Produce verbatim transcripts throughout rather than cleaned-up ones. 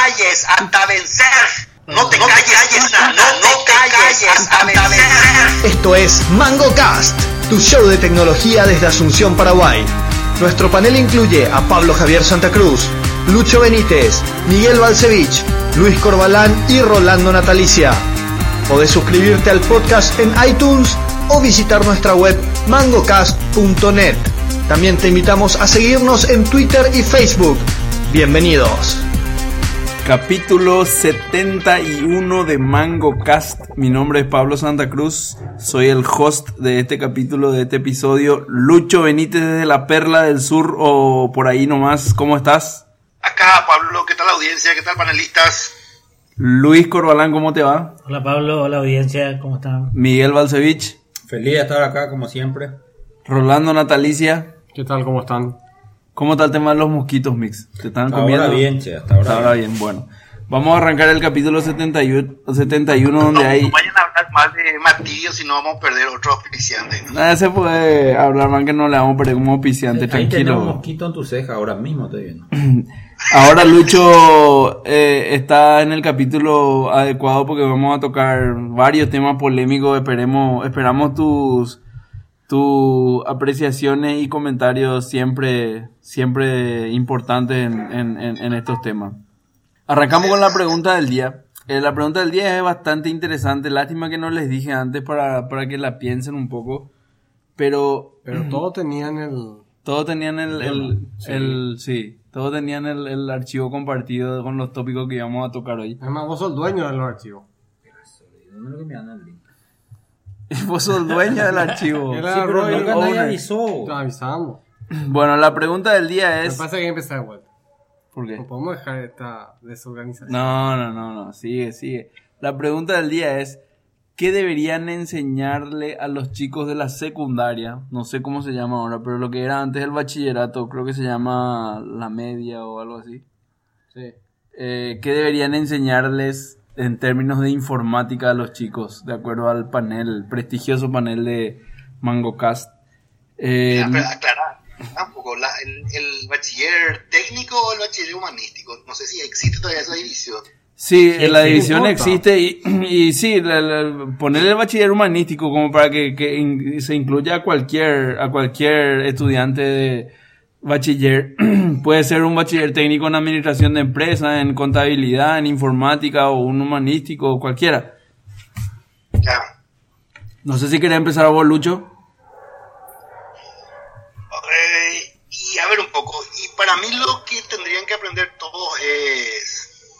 calles hasta vencer. No te calles, no, no te calles hasta vencer. Esto es MangoCast, tu show de tecnología desde Asunción, Paraguay. Nuestro panel incluye a Pablo Javier Santa Cruz, Lucho Benítez, Miguel Balcevich, Luis Corbalán y Rolando Natalicia. Podés suscribirte al podcast en iTunes o visitar nuestra web mangocast punto net. También te invitamos a seguirnos en Twitter y Facebook. Bienvenidos. Capítulo setenta y uno de MangoCast. Mi nombre es Pablo Santa Cruz. Soy el host de este capítulo, de este episodio. Lucho Benítez desde la Perla del Sur o por ahí nomás. ¿Cómo estás? Acá, Pablo. ¿Qué tal la audiencia? ¿Qué tal, panelistas? Luis Corbalán, ¿cómo te va? Hola Pablo, hola audiencia, ¿cómo están? Miguel Balcevich. Feliz de estar acá, como siempre. Rolando Natalicia. ¿Qué tal? ¿Cómo están? ¿Cómo está el tema de los mosquitos, Mix? ¿Te están hasta comiendo? Ahora bien, che, hasta ahora, hasta ahora bien. bien. Bueno, vamos a arrancar el capítulo setenta y uno, setenta y uno donde no, hay... No vayan a hablar mal de Martirio, si no vamos a perder otro auspiciante. Nada, se puede hablar mal que no le vamos a perder como auspiciante, ahí tranquilo. Ahí tenés un mosquito en tu ceja, ahora mismo estoy viendo. Ahora Lucho eh, está en el capítulo adecuado porque vamos a tocar varios temas polémicos. Esperemos, esperamos tus... tus apreciaciones y comentarios siempre siempre importantes en, en, en, en estos temas. Arrancamos con la pregunta del día. Eh, la pregunta del día es bastante interesante. Lástima que no les dije antes para, para que la piensen un poco. Pero... Pero todos tenían el... Todos tenían el... el, sí. el sí, todos tenían el, el archivo compartido con los tópicos que íbamos a tocar hoy. Además, vos sos el dueño de los archivos. ¿Dónde es lo que me dan el link? Vos sos el dueño del archivo. Era Sí, pero Roy, nunca nadie owner. avisó. Te avisamos. Bueno, la pregunta del día Me es... pasa que hay que empezar de vuelta. ¿Por qué? No podemos dejar esta desorganización. No, no, no, no, sigue, sigue. La pregunta del día es, ¿qué deberían enseñarle a los chicos de la secundaria? No sé cómo se llama ahora, pero lo que era antes el bachillerato, creo que se llama la media o algo así. Sí. Eh, ¿qué deberían enseñarles en términos de informática a los chicos, de acuerdo al panel, el prestigioso panel de MangoCast? Eh, Mira, aclarar un poco, la, el, el bachiller técnico o el bachiller humanístico. No sé si existe todavía esa división. Sí, Sí, la sí, división importa. existe y, y sí, la, la, ponerle el bachiller humanístico como para que, que in, se incluya a cualquier, a cualquier estudiante de bachiller. Puede ser un bachiller técnico en administración de empresas, en contabilidad, en informática o un humanístico, cualquiera. Claro. No sé si quería empezar a vos, Lucho. Eh, y a ver un poco, y para mí lo que tendrían que aprender todos es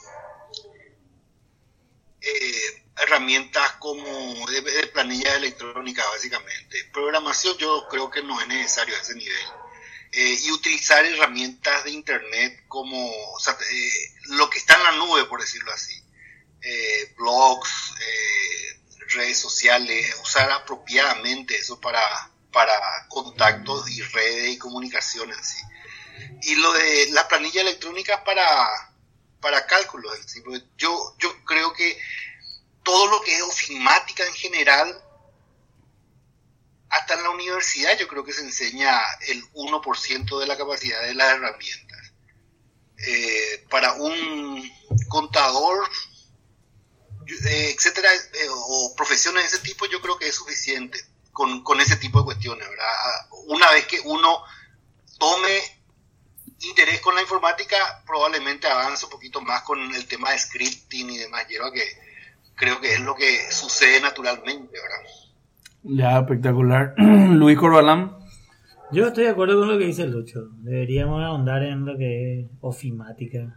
eh, herramientas como de, de planillas electrónicas, básicamente. Programación yo creo que no es necesario a ese nivel. Eh, y utilizar herramientas de internet como, o sea, eh, lo que está en la nube, por decirlo así. Eh, blogs, eh, redes sociales, usar apropiadamente eso para... para contactos y redes y comunicaciones en sí. Y lo de las planillas electrónicas para, para cálculos en sí. Porque yo, yo creo que todo lo que es ofimática en general, hasta en la universidad yo creo que se enseña el uno por ciento de la capacidad de las herramientas. Eh, para un contador, eh, etcétera, eh, o profesiones de ese tipo, yo creo que es suficiente. Con, con ese tipo de cuestiones, ¿verdad? Una vez que uno tome interés con la informática, probablemente avance un poquito más con el tema de scripting y demás, lleva que creo que es lo que sucede naturalmente, ¿verdad? Ya, espectacular. Luis Corbalán. Yo estoy de acuerdo con lo que dice Lucho. Deberíamos ahondar en lo que es ofimática.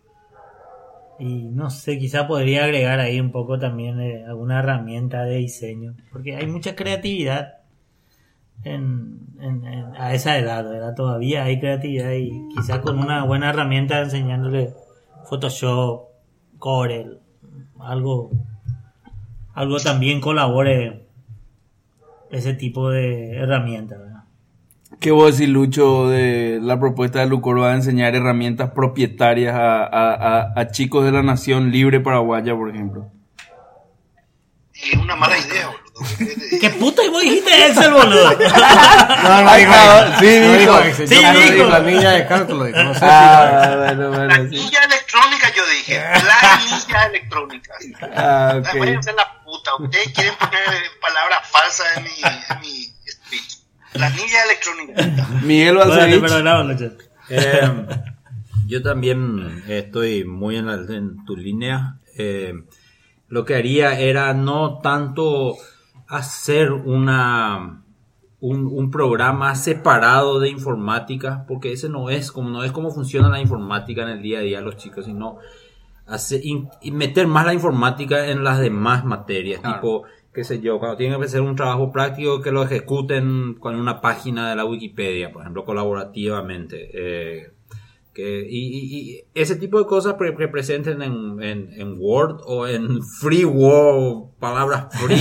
Y no sé, quizá podría agregar ahí un poco también eh, alguna herramienta de diseño. Porque hay mucha creatividad en, en, en, a esa edad, ¿verdad? Todavía hay creatividad y quizá con una buena herramienta enseñándole Photoshop, Corel, algo, algo también colabore ese tipo de herramientas, ¿verdad? ¿Qué vos decís, Lucho, de la propuesta de Lucor va a enseñar herramientas propietarias a, a, a, a chicos de la nación libre paraguaya, por ejemplo? Es una mala idea, boludo. ¿Qué puta? ¿Y vos dijiste eso, el boludo? No, no, dijo, sí, no dijo. dijo, Sí, yo dijo. planilla de cálculo, dijo, no sé Ah, si bueno, bueno, sí. Planilla electrónica electrónica yo dije, planillas electrónicas. Ah, ok. Váyanse a la puta, ustedes quieren poner palabras falsas en mi, en mi speech. Planilla electrónica. Miguel Bueno, Balcevich. pero no, Lucho. Eh, yo también estoy muy en, la, en tu línea. Eh, lo que haría era no tanto hacer una un, un programa separado de informática, porque ese no es como no es como funciona la informática en el día a día de los chicos, sino hacer, in, y meter más la informática en las demás materias, Claro. tipo, qué sé yo, cuando tienen que hacer un trabajo práctico, que lo ejecuten con una página de la Wikipedia, por ejemplo, colaborativamente. Eh, que, y, y, y ese tipo de cosas que pre presenten en, en, en Word o en Free Word, palabras free.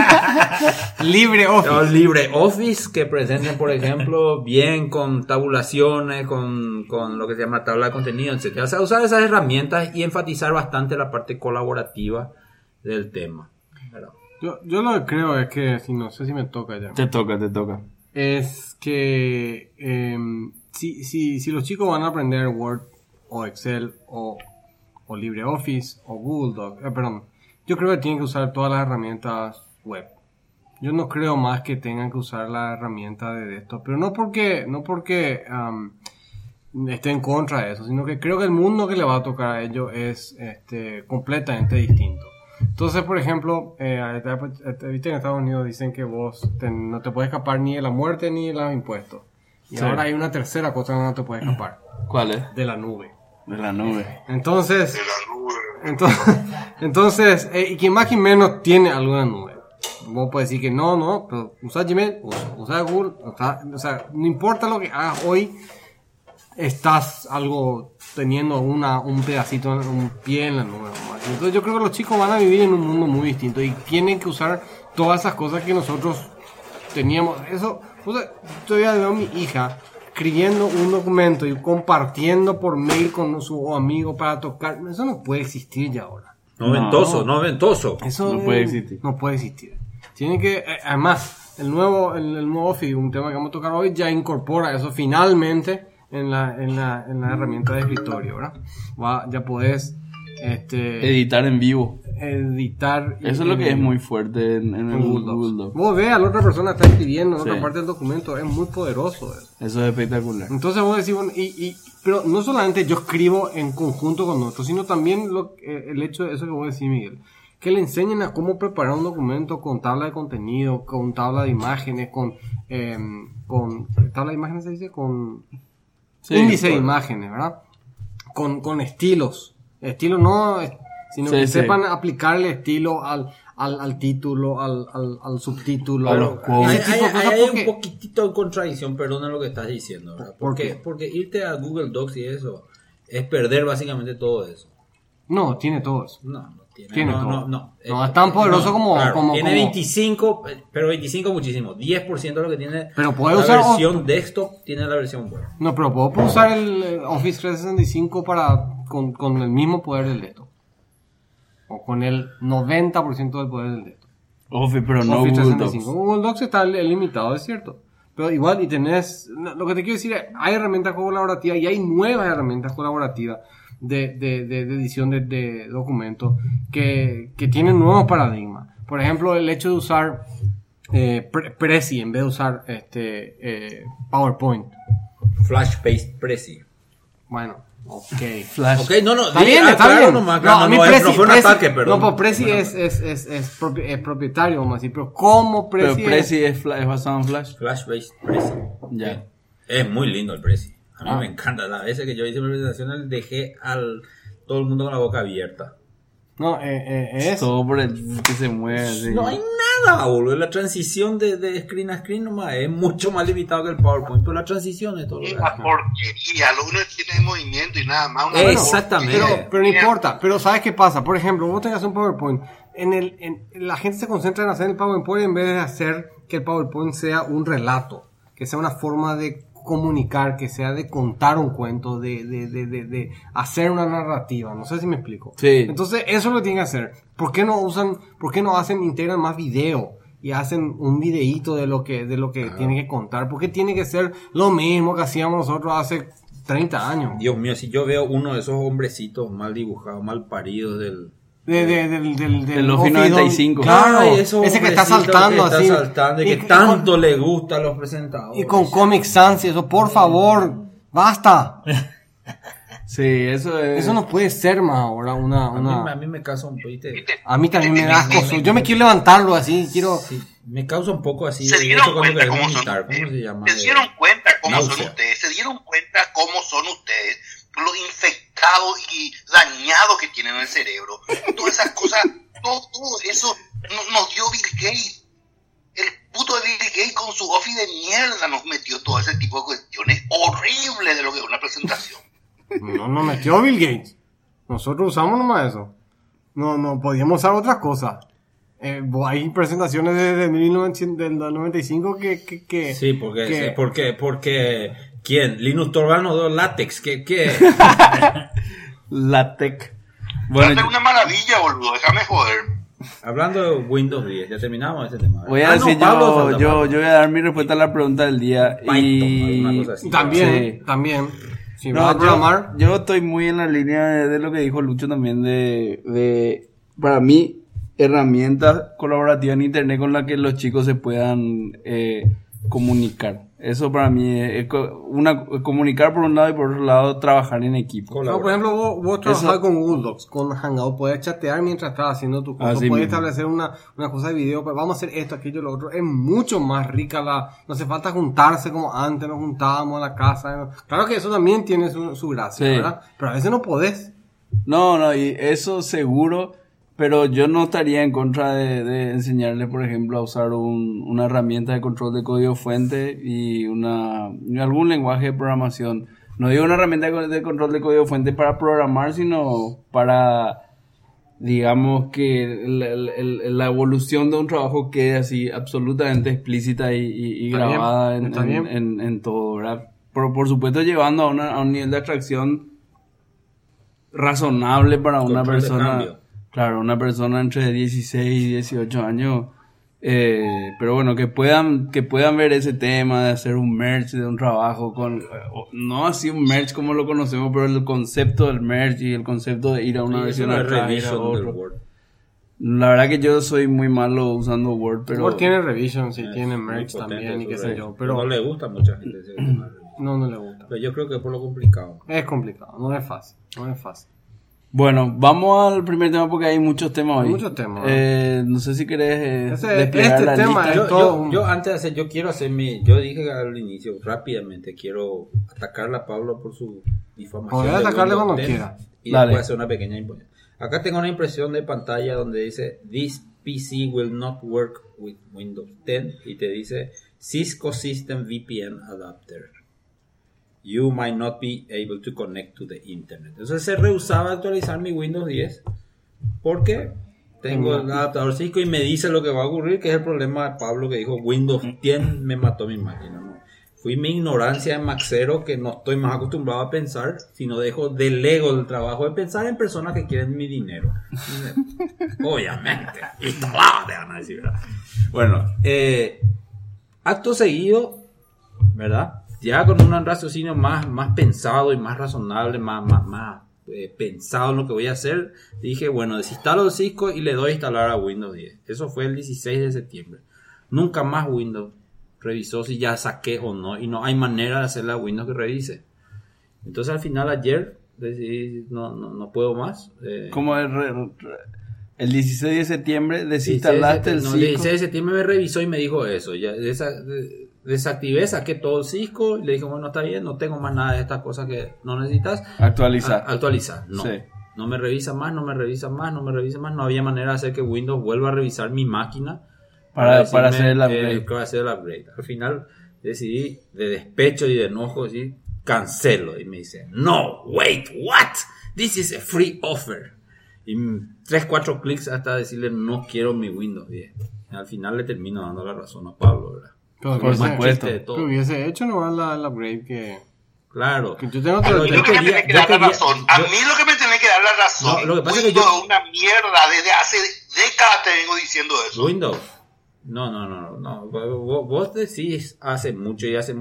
Libre Office. O LibreOffice, que presenten, por ejemplo, bien con tabulaciones, con, con lo que se llama tabla de contenido, etcétera. O sea, usar esas herramientas y enfatizar bastante la parte colaborativa del tema. ¿Verdad? Yo, yo lo que creo es que, si no sé si me toca ya, Te toca, te toca. es que eh, si, si, si los chicos van a aprender Word o Excel o, o LibreOffice o Google Docs, eh, perdón, yo creo que tienen que usar todas las herramientas web. Yo no creo más que tengan que usar la herramienta de esto, pero no porque no porque um, esté en contra de eso, sino que creo que el mundo que le va a tocar a ellos es este, completamente distinto. Entonces, por ejemplo, eh, viste en Estados Unidos dicen que vos te, no te puedes escapar ni de la muerte ni de los impuestos. Y Sí. ahora hay una tercera cosa que no te puedes escapar, ¿Cuál es? de la nube. De la nube. Entonces, De la nube. entonces, entonces eh, y quien más que menos tiene alguna nube. Vos puedes decir que no, no, pero usa Gmail, usa, usa Google, usa, o sea, no importa lo que hagas hoy, estás algo teniendo una, un pedacito, un pie en la nube. Nomás. Entonces yo creo que los chicos van a vivir en un mundo muy distinto y tienen que usar todas esas cosas que nosotros teníamos. Eso, o sea, todavía veo a mi hija escribiendo un documento y compartiendo por mail con su amigo para tocar. Eso no puede existir ya ahora. Noventoso, noventoso. Eso No eh, puede existir. No puede existir. Tiene que, eh, además, el nuevo, el, el nuevo Office, un tema que vamos a tocar hoy, ya incorpora eso finalmente en la, en la, en la herramienta de escritorio, ¿verdad? Va, ya podés, este, Editar en vivo. editar. y- Eso es lo que es en- muy fuerte en, en el en Google Google Docs. Docs. Vos ves a la otra persona está escribiendo en Sí. otra parte del documento, es muy poderoso eso. Eso es espectacular. Entonces vos decís, bueno, y, y, pero no solamente yo escribo en conjunto con otros, sino también lo, eh, el hecho de eso que vos decís, Miguel, que le enseñen a cómo preparar un documento con tabla de contenido, con tabla de imágenes, con, eh, con tabla de imágenes se dice, con Sí, índice de por- imágenes, ¿verdad? Con, con estilos, estilos no, eh, sino Sí, que sí. sepan aplicarle estilo al, al, al título, al, al, al subtítulo, A los quotes. Hay, ese tipo hay- de cosas hay porque- un poquitito de contradicción, perdona lo que estás diciendo, ¿verdad? ¿Por Porque, qué? porque irte a Google Docs y eso es perder básicamente todo eso. no, tiene todo eso. No, no tiene. Tiene no, todo. no, no. No, es tan poderoso como- como- Tiene como- veinticinco, pero veinticinco muchísimo. diez por ciento de lo que tiene Pero puede la usar- versión desktop tiene la versión web. No, pero puedo usar el eh, Office trescientos sesenta y cinco para, con, con el mismo poder del desktop. O con el noventa por ciento del poder del desktop. Office, pero no Office Google trescientos sesenta y Docs. cinco. Google Docs está li- limitado, es cierto. Pero igual, y tenés, no, lo que te quiero decir es, hay herramientas colaborativas y hay nuevas herramientas colaborativas de, de, de, de edición de, de documentos que, que tienen nuevos paradigmas. Por ejemplo, el hecho de usar eh, Pre- Prezi en vez de usar este eh, PowerPoint. Flash-based Prezi. Bueno, ok. Flash. Ok, no, no, Está di- bien, ah, está claro, bien. nomás, No, claro, a mí no, es- Prezi, no fue un Prezi- ataque, perdón. No, pues Prezi Bueno, es, es, es, es, propi- es propietario, vamos a decir, pero ¿cómo Pero Prezi? Prezi es, fla- es basado en Flash. Flash-based Prezi. Ya. Es muy lindo el Prezi. A mí Ah. me encanta. Las veces que yo hice presentaciones dejé al todo el mundo con la boca abierta. No, eh, eh, es... Todo por el que se mueve. así. No hay nada, boludo. La transición de, de screen a screen nomás es mucho más limitado que el PowerPoint. Pero la transición es todo lo Es demás. una porquería, lo único que tiene es movimiento y nada más. Una Eh, Exactamente. Pero, pero no importa, pero ¿sabes qué pasa? Por ejemplo, vos tengas un PowerPoint, en el, en, la gente se concentra en hacer el PowerPoint en vez de hacer que el PowerPoint sea un relato, que sea una forma de comunicar, que sea de contar un cuento, de, de, de, de, de hacer una narrativa, no sé si me explico. Sí. Entonces, eso es lo que tienen que hacer. ¿Por qué no usan, por qué no hacen, integran más video? Y hacen un videíto de lo que, de lo que tienen que contar. ¿Por qué tiene que ser lo mismo que hacíamos nosotros hace treinta años. Dios mío, si yo veo uno de esos hombrecitos mal dibujados, mal paridos del... De, de, del, del, del El Office noventa y cinco. Claro, Ay, esos ese que está hombrecitos saltando que así. Está saltando y, Y- que y tanto con- le gusta a los presentadores. Y con Comic Sans y eso, por favor, basta. Sí, eso es. Eso no puede ser más ahora una... A mí, una... a mí me causa un ¿viste? A mí también me da asco. Yo me quiero levantarlo así, quiero... Sí, me causa un poco así. Se de dieron eso cuando cuenta queremos cómo son vomitar, ¿cómo ustedes. se llama? Se De- dieron cuenta cómo son náusea. ustedes. Se dieron cuenta cómo son ustedes. Lo infectados y dañados que tienen en el cerebro. Todas esas cosas, todo, todo eso nos, nos dio Bill Gates. El puto de Bill Gates con su Office de mierda nos metió todo ese tipo de cuestiones horribles de lo que es una presentación. No nos metió Bill Gates. Nosotros usamos nomás eso. No, no, podíamos usar otras cosas. Eh, hay presentaciones desde mil novecientos noventa y cinco que... que, que Sí, porque, que- sí, porque, porque, ¿quién? Linus Torvalds nos dio látex, ¿qué, qué? Latec. Va a Bueno, ser una maravilla, boludo, déjame joder. Hablando de Windows diez, ya terminamos este tema. voy a Ah, no, decir Pablo yo, falta, yo, Pablo. yo voy a dar mi respuesta a la pregunta del día. Python, y alguna cosa así. También, Sí. también. Si No, vas a yo, programar... yo estoy muy en la línea de, de lo que dijo Lucho también de, de, para mí, herramientas colaborativas en internet con las que los chicos se puedan eh, comunicar. Eso para mí es, es co- una, comunicar por un lado y por otro lado trabajar en equipo. No, por ejemplo, vos, vos trabajás Eso- con Google Docs, con Hangout, podés chatear mientras estás haciendo tu cosa, Así podés mismo. establecer una, una cosa de video, pero vamos a hacer esto, aquello, lo otro. Es mucho más rica la... No hace falta juntarse como antes nos juntábamos en la casa. ¿no? Claro que eso también tiene su, su gracia, Sí. ¿verdad? Pero a veces no podés. No, no, y eso seguro, pero yo no estaría en contra de, de enseñarle, por ejemplo, a usar un- una herramienta de control de código fuente y una y algún lenguaje de programación. No digo una herramienta de, de control de código fuente para programar, sino para, digamos, que el- el- el- la evolución de un trabajo quede así absolutamente explícita y, y- y Está bien, grabada en, está en- bien. en- en todo, ¿verdad? Por, por supuesto, llevando a, una- a un nivel de abstracción razonable para una Control de persona, cambio. claro, una persona entre dieciséis y dieciocho años, eh, pero bueno, que puedan que puedan ver ese tema de hacer un merge de un trabajo con, eh, no así un merge como lo conocemos, pero el concepto del merge y el concepto de ir a una Sí, versión eso no a es otra, ir a revision del otro. Word. La verdad que yo soy muy malo usando Word, pero Word tiene revision, sí, Es tiene muy merge potente también y su qué sé revision. yo, pero No le gusta a mucha gente ese tema de revision. no, no le gusta. Pero yo creo que es por lo complicado. Es complicado, no es fácil, no es fácil. bueno, vamos al primer tema porque hay muchos temas hoy. Hay muchos temas, Eh, no sé si querés eh, Ese- desplegar este la tema lista. es Yo, todo yo, un- yo antes de hacer, yo quiero hacer mi, yo dije al inicio rápidamente, quiero atacarle a Pablo por su difamación. Podés de atacarle Windows cuando diez quiera. Y Dale. después hacer una pequeña impresión. Acá tengo una impresión de pantalla donde dice This P C will not work with Windows diez y te dice Cisco System V P N Adapter. You might not be able to connect to the internet. Entonces se rehusaba actualizar mi Windows diez porque tengo el adaptador Cisco y me dice lo que va a ocurrir, que es el problema de Pablo que dijo Windows diez me mató mi máquina. ¿no? Fui mi ignorancia de maxero que no estoy más acostumbrado a pensar, sino dejo delego el trabajo de pensar en personas que quieren mi dinero. Obviamente, instalado te van a decir, ¿verdad? Bueno, eh, acto seguido, ¿verdad? Ya con un raciocinio más, más pensado y más razonable, más, más, más eh, pensado en lo que voy a hacer, dije, bueno, desinstalo el Cisco y le doy a instalar a Windows diez. Eso fue el dieciséis de septiembre. Nunca más Windows revisó si ya saqué o no, y no hay manera de hacerle a Windows que revise. Entonces al final ayer decidí, no, no, no puedo más. Eh, Como el, re- re- el dieciséis de septiembre desinstalaste el no, Cisco. dieciséis de septiembre me revisó y me dijo eso. Ya desa- de- desactivé, saqué todo el Cisco y le dije, bueno, está bien, no tengo más nada de estas cosas que no necesitas. Actualizar. A- actualizar, no. Sí. No me revisa más, no me revisa más, no me revisa más. No había manera de hacer que Windows vuelva a revisar mi máquina Para- decirme, para hacer el eh, upgrade. para hacer el upgrade. Al final decidí, de despecho y de enojo, decir, cancelo. Y me dice, no, wait, what? This is a free offer. Y mm, tres, cuatro clics hasta decirle, no quiero mi Windows diez. Y al final le termino dando la razón a Pablo, ¿verdad? Pero Por hubiese- supuesto. Chiste de todo. que hubiese hecho nomás la, el upgrade que... Claro. que yo tengo Pero otro- A mí lo que me tiene que dar la razón, a mí lo que me tiene que dar la razón, No, lo que pasa es que Windows yo- es una mierda, desde hace décadas te vengo diciendo eso. Windows. No, no, no, no. no. Vos, vos decís hace mucho y hace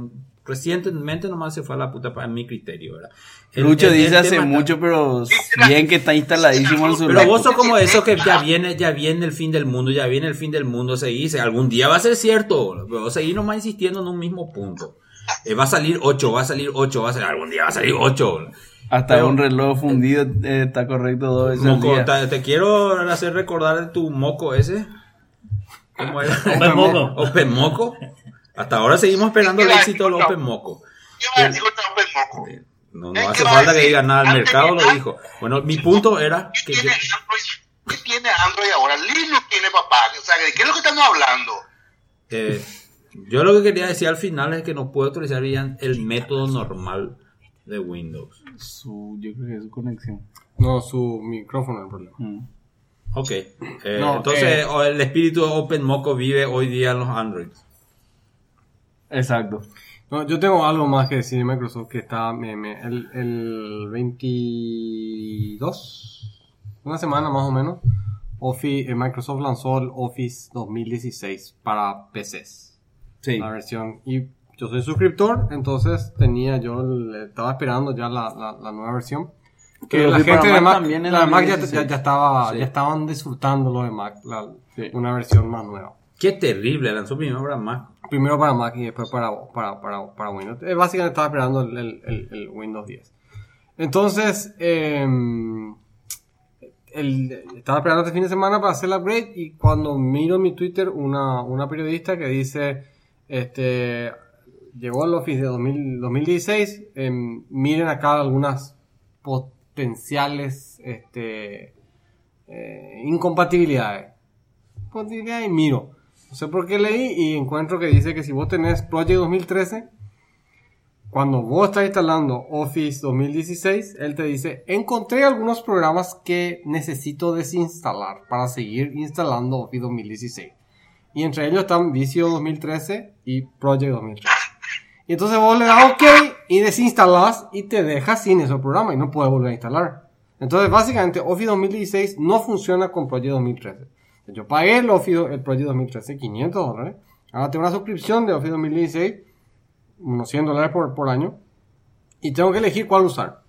Recientemente nomás se fue a la puta para mi criterio, ¿verdad? El, Lucho el, el dice hace tema mucho, está... pero bien que está instaladísimo en su Pero laptop. vos sos como eso que ya viene, ya viene el fin del mundo, ya viene el fin del mundo, se dice, algún día va a ser cierto, pero vos seguís nomás insistiendo en un mismo punto. Eh, va a salir ocho, va a salir ocho, va a salir, algún día va a salir ocho. Hasta Pero, un reloj fundido eh, está correcto dos veces al moco, día. te, te quiero hacer recordar de tu moco ese. ¿Cómo era? Open Moco. Open Moco. Hasta ahora seguimos esperando el éxito del Open Moco. ¿Qué va a decir contra Open Moco? No, no hace falta que diga nada, el mercado lo dijo. Bueno, mi punto era ¿Qué que tiene yo- Android? ¿Qué tiene Android ahora? Linux tiene, papá. O sea, ¿de qué es lo que estamos hablando? eh, yo lo que quería decir al final es que no puedo utilizar bien el método normal de Windows. Su, yo creo que es su conexión. No, su micrófono es el problema. Mm. Ok. Eh, No, entonces, eh. o el espíritu de Open Moco vive hoy día en los Androids. Exacto. No, yo tengo algo más que decir de Microsoft que está me, me- el, el veintidós, una semana más o menos, Office, eh, Microsoft lanzó el Office dos mil dieciséis para P Cs. Sí. La versión, y yo soy suscriptor, entonces tenía yo, el- estaba esperando ya la, la, la nueva versión. Que Pero la sí, gente para de Mac Mac, también en la de Mac ya, 2016. ya, ya estaba, Sí. ya estaban disfrutando lo de Mac, la- Sí. una versión más nueva. Qué terrible, lanzó primero para Mac. Primero para Mac y después para, para, para, para Windows. Eh, básicamente estaba esperando el, el, el, el Windows diez. Entonces, eh, el, estaba esperando este fin de semana para hacer el upgrade y cuando miro en mi Twitter una, una periodista que dice, este, llegó el Office de dos mil, dos mil dieciséis, eh, miren acá algunas potenciales este, eh, incompatibilidades. Incompatibilidades y miro. No sé por qué leí y encuentro que dice que si vos tenés Project dos mil trece, cuando vos estás instalando Office dos mil dieciséis, él te dice, encontré algunos programas que necesito desinstalar para seguir instalando Office dos mil dieciséis. Y entre ellos están Visio dos mil trece y Project dos mil trece. Y entonces vos le das OK y desinstalás y te dejas sin esos programas y no puedes volver a instalar. Entonces básicamente Office dos mil dieciséis no funciona con Project dos mil trece. Yo pagué el Office, el Project dos mil trece, quinientos dólares. Ahora tengo una suscripción de Office dos mil dieciséis, unos cien dólares por, por año. Y tengo que elegir cuál usar.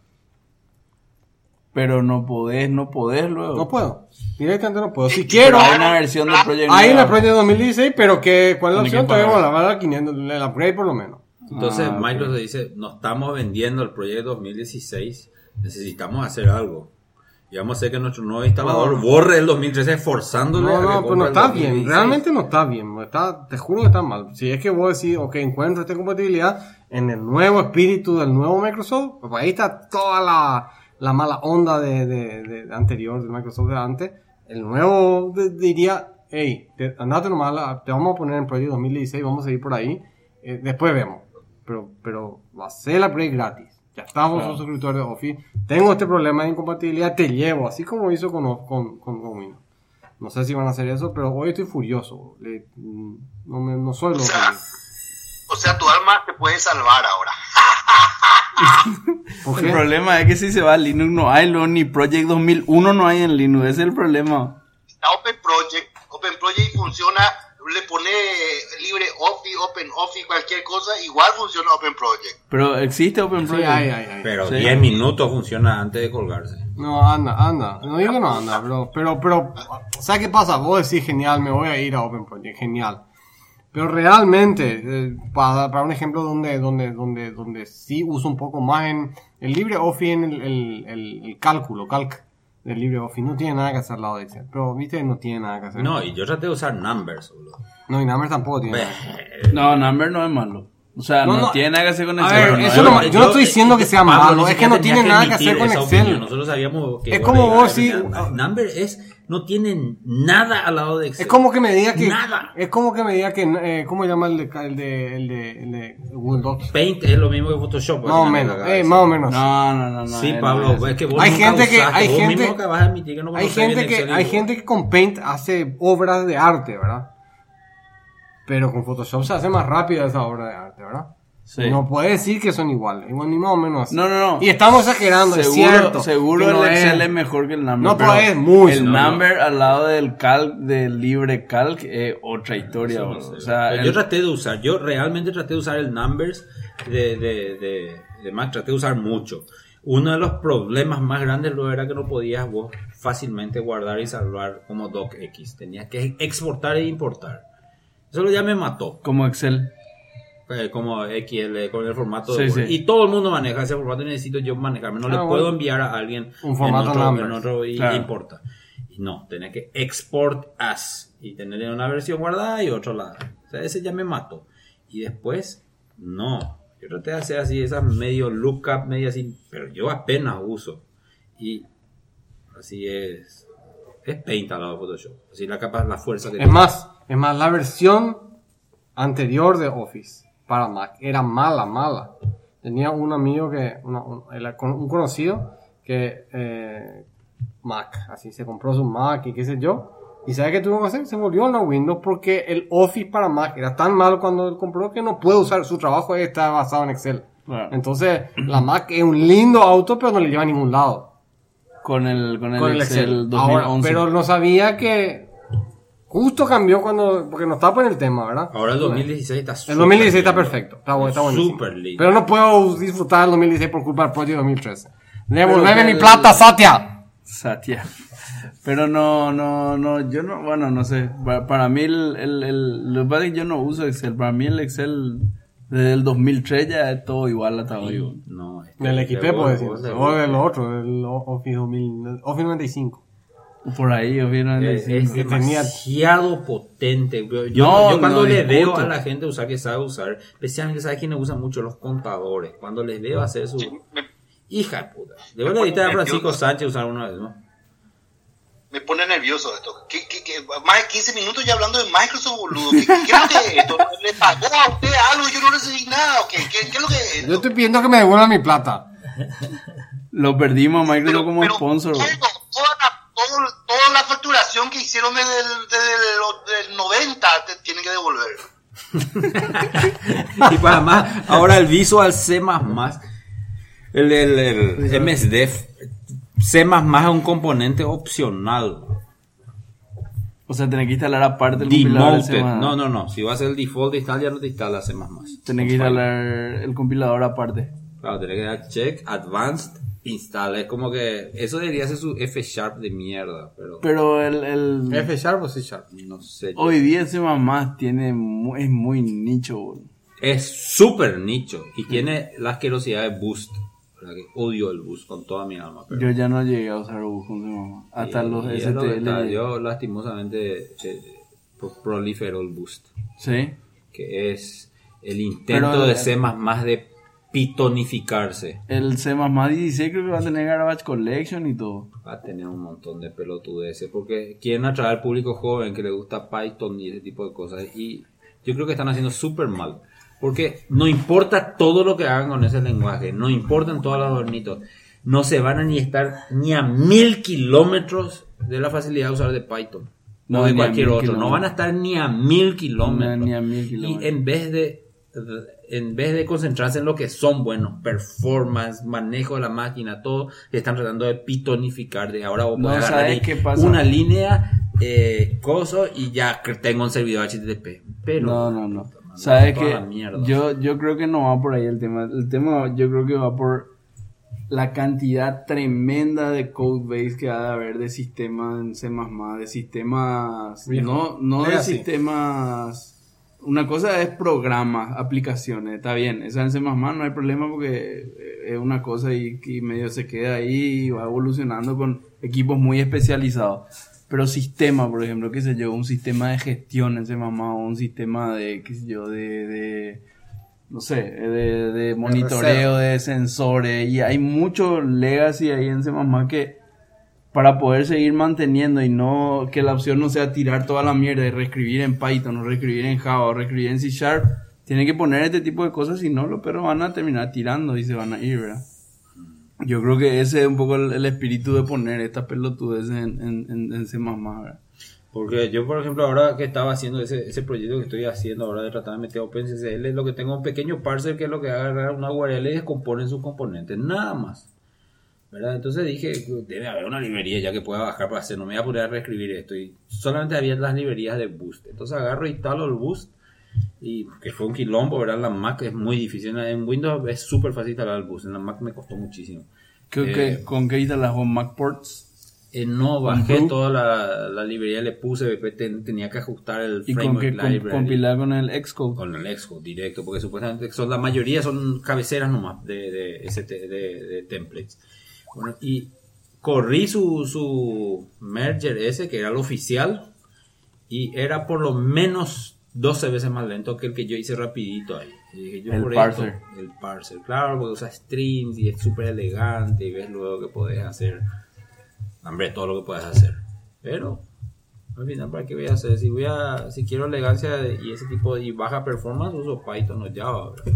Pero no podés, no podés luego. No puedo. Directamente no puedo. Si quiero, Pero hay una versión del Project hay nueva. una Project dos mil dieciséis, pero que, ¿cuál es la Tiene que opción? Todavía pagar. vamos a dar quinientos, el upgrade por lo menos. Entonces Ah, ok. Microsoft dice, no estamos vendiendo el proyecto dos mil dieciséis, necesitamos hacer algo. Y vamos a hacer que nuestro nuevo instalador No. borre el dos mil trece forzándole No, a que no, pero compre no el está dos mil bien. dieciséis. Realmente no está bien. Está, te juro que está mal. Si es que vos decís, ok, encuentro esta compatibilidad en el nuevo espíritu del nuevo Microsoft, pues ahí está toda la, la mala onda de, de, de- de anterior, de Microsoft de antes. El nuevo de- diría, hey, te, andate nomás, la- te vamos a poner en Project dos mil dieciséis, vamos a seguir por ahí. Eh, después vemos. Pero, pero va a ser el upgrade gratis. Ya estamos Claro. un suscriptor de Office. Tengo este problema de incompatibilidad, te llevo, así como hizo con, con, con, con Windows. No sé si van a hacer eso, pero hoy estoy furioso. Le- mm, no, me, no soy lo O que... sea, o sea, tu alma te puede salvar ahora. ¿Por El qué? problema es que si se va a Linux no hay, luego ni Project dos mil uno no hay en Linux, ese es el problema. Está Open Project, Open Project funciona, le pone libre Office, Open Office, cualquier cosa, igual funciona Open Project. Pero existe Open Sí, Project. ay, ay, ay. Pero Sí. diez minutos funciona antes de colgarse. No, anda, anda. No digo que no anda, pero, pero, pero, ¿sabes qué pasa? Vos decís, genial, me voy a ir a Open Project, genial. Pero realmente, eh, para, para un ejemplo donde, donde, donde, donde sí uso un poco más en el LibreOffice, en el, el, el, el cálculo, calc del LibreOffice, no tiene nada que hacer al lado de Excel. Pero, viste, no tiene nada que hacer. No, y yo traté de usar Numbers, boludo. No, y Number tampoco tiene nada que hacer. No, Number no es malo. O sea, no, No, no. tiene nada que hacer con A Excel. ver, pero eso es no- malo. yo no estoy diciendo que sea Pablo, malo, ni es que siquiera no tenía tiene nada que admitir hacer con esa Excel. opinión. Nosotros sabíamos que Es vos como le vos ibas a decís- meter- Number es, no tiene nada al lado de Excel. Es como que me diga que... Nada. Es como que me diga que... Eh, ¿Cómo se llama el de, el de, el de, el de Google Docs? Paint es lo mismo que Photoshop. Más o menos, eh, más o menos. No, no, no, no. Sí, eh, Pablo, no es que vos Hay nunca gente que- usaste, hay vos gente- mismo acabas de admitir que no Hay conoces gente bien que Excel y hay vos- gente que con Paint hace obras de arte, ¿verdad? Pero con Photoshop se hace más rápida esa obra de arte, ¿verdad? Sí. No puede decir que son iguales, igual ni más o menos así. No, no, no. Y estamos exagerando, es Seguro, cierto. seguro que no el Excel es. es mejor que el Number. No, pero pues, es muy- El no, no. Number al lado del calc, del libre calc, es otra historia. Eso no bro. sé. O sea, Pero el- yo traté de usar, yo realmente traté de usar el Numbers de, de, de, de Mac traté de usar mucho. Uno de los problemas más grandes lo era que no podías vos fácilmente guardar y salvar como docx. Tenías que exportar e importar. Eso ya me mató. Como Excel. Eh, como X L con el formato Sí, de Word. sí. Y todo el mundo maneja ese formato y necesito yo manejarme. No Ah, le bueno. puedo enviar a alguien Un formato en otro, numbers. en otro y Claro. importa. Y no, tenés que export as y tener una versión guardada y otro lado. O sea, ese ya me mató. Y después, no. Yo traté de hacer así, esas medio lookup, medio así, pero yo apenas uso. Y así es. Es Paint al lado de Photoshop. Así la capa, la fuerza que Es tiene. más, es más, la versión anterior de Office para Mac era mala, mala. Tenía un amigo que, una- un, el- un conocido que eh, Mac, así se compró su Mac y qué sé yo. ¿Y sabe qué tuvo que hacer? Se volvió a la Windows porque el Office para Mac era tan malo cuando él compró que no puede usar su trabajo, está basado en Excel. Claro. Entonces, la Mac es un lindo auto, pero no le lleva a ningún lado. Con el, con el, Con el Excel, Excel. dos mil once. Ahora, pero no sabía que justo cambió cuando, porque no estaba en el tema, ¿verdad? Ahora el dos mil dieciséis está súper El dos mil dieciséis está lindo. perfecto, está, bueno, está buenísimo. Súper lindo. Pero no puedo disfrutar del dos mil dieciséis por culpa del Project dos mil trece. Devuélveme Pero mi el- plata, Satya. Satya. Pero no, no, no, yo no, bueno, no sé. Para, para mí, el, el, el, lo que pasa es que yo no uso Excel. Para mí, el Excel desde el dos mil tres ya es todo igual hasta hoy. güey. No, este, Del X P, de vos, puedo decir. vos de O vos. del otro, del Office dos mil, Office noventa y cinco. Por ahí, yo vi una Es, es que tenía- demasiado potente. Yo, yo- No, yo cuando no le veo discuto. a la gente usar que sabe usar, especialmente sabe quiénes usan mucho los contadores. Cuando les veo hacer su Me, hija de puta. Debo le editar a Francisco Sánchez usar una vez, ¿no? me pone nervioso esto. ¿Qué, qué, qué? Más de quince minutos ya hablando de Microsoft, boludo. ¿Qué, qué, qué es lo que es esto? ¿Le pagó a usted algo y yo no recibí nada? ¿O qué? ¿Qué, qué es lo que es esto? Yo estoy pidiendo que me devuelvan mi plata. Lo perdimos a Microsoft como pero sponsor. todo, güey. toda, la, todo- toda la facturación que hicieron desde el, desde el, del noventa te tienen que devolver. Y para además, ahora el Visual C++, el, el, el M S D F, C++ es un componente opcional. O sea, tenés que instalar aparte el compilador. de C++. Demounted. No, no, no. Si va a ser el default de instalar, ya no te instala C++. Tenés que instalar el compilador aparte. Claro, tenés que dar check, advanced, install. Es como que eso debería ser su F Sharp de mierda, pero Pero el, el F Sharp o C Sharp. no sé. hoy día C++ tiene mu- es muy nicho. Güey. Es súper nicho y tiene la asquerosidad de Boost. La que odio el Boost con toda mi alma. Pero Yo ya no llegué a usar Ubuntu con C++. Hasta y- los y es lo que está. S T L. Yo lastimosamente eh, pro- prolifero el Boost, Sí. que es el intento Pero, de eh, C++ de pitonificarse. El C++ dieciséis creo que va a tener Garbage Collection y todo. Va a tener un montón de pelotudeces porque quieren atraer al público joven que le gusta Python y ese tipo de cosas. Y yo creo que están haciendo súper mal. Porque no importa todo lo que hagan con ese lenguaje, no importan todos los adornitos, no se van a ni estar ni a mil kilómetros de la facilidad de usar de Python No, o de ni a cualquier mil otro. No kilómetros. van a estar ni a mil kilómetros. No, ni a mil kilómetros. Y en vez de en vez de concentrarse en lo que son buenos, performance, manejo de la máquina, todo, están tratando de pitonificar. De ahora vos No, podés agarrar ¿sabes y qué pasa? una línea, eh, coso, y ya que tengo un servidor H T T P. Pero No, no, no. Sabes toda que la mierda. yo, yo creo que no va por ahí el tema. El tema yo creo que va por la cantidad tremenda de code base que ha de haber de sistemas en C++, de sistemas, Viejo. no, no de Legacy. sistemas. Una cosa es programas, aplicaciones, está bien, esa en C++ no hay problema porque es una cosa y, y medio se queda ahí y va evolucionando con equipos muy especializados. Pero sistema, por ejemplo, qué sé yo, un sistema de gestión en C++ o un sistema de, qué sé yo, de, de no sé, de, de monitoreo de sensores, y hay mucho legacy ahí en C++ que para poder seguir manteniendo y no que la opción no sea tirar toda la mierda y reescribir en Python o reescribir en Java o reescribir en C Sharp, tienen que poner este tipo de cosas, si no los perros van a terminar tirando y se van a ir, ¿verdad? Yo creo que ese es un poco el, el espíritu de poner estas pelotudes en, en, en, en C++, ¿verdad? porque yo, por ejemplo, ahora que estaba haciendo ese, ese proyecto que estoy haciendo ahora de tratar de meter OpenCSL, lo que tengo un pequeño parser que es lo que agarra una U R L y descompone sus componentes, nada más, ¿verdad? Entonces dije, debe haber una librería ya que pueda bajar para hacer, no me voy a poner a reescribir esto, y solamente había las librerías de Boost. Entonces agarro y instalo el Boost Y que fue un quilombo, ¿verdad? La Mac es muy difícil. En Windows es súper fácil instalar el bus. En la Mac me costó muchísimo. ¿Qué, Eh, qué- ¿Con qué instalas vos? ¿MacPorts? Eh, no, bajé Ujú. toda la, la librería, le puse, después ten- tenía que ajustar el ¿Y con framework qué? Con, library. compilar con el Xcode. Con el Xcode directo, porque supuestamente son, la mayoría son cabeceras nomás de, de, S T de, de templates. Bueno, y corrí su, su merger ese, que era el oficial, y era por lo menos doce veces más lento que el que yo hice rapidito ahí. Y dije, yo El por parser. esto, el parser, claro, porque usa strings y es súper elegante y ves luego que podés hacer, hombre, todo lo que puedes hacer. Pero al final, ¿para qué voy a hacer? Si voy a, si quiero elegancia y ese tipo de y baja performance, uso Python o Java, ¿verdad?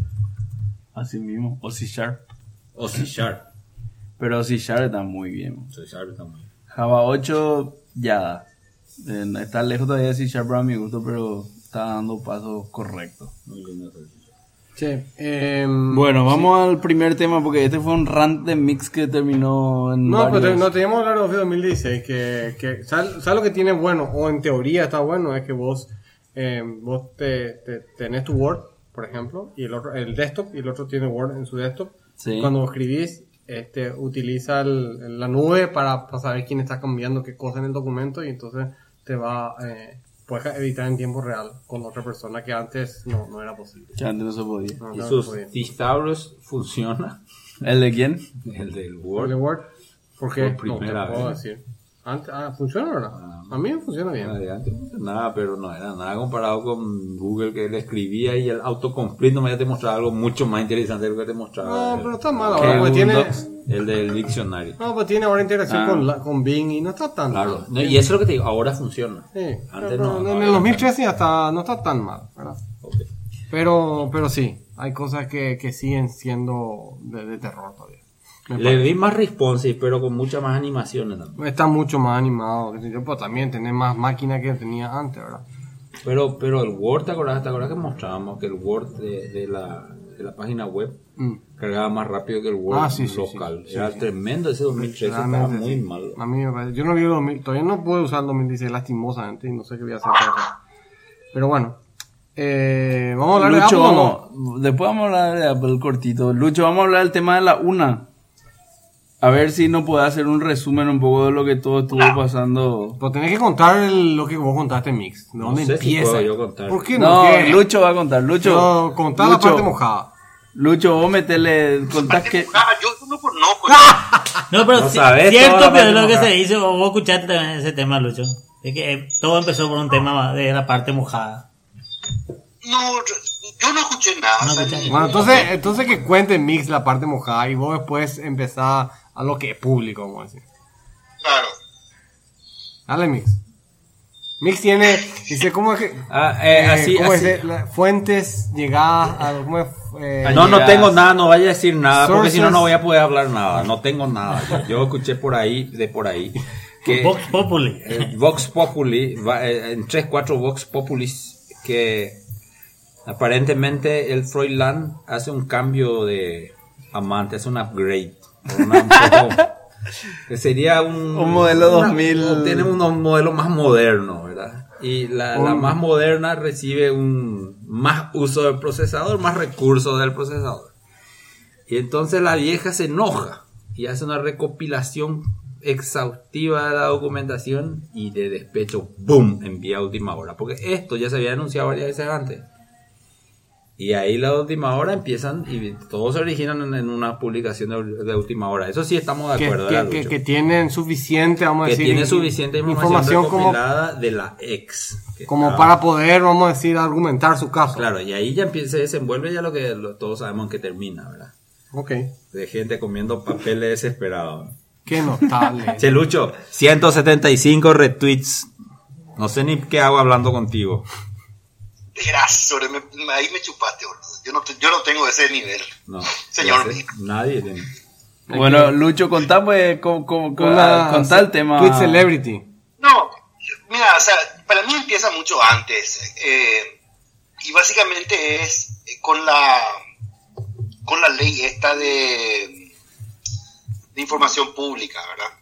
Así mismo. O C Sharp. O C Sharp. Pero C Sharp está muy bien. C Sharp está muy bien. Java ocho ya da. Eh, Está lejos todavía de C Sharp para mi gusto, pero está dando pasos correctos. Muy lindo C Sharp. Sí, em, Bueno, vamos al primer tema porque este fue un rant de mix que terminó en No, pero varios- te- no teníamos que hablar de Office dos mil dieciséis, que, que ¿sabes, sabes lo que tiene bueno? O en teoría está bueno, es que vos, eh, vos te, te- tenés tu Word, por ejemplo, y el otro, el desktop, y el otro tiene Word en su desktop. Sí. Cuando escribís, este, utiliza el- la nube para, para saber quién está cambiando qué cosa en el documento, y entonces te va, eh, puedes editar en tiempo real con otra persona que antes no, no era posible. Que antes no se podía. No, ¿Y no se sus podía. distauros funciona? ¿El de quién? El del ¿El de Word. Word? Porque Por no te primera puedo vez. decir. Antes, ah, ¿funciona o no? Ah, A mí me funciona bien. Nada, de antes no funcionaba, pero no era nada comparado con Google, que le escribía y el autocomplete no te mostraba algo mucho más interesante de lo que te mostraba. No, el, pero está mal ¿Qué, ahora, porque Google tiene... Docs? el del diccionario. No, pues tiene ahora integración Ah. con, la- con Bing y no está tan Claro, mal. no, y eso es lo que te digo, ahora funciona. Sí, Antes pero no, no en era el dos mil tan- trece ya está, no está tan mal, ¿verdad? Ok. Pero, pero sí, hay cosas que, que siguen siendo de, de terror todavía. Me Le vi más responsive, pero con muchas más animaciones también. Está mucho más animado, qué sé yo, pues también tener más máquina que tenía antes, ¿verdad? Pero, pero el Word, ¿te acordás? ¿Te acordás que mostrábamos que el Word de, de, la, de la página web Mm. cargaba más rápido que el Word Ah, sí, sí, local? sí, Era sí, sí. tremendo ese dos mil trece, estaba Realmente, muy sí. malo. A mí me parece, yo no vi el dos mil, todavía no puedo usar el dos mil dieciséis lastimosamente y no sé qué voy a hacer para eso. Pero bueno, eh, vamos a hablar Lucho, de Apple o no. vamos- después vamos a hablar de Apple cortito. Lucho, vamos a hablar del tema de la una. A ver si nos puede hacer un resumen un poco de lo que todo estuvo pasando. Pues tenés que contar el- lo que vos contaste, Mix. ¿De No dónde sé si empieza? puedo yo contar. ¿Por qué no? No, ¿Qué? Lucho va a contar. Lucho, No, contá la Lucho, parte mojada. Lucho, vos metele, contás Parte que... mojada, yo no conozco. No, pero No ci- sabes toda cierto, la pero parte lo que mojada. se hizo, vos escuchaste también ese tema, Lucho. Es que eh, todo empezó por un tema de la parte mojada. No, yo no escuché nada. No o sea, escuchaste. ni- Bueno, entonces, entonces que cuente Mix la parte mojada y vos después empezás a lo que es público, vamos a decir. Claro. Dale, Mix. Mix tiene, dice, ¿cómo es que? Ah, eh, eh, así, ¿cómo así. es? La- fuentes, llegadas, a, ¿cómo es? Eh, No, no llegadas. tengo nada, no vaya a decir nada, porque si no, Sources. no voy a poder hablar nada. No tengo nada. Yo, yo escuché por ahí, de por ahí, que Vox Populi. eh, Vox Populi, va, eh, en tres, cuatro Vox Populis, que aparentemente el Froilán hace un cambio de amante, hace un upgrade. Una- un poco- que sería un, Un modelo una- dos mil. Tiene unos modelos más modernos, ¿verdad? Y la, la Un- más moderna recibe un más uso del procesador, más recursos del procesador. Y entonces la vieja se enoja y hace una recopilación exhaustiva de la documentación y de despecho, ¡boom!, envía a última hora. Porque esto ya se había anunciado varias veces antes. Y ahí la última hora empiezan y todos se originan en, en una publicación de, de última hora. Eso sí estamos de que, acuerdo. que, ¿verdad, que, Lucho? que tienen suficiente, vamos a Que decir, tiene in- suficiente información, como, recopilada de la ex. que como estaba- para poder, vamos a decir, argumentar su caso. Claro, y ahí ya empieza, se desenvuelve ya lo que lo- todos sabemos que termina, ¿verdad? Ok. De gente comiendo papeles desesperados. Qué notable. Che, Lucho, ciento setenta y cinco retweets. No sé ni qué hago hablando contigo. Gracias, sobre- me- ahí me chupaste, boludo. Yo no, te- yo no tengo ese nivel. No. Señor ya sé, nadie tiene. Bueno, Lucho, contá pues, con, con, con- Una- contá el tema. Tweet Celebrity. No, mira, o sea, para mí empieza mucho antes. eh, y básicamente es eh, con la con la ley esta de, de información pública, ¿verdad?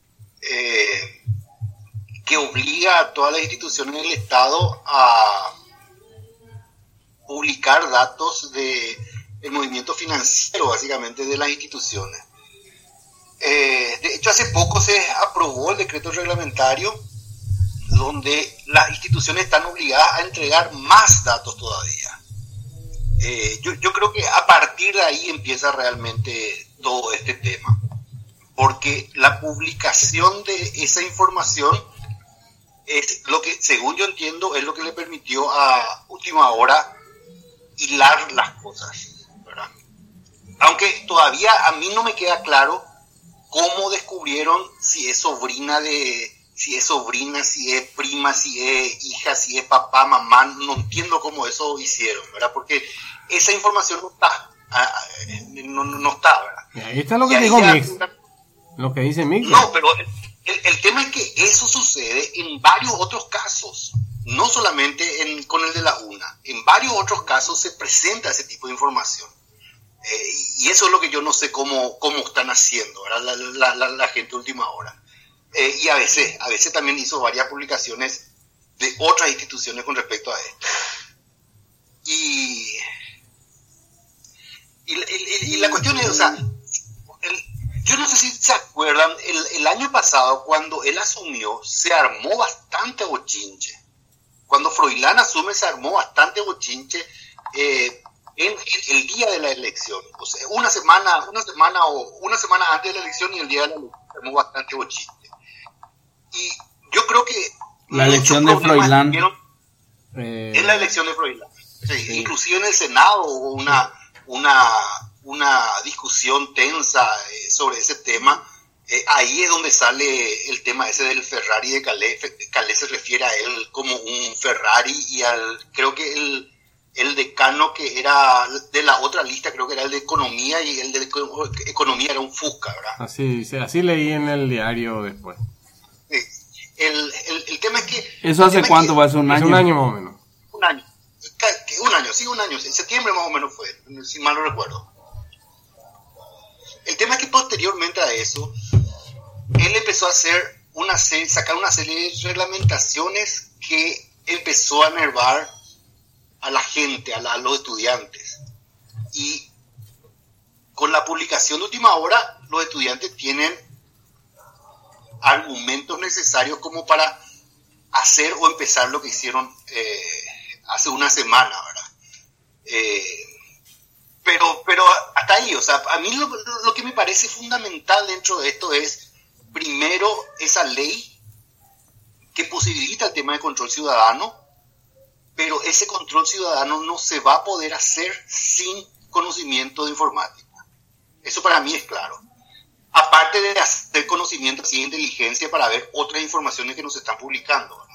Eh, que obliga a todas las instituciones del Estado a, publicar datos de el movimiento financiero, básicamente, de las instituciones. Eh, de hecho, hace poco se aprobó el decreto reglamentario donde las instituciones están obligadas a entregar más datos todavía. Eh, yo, yo creo que a partir de ahí empieza realmente todo este tema, porque la publicación de esa información es lo que, según yo entiendo, es lo que le permitió a última hora hilar las cosas, ¿verdad? Aunque todavía a mí no me queda claro cómo descubrieron si es sobrina de, si es sobrina, si es prima, si es hija, si es papá, mamá. No entiendo cómo eso hicieron, ¿verdad? Porque esa información no está, no, no, no está, ¿verdad? Y ahí está lo que y dijo ya, Mix, lo que dice Mix. No, pero el, el, el tema es que eso sucede en varios otros casos, no solamente en, con el de la U N A. En varios otros casos se presenta ese tipo de información. Eh, y eso es lo que yo no sé cómo, cómo están haciendo, ¿verdad? La, la, la, la gente última hora. Eh, y a veces, a veces también hizo varias publicaciones de otras instituciones con respecto a esto. Y, y, y, y la cuestión es, o sea, el, yo no sé si se acuerdan, el, el año pasado cuando él asumió se armó bastante bochinche. Cuando Froilán asume se armó bastante bochinche eh, en, en el día de la elección. O sea, una semana, una semana o una semana antes de la elección y el día de la elección se armó bastante bochinche. Y yo creo que la elección de Froilán eh... es la elección de Froilán. Sí, sí. Inclusive en el Senado hubo una una una discusión tensa eh, sobre ese tema. Eh, ahí es donde sale el tema ese del Ferrari de Calais. Calais se refiere a él como un Ferrari y al, creo que el, el decano que era de la otra lista, creo que era el de Economía, y el de Economía era un Fusca, ¿verdad? Así, así leí en el diario después. Sí. El, el, el tema es que... ¿Eso hace cuánto? ¿Va a ser un año? Hace un año más o menos. Un año. Un año, sí, un año. En septiembre más o menos fue, si mal no recuerdo. El tema es que posteriormente a eso, él empezó a hacer una serie, sacar una serie de reglamentaciones que empezó a enervar a la gente, a, la, a los estudiantes. Y con la publicación de última hora, los estudiantes tienen argumentos necesarios como para hacer o empezar lo que hicieron eh, hace una semana, ¿verdad? Eh, pero, pero hasta ahí, o sea, a mí lo, lo que me parece fundamental dentro de esto es, primero, esa ley que posibilita el tema de control ciudadano, pero ese control ciudadano no se va a poder hacer sin conocimiento de informática. Eso para mí es claro. Aparte de hacer conocimiento así de inteligencia para ver otras informaciones que nos están publicando, ¿verdad?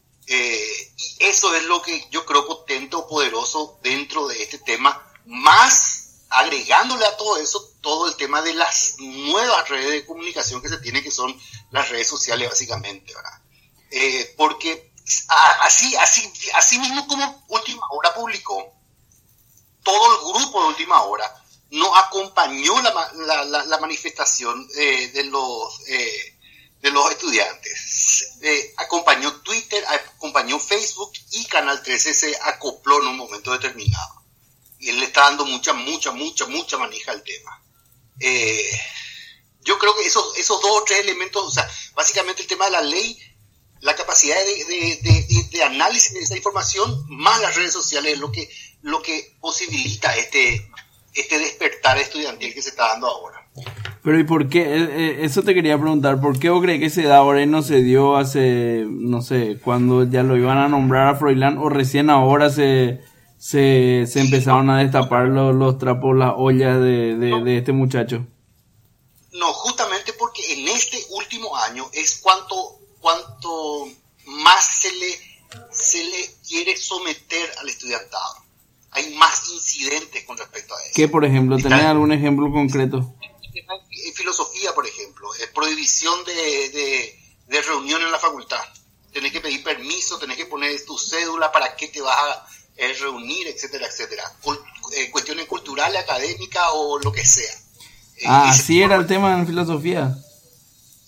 Eh, y eso es lo que yo creo potente o poderoso dentro de este tema, más agregándole a todo eso todo el tema de las nuevas redes de comunicación que se tienen, que son las redes sociales básicamente, ¿verdad? Eh, porque a, así, así, así mismo como Última Hora publicó, todo el grupo de Última Hora no acompañó la, la, la, la manifestación eh, de los eh, de los estudiantes. Eh, acompañó Twitter, acompañó Facebook, y Canal trece se acopló en un momento determinado. Y él le está dando mucha, mucha, mucha, mucha manija al tema. Eh, yo creo que esos, esos dos o tres elementos, o sea, básicamente el tema de la ley, la capacidad de, de, de, de, de análisis de esa información, más las redes sociales, es lo que, lo que posibilita este, este despertar estudiantil que se está dando ahora. Pero ¿y por qué? Eh, eso te quería preguntar, ¿por qué vos crees que se da ahora y no se dio hace, no sé, cuando ya lo iban a nombrar a Froilán, o recién ahora se, se, se empezaron a destapar los, los trapos, las ollas de, de, de este muchacho? No, justamente porque en este último año es cuanto, cuanto más se le, se le quiere someter al estudiantado. Hay más incidentes con respecto a eso. ¿Qué, por ejemplo? ¿Tenés algún ejemplo concreto? En filosofía, por ejemplo, es prohibición de, de, de reunión en la facultad. Tenés que pedir permiso, tenés que poner tu cédula, para qué te vas a eh, reunir, etcétera, etcétera. Cu- eh, cuestiones culturales, académicas o lo que sea. Eh, Ah, así era el tema en filosofía.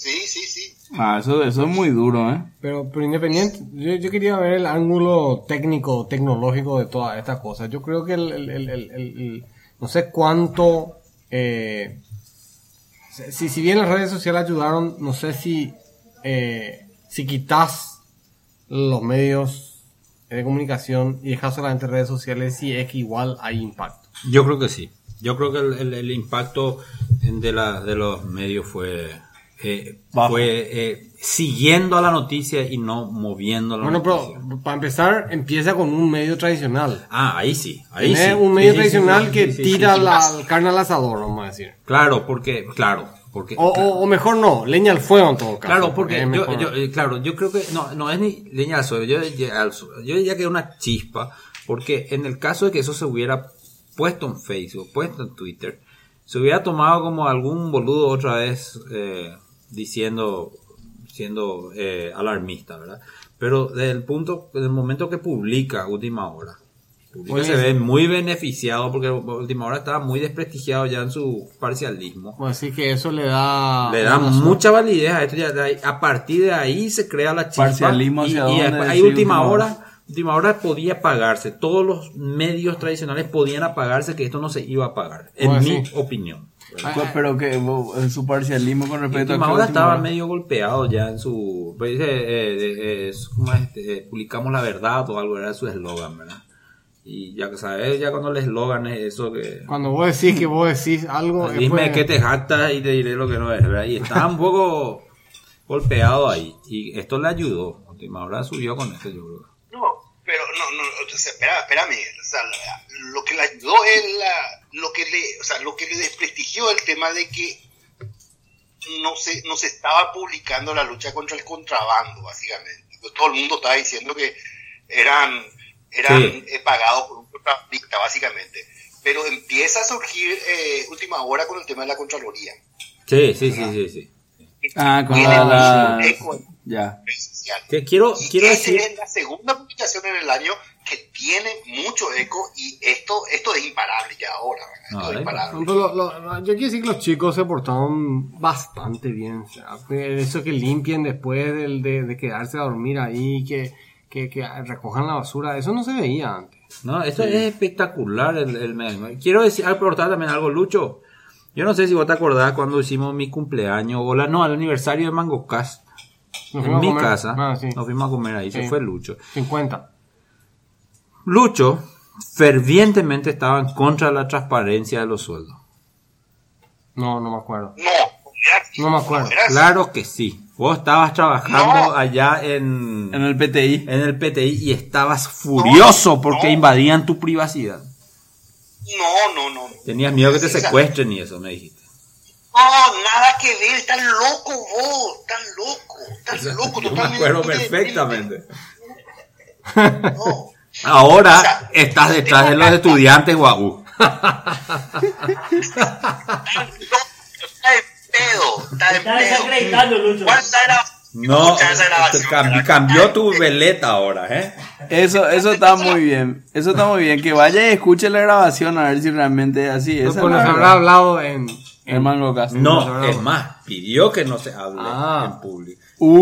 Sí, sí, sí. Ah, eso, eso es muy duro, ¿eh? Pero, pero independiente, yo, yo quería ver el ángulo técnico, tecnológico de todas estas cosas. Yo creo que el, el, el, el, el- el- no sé cuánto, eh, si, si bien las redes sociales ayudaron, no sé si, eh, si quitas los medios de comunicación y dejas solamente redes sociales, si es que igual hay impacto. Yo creo que sí. Yo creo que el, el- el impacto de, la, de los medios fue, eh, Bajo. fue eh, siguiendo a la noticia y no moviendo la Bueno, noticia. pero para empezar, empieza con un medio tradicional. Ah, ahí sí. Ahí Tenés sí. un medio Sí, sí, sí, tradicional sí, que sí, sí, tira sí. la carne al asador, vamos a decir. Claro, porque, claro, porque... O, o, o mejor no, leña al fuego en todo caso. Claro, porque es yo, mejor. yo, eh, claro, yo creo que no, no es ni leña al suelo, yo, yo, al suelo. Yo diría que es una chispa, porque en el caso de que eso se hubiera puesto en Facebook, puesto en Twitter, se hubiera tomado como algún boludo otra vez eh, diciendo, siendo eh, alarmista, ¿verdad? Pero desde el punto, desde el momento que publica Última Hora, publica, Oye, se ve muy beneficiado porque Última Hora estaba muy desprestigiado ya en su parcialismo. Pues así que eso le da... Le da una mucha validez a esto. Ya de ahí- a partir de ahí se crea la chispa. Parcialismo y, hacia y dónde, después hay sí, última última hora. hora. Última hora podía pagarse. Todos los medios tradicionales podían apagarse que esto no se iba a pagar. En Bueno, mi sí. opinión. Ah, Pues, pero que vos, en su parcialismo con respecto a Última que hora Última estaba Hora- medio golpeado ya en su. Pues dice, eh, eh, es, ¿cómo es? Eh, publicamos la verdad o algo, era su eslogan, ¿verdad? Y ya que sabes, ya cuando el eslogan es eso que. Cuando vos decís que vos decís algo... Dime después- que te jactas y te diré lo que no es, ¿verdad? Y estaba un poco golpeado ahí. Y esto le ayudó. Última Hora subió con esto, yo creo. No, pero no, no, o sea, espera, espera, Miguel. O sea, la- lo que le ayudó es la, lo que le, o sea, lo que le desprestigió el tema de que no se, no se estaba publicando la lucha contra el contrabando, básicamente. Pues todo el mundo estaba diciendo que eran, eran Sí. eh, pagados por un contrabandista, básicamente. Pero empieza a surgir eh, Última Hora con el tema de la Contraloría. Sí, sí, sí, sí, sí. Ah, con Tiene la... un la- eco Ya. esencial. Que quiero, Y quiero esta decir. es la segunda publicación en el año que tiene mucho eco y esto esto es imparable ya ahora, ¿verdad? Esto No, es eh. imparable. Pero lo- lo- yo quiero decir que los chicos se portaron bastante bien. O sea, eso que limpien después del- de, de quedarse a dormir ahí, que, que, que recojan la basura, eso no se veía antes. No, esto es espectacular el, el meme. Quiero decir, aportar también algo, Lucho. Yo no sé si vos te acordás cuando hicimos mi cumpleaños o la, no, el aniversario de MangoCast. Nos En fuimos a mi comer. casa. Ah, sí. Nos fuimos a comer ahí. Sí. Se fue Lucho. cincuenta. Lucho fervientemente estaba en contra de la transparencia de los sueldos. No, no me acuerdo. No, era así, No me acuerdo. era así. Claro que sí. Vos estabas trabajando No. allá en, En el P T I. en el P T I y estabas furioso porque no. invadían tu privacidad. No, no, no. Tenías miedo que te Sí, o sea, secuestren y eso, me dijiste. No, nada que ver, estás loco vos, estás loco, estás loco, Yo me totalmente. acuerdo perfectamente. No. Ahora O sea, estás detrás de los estudiantes guau. Está de pedo, está de Está pedo. desacreditando, Lucho. ¿Cuánta era? No, Escucha esa grabación, cam- ¿verdad? cambió tu veleta ahora, ¿eh? Eso, eso está muy bien. Eso está muy bien. Que vaya y escuche la grabación a ver si realmente es así. Esa No, es pues la nos verdad. habrá hablado en... El Mango Cast. No, es más, pidió que no se hable Ah. en público.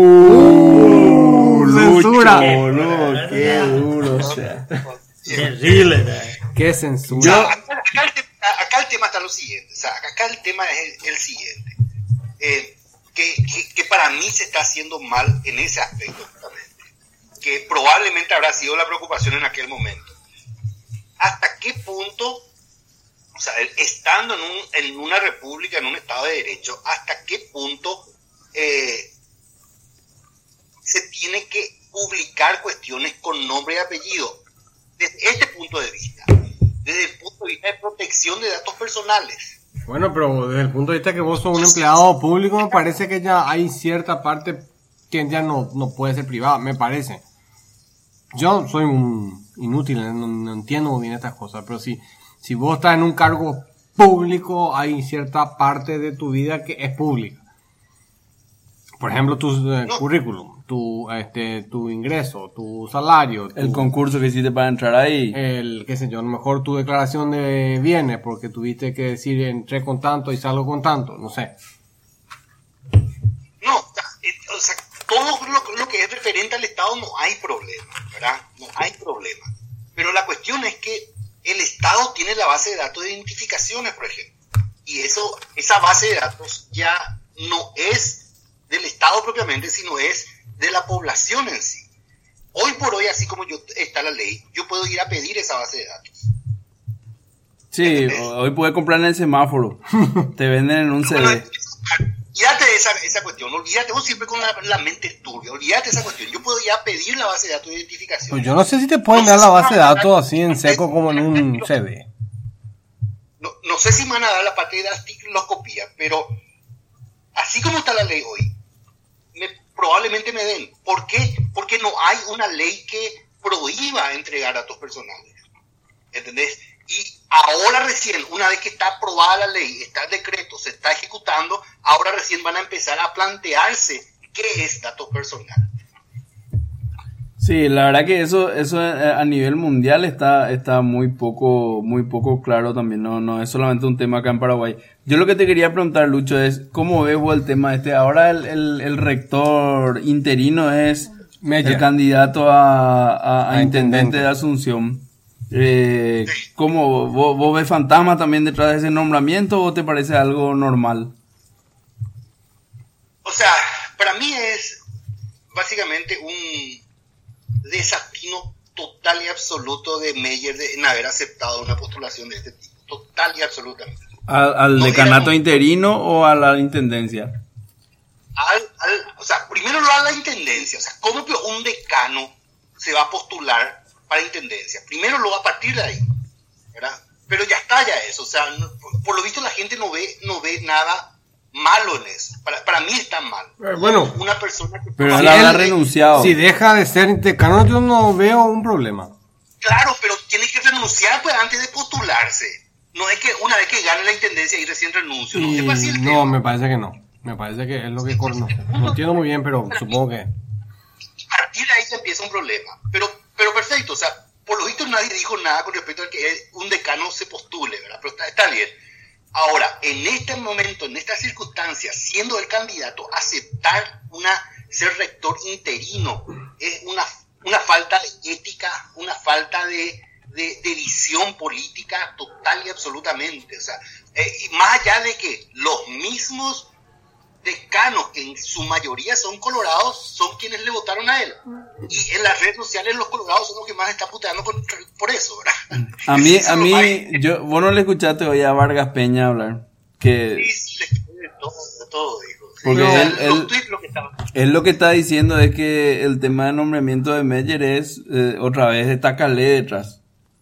Uh, censura. Lucho, boludo, qué duro, o sea. Terrible. ¿Qué censura? O sea, acá, acá el tema, acá el tema está lo siguiente, o sea, acá el tema es el, el siguiente, eh, que, que, que para mí se está haciendo mal en ese aspecto justamente, que probablemente habrá sido la preocupación en aquel momento. ¿Hasta qué punto, o sea, estando en, un, en una república, en un Estado de Derecho, hasta qué punto eh, se tiene que publicar cuestiones con nombre y apellido? Desde este punto de vista, desde el punto de vista de protección de datos personales. Bueno, pero desde el punto de vista que vos sos un empleado público, me parece que ya hay cierta parte que ya no, no puede ser privada, me parece. Yo soy un inútil, no, no entiendo muy bien estas cosas, pero si, si vos estás en un cargo público, hay cierta parte de tu vida que es pública. Por ejemplo, tu eh, No. currículum, tu, este, tu ingreso, tu salario, tu- El concurso que hiciste para entrar ahí. el, qué sé yo, a lo mejor tu declaración de bienes, porque tuviste que decir entré con tanto y salgo con tanto, no sé. No, que es referente al Estado no hay problema, ¿verdad? No hay problema. Pero la cuestión es que el Estado tiene la base de datos de identificaciones, por ejemplo. Y eso, esa base de datos ya no es del Estado propiamente, sino es de la población en sí. Hoy por hoy, así como yo, está la ley, yo puedo ir a pedir esa base de datos. Sí, ¿entendés? Hoy puedes comprar en el semáforo. Te venden en un C D. Bueno, olvídate de esa, esa cuestión, olvídate, vos siempre con la, la mente turbia, olvídate de esa cuestión. Yo puedo ya pedir la base de datos de identificación. Pues yo no sé si te pueden no dar la si base de datos así en seco como en un C D. No, no sé si me van a dar la parte de dactiloscopía, pero así como está la ley hoy, me, probablemente me den. ¿Por qué? Porque no hay una ley que prohíba entregar datos personales. ¿Entendés? Y ahora recién, una vez que está aprobada la ley, está el decreto, se está ejecutando, ahora recién van a empezar a plantearse qué es datos personales. Sí, la verdad que eso eso a nivel mundial está está muy poco muy poco claro también, no no es solamente un tema acá en Paraguay. Yo lo que te quería preguntar, Lucho, es ¿cómo ves vos el tema este? Ahora el, el, el rector interino es Meyer, el candidato a, a, a, a intendente de Asunción. Eh, ¿Cómo vos, vos ves fantasma también detrás de ese nombramiento o te parece algo normal? O sea, para mí es básicamente un desatino total y absoluto de Meyer de, en haber aceptado una postulación de este tipo, total y absolutamente. ¿Al, al no decanato un, interino o a la intendencia? Al, al, o sea, primero lo a la intendencia, o sea, ¿cómo que un decano se va a postular para intendencia? Primero lo va a partir de ahí, ¿verdad? Pero ya está ya eso, o sea, no, por, por lo visto la gente no ve, no ve nada malo en eso. Para, para mí está mal. Eh, bueno, una persona que pero él ha renunciado. Si deja de ser decano, yo no veo un problema. Claro, pero tiene que renunciar pues antes de postularse. No es que una vez que gane la intendencia y recién renuncio. No, y, así el no tema. me parece que no. Me parece que es lo que corno. No entiendo muy bien, pero supongo que. A partir de ahí se empieza un problema. Pero, pero perfecto, o sea, por lo visto nadie dijo nada con respecto a que un decano se postule, ¿verdad? Pero está, está bien. Ahora, en este momento, en estas circunstancias, siendo el candidato, aceptar una ser rector interino es una, una falta de ética, una falta de, de, de visión política total y absolutamente. O sea, eh, y más allá de que los mismos decanos, que en su mayoría son colorados, son quienes le votaron a él. Y en las redes sociales los colorados son los que más están puteando por, por eso, ¿verdad? A mí, a mí, yo, vos no le escuchaste hoy a Vargas Peña hablar. Que... Sí, sí, le escuché de todo, de todo, dijo. Sí, porque no, él, él, tweets, lo que estaba... él lo que está diciendo es que el tema de nombramiento de Meyer es, eh, otra vez, está Calé detrás.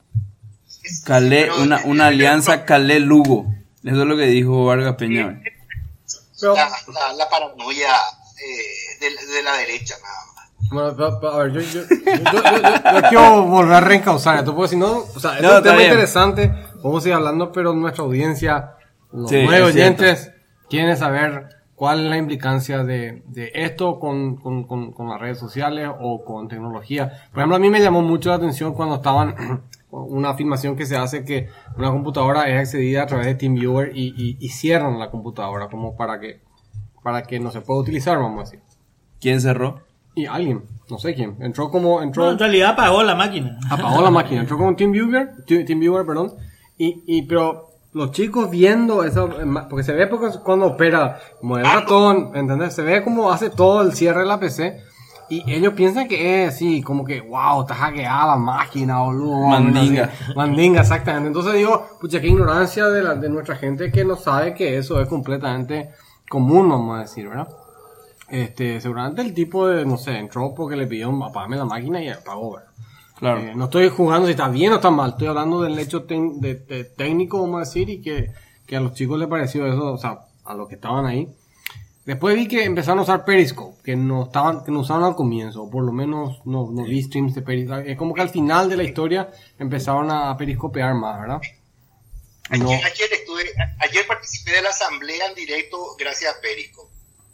Calé, sí, una, una alianza Calé-Lugo. Eso es lo que dijo Vargas Peña. La, la, la paranoia eh, de, de la derecha, nada más. Bueno, pa, pa, a ver, yo, yo, yo, yo, yo, yo quiero volver a reencauzar esto, porque si no, o sea, es no, un tema bien. Interesante, vamos a ir hablando, pero nuestra audiencia, los sí, nuevos oyentes, quieren saber cuál es la implicancia de, de esto con, con, con, con las redes sociales o con tecnología. Por ejemplo, a mí me llamó mucho la atención cuando estaban, una afirmación que se hace que una computadora es accedida a través de TeamViewer y, y, y cierran la computadora como para que, para que no se pueda utilizar, vamos a decir. ¿Quién cerró? Y alguien, no sé quién, entró como, entró. No, en realidad apagó la máquina. Apagó la máquina, entró como TeamViewer, TeamViewer, perdón, y, y, pero los chicos viendo eso, porque se ve porque cuando opera, como el ratón, ¿entendés? Se ve como hace todo el cierre de la P C, y ellos piensan que es así, como que, wow, está hackeada la máquina, boludo. Mandinga. Mandinga, exactamente. Entonces digo, pucha, qué ignorancia de, la, de nuestra gente que no sabe que eso es completamente común, vamos a decir, ¿verdad? Este, seguramente el tipo de, no sé, entró porque le pidió apagarme la máquina y apagó, ¿verdad? Claro. Eh, no estoy jugando si está bien o está mal, estoy hablando del hecho ten, de, de técnico, vamos a decir, y que, que a los chicos les pareció eso, o sea, a los que estaban ahí. Después vi que empezaron a usar Periscope, que no estaban, que no usaban al comienzo, o por lo menos no, no vi streams de Periscope. Es como que al final de la historia empezaron a periscopear más, ¿verdad? No. Ayer, ayer estuve, ayer participé de la asamblea en directo gracias a Periscope.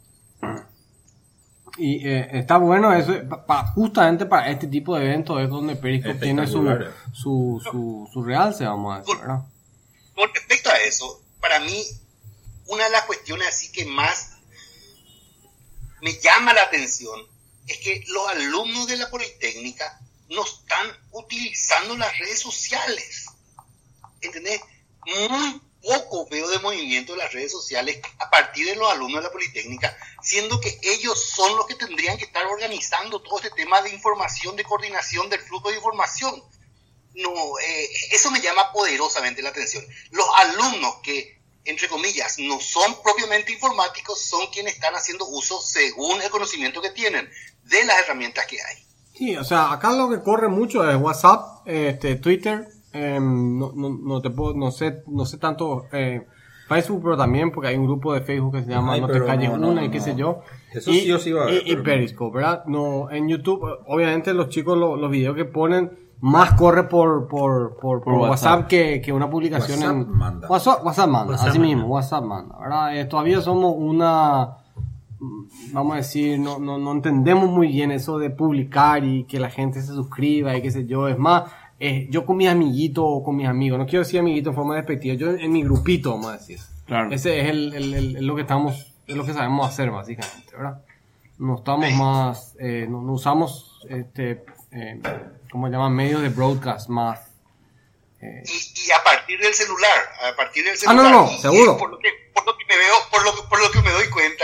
Y eh, está bueno eso, pa, justamente para este tipo de eventos es donde Periscope tiene su, su, su, su realce, vamos a decir, ¿verdad? Con respecto a eso, para mí, una de las cuestiones así que más me llama la atención es que los alumnos de la Politécnica no están utilizando las redes sociales. ¿Entendés? Muy poco veo de movimiento de las redes sociales a partir de los alumnos de la Politécnica, siendo que ellos son los que tendrían que estar organizando todo este tema de información, de coordinación del flujo de información. No, eh, eso me llama poderosamente la atención. Los alumnos que, entre comillas, no son propiamente informáticos, son quienes están haciendo uso, según el conocimiento que tienen, de las herramientas que hay. Sí, o sea, acá lo que corre mucho es WhatsApp, este, Twitter. Eh, no, no, no te puedo, no sé, no sé tanto eh, Facebook, pero también porque hay un grupo de Facebook que se llama Ay, No te calles no, no, una y no, qué no. sé yo. Eso y, sí o sí va a haber, y, y pero- Periscope, ¿verdad? No, en YouTube, obviamente los chicos lo- los videos que ponen más corre por por por, por WhatsApp, WhatsApp. que, que una publicación WhatsApp en manda. WhatsApp, WhatsApp manda, WhatsApp así manda. mismo, WhatsApp manda, ¿verdad? Eh, todavía somos una, vamos a decir, no, no, no entendemos muy bien eso de publicar y que la gente se suscriba y qué sé yo. Es más, eh, yo con mis amiguitos o con mis amigos, no quiero decir amiguitos en forma despectiva, yo en, en mi grupito, vamos a decir. Claro. Ese es el, el, el- el lo que estamos, es lo que sabemos hacer básicamente, ¿verdad? No estamos más, eh, no, no usamos, este, eh, ¿cómo se llaman? Medios de broadcast más. eh, Y, y a partir del celular, a partir del Ah, no, celular. no, y- y seguro. Por lo que, por lo que me veo, por lo, que- por lo que me doy cuenta,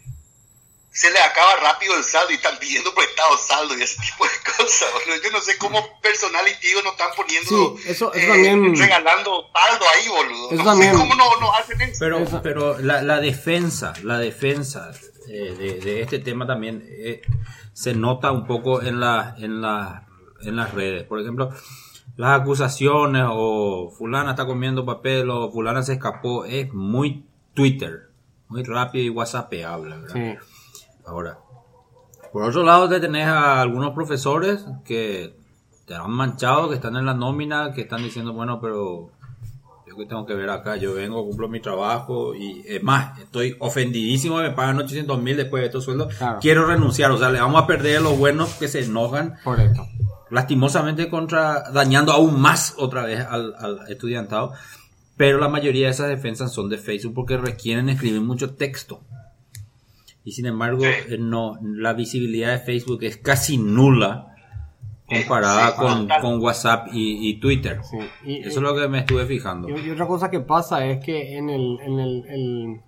se le acaba rápido el saldo y están pidiendo prestado saldo y ese tipo de cosas. boludo. Yo no sé cómo personal y tío no están poniendo, Sí, eso- eso eh, también- regalando saldo ahí, boludo. Eso no también- sé cómo no, no hacen eso. Pero, Esa- pero la, la defensa, la defensa eh, de, de este tema también eh, se nota un poco en, la, en, la, en las redes. Por ejemplo, las acusaciones o fulana está comiendo papel o fulana se escapó, es muy Twitter, muy rápido y whatsappeable, ¿verdad? sí. Ahora, por otro lado te tenés a algunos profesores que te han manchado, que están en la nómina, que están diciendo, bueno, pero yo que tengo que ver acá, yo vengo, cumplo mi trabajo y es más, estoy ofendidísimo, me pagan ochocientos mil después de estos sueldos, Claro. quiero renunciar, o sea, le vamos a perder a los buenos que se enojan, Correcto. lastimosamente contra, dañando aún más otra vez al, al estudiantado, pero la mayoría de esas defensas son de Facebook porque requieren escribir mucho texto. Y sin embargo, Sí. eh, no, la visibilidad de Facebook es casi nula comparada Sí, con, total. con WhatsApp y, y Twitter. Sí. Y, Eso es lo que me estuve fijando. Y, y otra cosa que pasa es que en el, en el, el,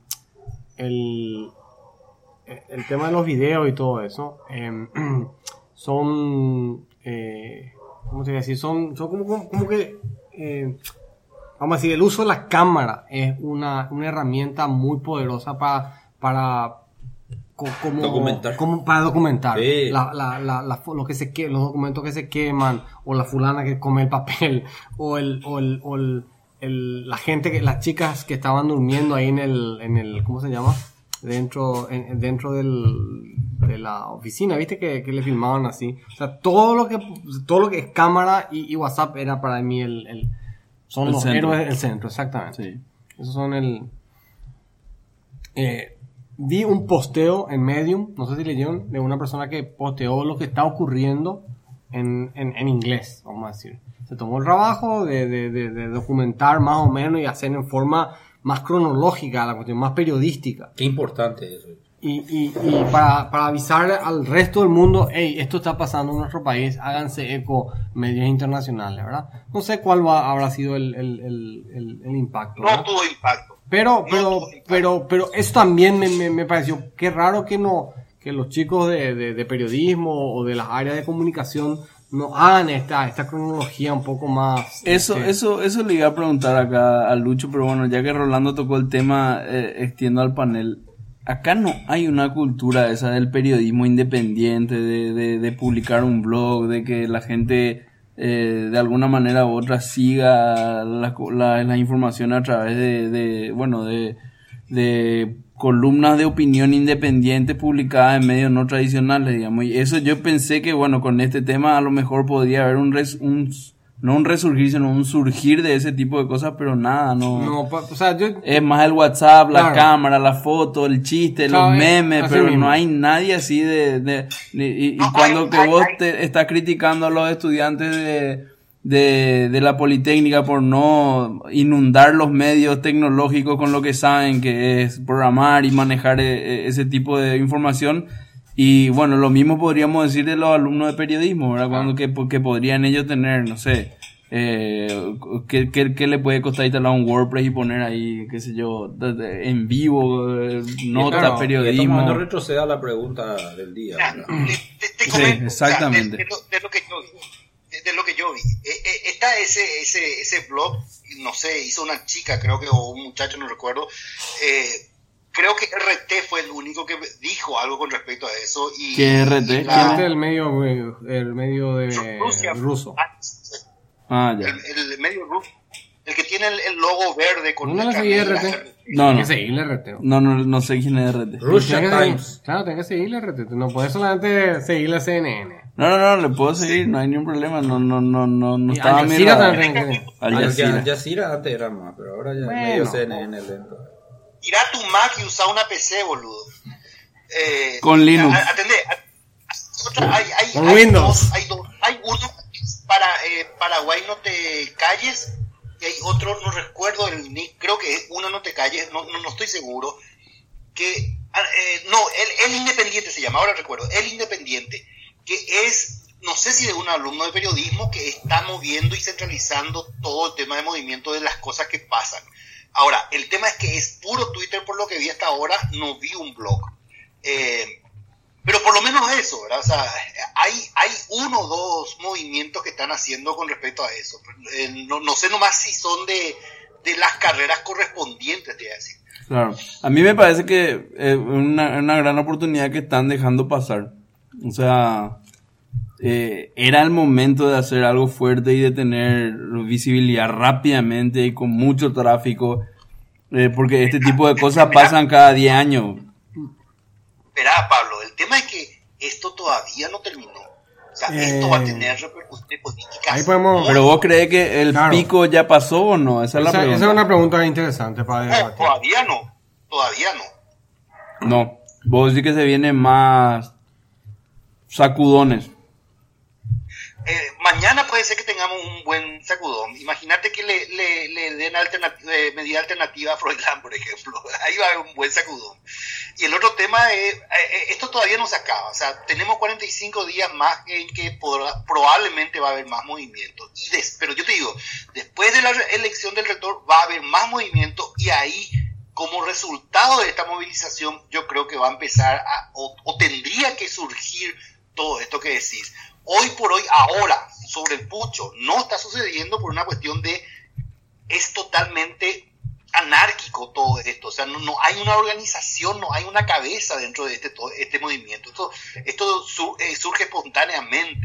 el, el tema de los videos y todo eso, eh, son, eh, ¿cómo te voy a decir? Son, son como, como, como que, eh, vamos a decir, el uso de la cámara es una, una herramienta muy poderosa para, para, co- como, Documentar. como para documentar Sí. la, la, la, la- lo que se que, los documentos que se queman, o la fulana que come el papel, o el, o el, o el, el- la gente que, las chicas que estaban durmiendo ahí en el, en el, ¿cómo se llama? Dentro, en- dentro del, de la oficina, viste que, que le filmaban así. O sea, todo lo que, todo lo que es cámara y, y WhatsApp era para mí el, el son El los centro. héroes del centro, exactamente. Sí. Esos son el, eh, vi un posteo en Medium, no sé si leyeron, de una persona que posteó lo que está ocurriendo en, en, en inglés, vamos a decir. Se tomó el trabajo de, de, de, de documentar más o menos y hacer en forma más cronológica la cuestión, más periodística. Qué importante eso. Y, y, y para, para avisar al resto del mundo, hey, esto está pasando en nuestro país, háganse eco medios internacionales, ¿verdad? No sé cuál va, habrá sido el, el, el, el, el impacto, No ¿verdad? tuvo impacto. Pero, No pero, tuvo impacto. pero, pero eso también me, me, me pareció, qué raro que no, que los chicos de, de, de periodismo o de las áreas de comunicación no hagan esta, esta cronología un poco más. Eso, este, eso, eso le iba a preguntar acá a Lucho, pero bueno, ya que Rolando tocó el tema, eh, extiendo al panel. Acá no hay una cultura esa del periodismo independiente, de, de, de publicar un blog, de que la gente eh, de alguna manera u otra siga la, la, la información a través de, de bueno, de, de columnas de opinión independiente publicadas en medios no tradicionales, digamos. Y eso yo pensé que, bueno, con este tema a lo mejor podría haber un, res, un no un resurgir, sino un surgir de ese tipo de cosas, pero nada, no. No, pa- o sea, yo, Es más el WhatsApp, la Claro. cámara, la foto, el chiste, Claro, los es memes, así pero mismo. no hay nadie así de... de, de- y, y No, cuando hay- que hay- vos hay- te estás criticando a los estudiantes de, de, de la Politécnica por no inundar los medios tecnológicos con lo que saben, que es programar y manejar eh, ese tipo de información, Y bueno, lo mismo podríamos decir de los alumnos de periodismo, ¿verdad? Cuando que, que podrían ellos tener, no sé, eh, ¿qué, qué, qué le puede costar instalar un WordPress y poner ahí, qué sé yo, de, de, en vivo, eh, notas, claro, periodismo? No retroceda a la pregunta del día. Ya, te, te Sí, comento, exactamente. o sea, de, de, lo, de lo que yo vi, de, de lo que yo vi, eh, eh, está ese, ese, ese blog, no sé, hizo una chica, creo que, o un muchacho, no recuerdo, eh, creo que R T fue el único que dijo algo con respecto a eso. Y, ¿Qué R T? y la- Gente del medio, el medio de Rusia. ruso. Ah, ya. el, el medio ruso, el que tiene el, el logo verde con ¿No el le seguí carnet y R T? la- No, Hay no. que seguirle R T. No, no, no sé quién es R T. Russia Tienes que seguir- Times. Claro, tienes que seguirle R T. No puedes solamente seguirle a C N N. No, no, no, le puedo seguir, no hay ningún problema. No, no, no, no, no Y estaba Al a mi Jazeera radar. también tienes que seguir. Al Al Jazeera. Al Jazeera antes era más, pero ahora ya Bueno. medio C N N lento. Tira tu Mac y usa una P C, boludo. Eh, Con Linux. a- Atendé. a- otra- hay, hay, Con hay Windows. dos, hay dos. Hay uno para eh, Paraguay no te calles y hay otro, no recuerdo el nick, creo que es uno no te calles, no, no, no estoy seguro. Que ah, eh, no, el, el Independiente se llama, ahora recuerdo, el Independiente, que es, no sé si de un alumno de periodismo que está moviendo y centralizando todo el tema de movimiento de las cosas que pasan. Ahora, el tema es que es puro Twitter, por lo que vi hasta ahora, no vi un blog. Eh, pero por lo menos eso, ¿verdad? O sea, hay, hay uno o dos movimientos que están haciendo con respecto a eso. Eh, no, no sé nomás si son de, de las carreras correspondientes, te voy a decir. Claro. A mí me parece que es eh, una, una gran oportunidad que están dejando pasar. O sea, eh, era el momento de hacer algo fuerte y de tener visibilidad rápidamente y con mucho tráfico. Eh, porque este tipo de cosas pasan cada diez años. Esperá, Pablo, el tema es que esto todavía no terminó. O sea, Eh, esto va a tener repercusiones políticas. ahí podemos- muy- Pero vos crees que el Claro. pico ya pasó o no? Esa es la Esa, pregunta. esa es una pregunta interesante para No, debatir. todavía no. Todavía no. No. Vos decís que se vienen más sacudones. Eh, mañana puede ser que tengamos un buen sacudón. Imagínate que le, le, le den alternat- eh, medida alternativa a Froilán, por ejemplo. Ahí va a haber un buen sacudón. Y el otro tema es, eh, eh, esto todavía no se acaba. O sea, tenemos cuarenta y cinco días más en que podrá- probablemente va a haber más movimiento. Y des- pero yo te digo, después de la re- elección del rector va a haber más movimiento y ahí, como resultado de esta movilización, yo creo que va a empezar a, o, o tendría que surgir todo esto que decís. Hoy por hoy, ahora, sobre el pucho, no está sucediendo por una cuestión de, es totalmente anárquico todo esto, o sea, no, no hay una organización, no hay una cabeza dentro de este, todo, este movimiento, esto, esto su, eh, surge espontáneamente.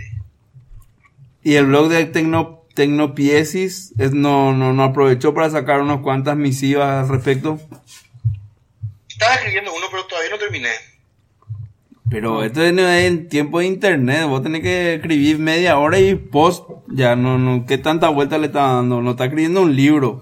Y el blog de Tecno, Tecnopiesis es, no, no, no aprovechó para sacar unas cuantas misivas al respecto. Estaba escribiendo uno, pero todavía no terminé. Pero esto no es en tiempo de internet, vos tenés que escribir media hora y post, ya no, no, ¿qué tanta vuelta le está dando? No está escribiendo un libro.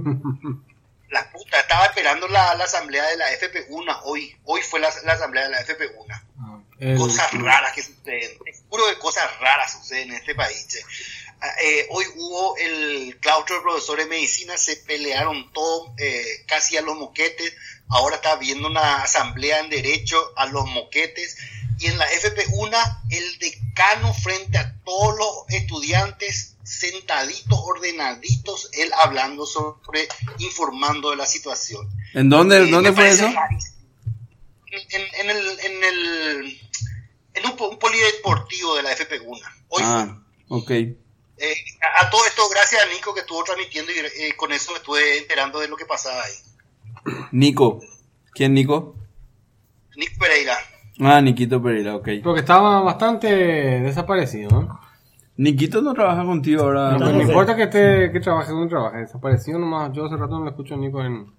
La puta, estaba esperando la, la asamblea de la F P U N A hoy, hoy fue la, la asamblea de la F P U N A. El- Cosas raras que suceden, te juro que cosas raras suceden en este país. che. Ah, eh, hoy hubo el claustro de profesores de medicina, se pelearon todos eh, casi a los moquetes. Ahora está habiendo una asamblea en derecho a los moquetes. Y en la F P U N A, el decano frente a todos los estudiantes sentaditos, ordenaditos, él hablando sobre, informando de la situación. ¿En dónde, Eh, dónde me fue parece eso? rarísimo. En, en el, en el, en un, po- un polideportivo de la F P U N A. Hoy Ah, ok. fue. Eh, a, a todo esto, gracias a Nico que estuvo transmitiendo y eh, con eso me estuve enterando de lo que pasaba ahí. Nico. ¿Quién Nico? Nico Pereira. Ah, Niquito Pereira, ok. Porque estaba bastante desaparecido, ¿no? Niquito no trabaja contigo ahora. No, pero no sé. importa que esté, que trabaje donde trabaje, desaparecido nomás. Yo hace rato no le escucho a Nico en...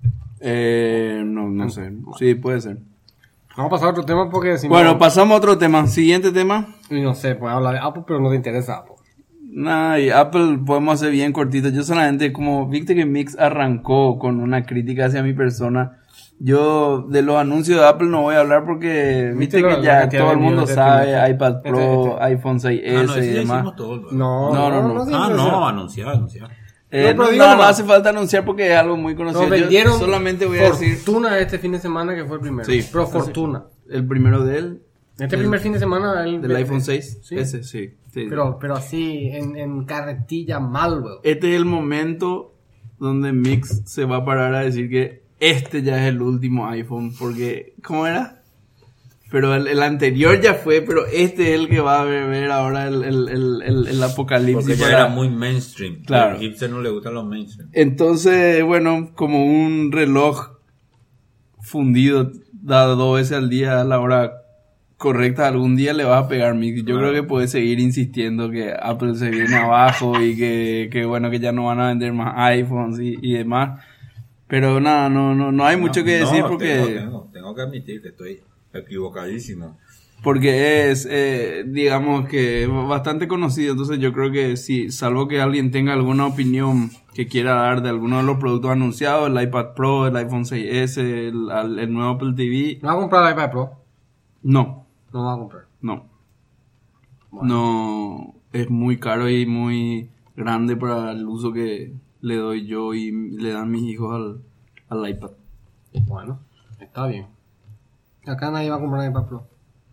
Eh, no, no sé. Sí, puede ser. Vamos a pasar a otro tema porque si Bueno, no... pasamos a otro tema. Siguiente tema. Y no sé, puedes hablar de Apple, pero no te interesa Apple. Nah, y Apple podemos hacer bien cortito. Yo solamente, como viste que Mix arrancó con una crítica hacia mi persona, yo de los anuncios de Apple no voy a hablar porque viste lo- que la ya cantidad todo de el mundo videos de sabe, este- iPad este- Pro, este. iPhone seis Ah, no, ese ese y ya demás. hicimos todo. No, No, no, no. tiene Ah, que ser. no, anunciar, anunciar. Eh, No, pero no, digo no, no nomás. hace falta anunciar porque es algo muy conocido. Nos Yo vendieron solamente voy a decir Fortuna este fin de semana que fue el primero. Sí. Pro Fortuna. el primero de él. Este el, primer fin de semana... El, del iPhone seis. Sí. Ese, sí. sí. Pero, pero así, en, en carretilla mal, weón. Este es el momento donde Mix se va a parar a decir que este ya es el último iPhone. Porque, ¿cómo era? Pero el, el anterior ya fue, pero este es el que va a ver, ver ahora el, el, el, el, el apocalipsis. Porque ya para- era muy mainstream. Claro. A Gibson no le gustan los mainstream. Entonces, bueno, como un reloj fundido, dado dos veces al día a la hora correcta, algún día le vas a pegar, Mix. Yo Claro. creo que puedes seguir insistiendo que Apple se viene abajo y que, que bueno, que ya no van a vender más iPhones y, y demás. Pero nada, no, no, no hay mucho No, que decir no, porque... Tengo, tengo, tengo que admitir que estoy equivocadísimo. Porque es, eh, digamos que bastante conocido, entonces yo creo que sí, salvo que alguien tenga alguna opinión que quiera dar de alguno de los productos anunciados, el iPad Pro, el iPhone seis ese, el, el- el nuevo Apple T V, ¿No va a comprar el iPad Pro? no, No va a comprar. no, Bueno. no, es muy caro y muy grande para el uso que le doy yo y le dan mis hijos al, al iPad. Bueno, está bien. Acá nadie va a comprar el iPad Pro.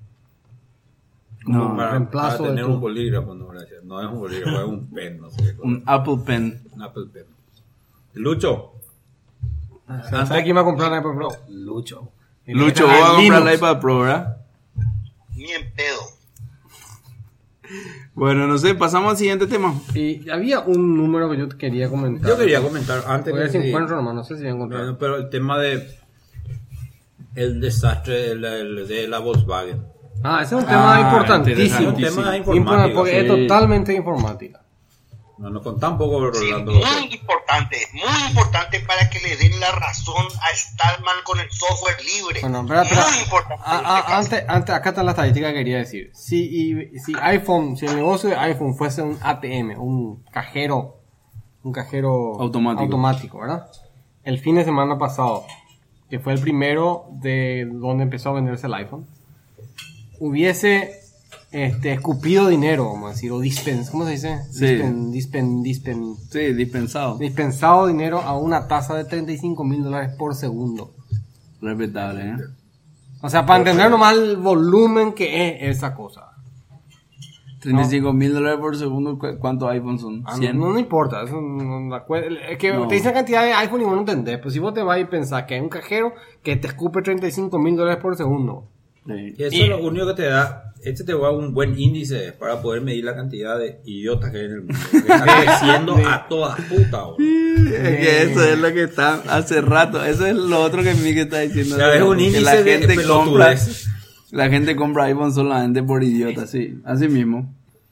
No, para, reemplazo para de tener tu- un bolígrafo, no, gracias. No es un bolígrafo, es un pen, no sé qué cosa. un Apple Pen. Un Apple Pen. Lucho. ¿Sabes quién va a comprar el iPad Pro? Lucho. Lucho, vos vas a comprar el iPad Pro, ¿verdad? Ni en pedo. Bueno, no sé, pasamos al siguiente tema. Y había un número que yo te quería comentar. Yo quería comentar antes Voy a ver si que sí. encuentro nomás, no sé si voy a encontrar. Bueno, pero el tema de el desastre de la, el- de la Volkswagen. Ah, ese es un tema Ah, importantísimo. Un tema Impor- informático. porque es sí. totalmente informática. No nos contán poco, Sí, Rolando. muy importante, muy importante para que le den la razón a Stallman con el software libre. Bueno, espera, espera. Muy importante. Ah, en ah, este caso. antes, antes, acá está la estadística que quería decir. Si, y- si iPhone, si el negocio de iPhone fuese un A T M, un cajero, un cajero Automático. automático, ¿verdad? El fin de semana pasado, que fue el primero de donde empezó a venderse el iPhone, hubiese este, escupido dinero, vamos a decir, o dispens, ¿cómo se dice? Sí. Dispen, dispen, dispen, Sí, dispensado. dispensado dinero a una tasa de treinta y cinco mil dólares por segundo. Respetable, ¿eh? O sea, para entender nomás el volumen que es esa cosa. treinta y cinco mil dólares por segundo, ¿cu- ¿cuántos iPhones son? Ah, cien. No, no importa, eso no, no acuer- es que No. te dicen cantidad de iPhone y vos no entendés. Pues si vos te vas y pensás que hay un cajero que te escupe treinta y cinco mil dólares por segundo. Sí. Y eso Y- es lo único que te da. Este te va a un buen índice para poder medir la cantidad de idiotas que hay en el mundo. Que Está creciendo a toda puta, boludo. Es que eso es lo que está hace rato. Eso es lo otro que Miguel está diciendo. Ya ves un Que índice la de gente compra, pelotudez. la gente compra iPhone solamente por idiota, sí. Así mismo.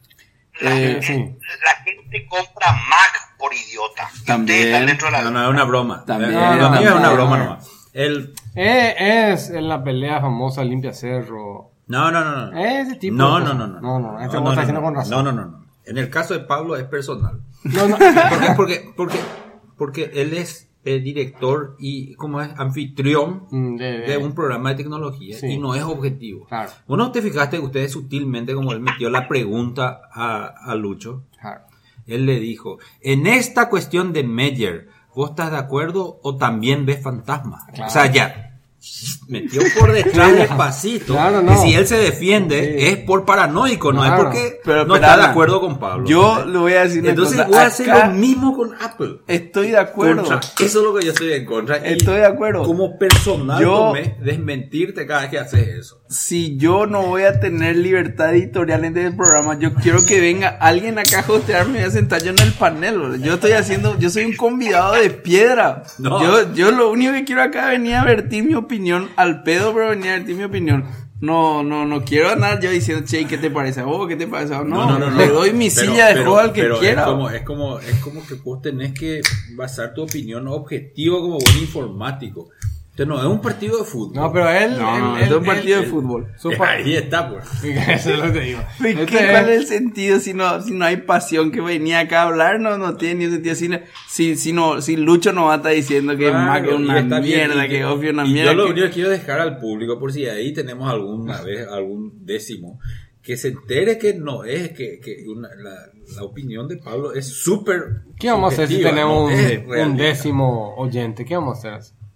Eh, Sí. La gente compra Mac por idiota. Y También. ustedes están dentro de la... No, no, es una broma. También, Lo mío es también. una broma nomás. El, Eh, es en la pelea famosa Limpia Cerro. no, no, no, no. Ese tipo No, de no, cosas. no, no. No, no, este no, vos estás no, diciendo no. con razón. No, no, no, no. En el caso de Pablo es personal. No, no. ¿Por qué? Porque, porque, porque él es el director y como es anfitrión Mm, de- de un programa de tecnología Sí. y no es objetivo. Claro. ¿Vos no te fijaste que ustedes sutilmente, como él metió la pregunta a, a Lucho, Claro. él le dijo, en esta cuestión de Meyer, ¿vos estás de acuerdo o también ves fantasmas? Claro. O sea, ya metió por detrás despacito Claro, que no. si él se defiende Sí. es por paranoico, no Claro. es porque Pero, no pero, está de Ana, acuerdo con Pablo. yo le voy a decir una Entonces cosa. voy a hacer Acá lo mismo con Apple. estoy de acuerdo. Contra- eso es lo que yo estoy en contra. Y Estoy de acuerdo. Como personal Yo- tomé desmentirte cada vez que haces eso. Si yo no voy a tener libertad editorial en el programa, yo quiero que venga alguien acá a hostearme y voy a sentar yo en el panel. bro. Yo estoy haciendo, yo soy un convidado de piedra. No. Yo, yo lo único que quiero acá es venir a vertir mi opinión al pedo, pero venir a vertir mi opinión. No, no, no quiero andar yo diciendo, che, ¿qué te parece a vos? ¿Qué te parece a vos? No, le doy mi Pero- silla de pero- juego al que pero quiera. Es como, es, como, es como que vos tenés que basar tu opinión objetiva como buen informático. Entonces no es un partido de fútbol. No, pero él. No, no, él- esto es un él- partido de él- fútbol. su pa- Ahí está, pues. Eso es lo que te digo. ¿Qué, Este ¿Cuál es- es el sentido si no, si no hay pasión que venía acá a hablar? No, no tiene ni sentido. Si, no- si, si, no, si Lucho no va a estar diciendo que Claro, Mac es y una está bien, mierda, y- que Office es una y mierda. Yo lo que- único que quiero dejar al público, por si ahí tenemos alguna vez algún décimo, que se entere que no es, que, que una- la, la opinión de Pablo es súper. ¿Qué vamos a hacer si subjetiva, tenemos no un, es un realista. décimo oyente? ¿Qué vamos a hacer?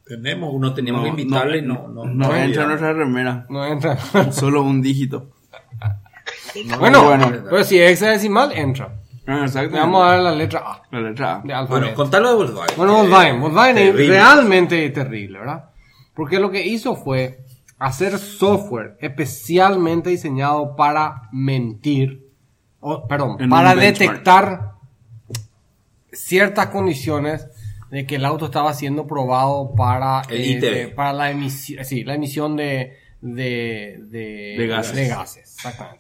Tenemos, uno teníamos No, que invitarle no, y no, no, No, no entra en había. nuestra remera. No entra. Solo un dígito. Bueno, bueno. pero si es hexadecimal, entra. Ah, exacto. Le vamos a dar la letra A La letra A. de alfabeto. Bueno, contalo de Volkswagen. Bueno, Volkswagen. Eh, Volkswagen es terrible. realmente terrible, ¿verdad? Porque lo que hizo fue hacer software especialmente diseñado para mentir, o, perdón, En para un benchmark. detectar ciertas condiciones de que el auto estaba siendo probado para, El eh, I T V. de- para la emisión, sí, la emisión de, de, de, De gases. de gases, exactamente.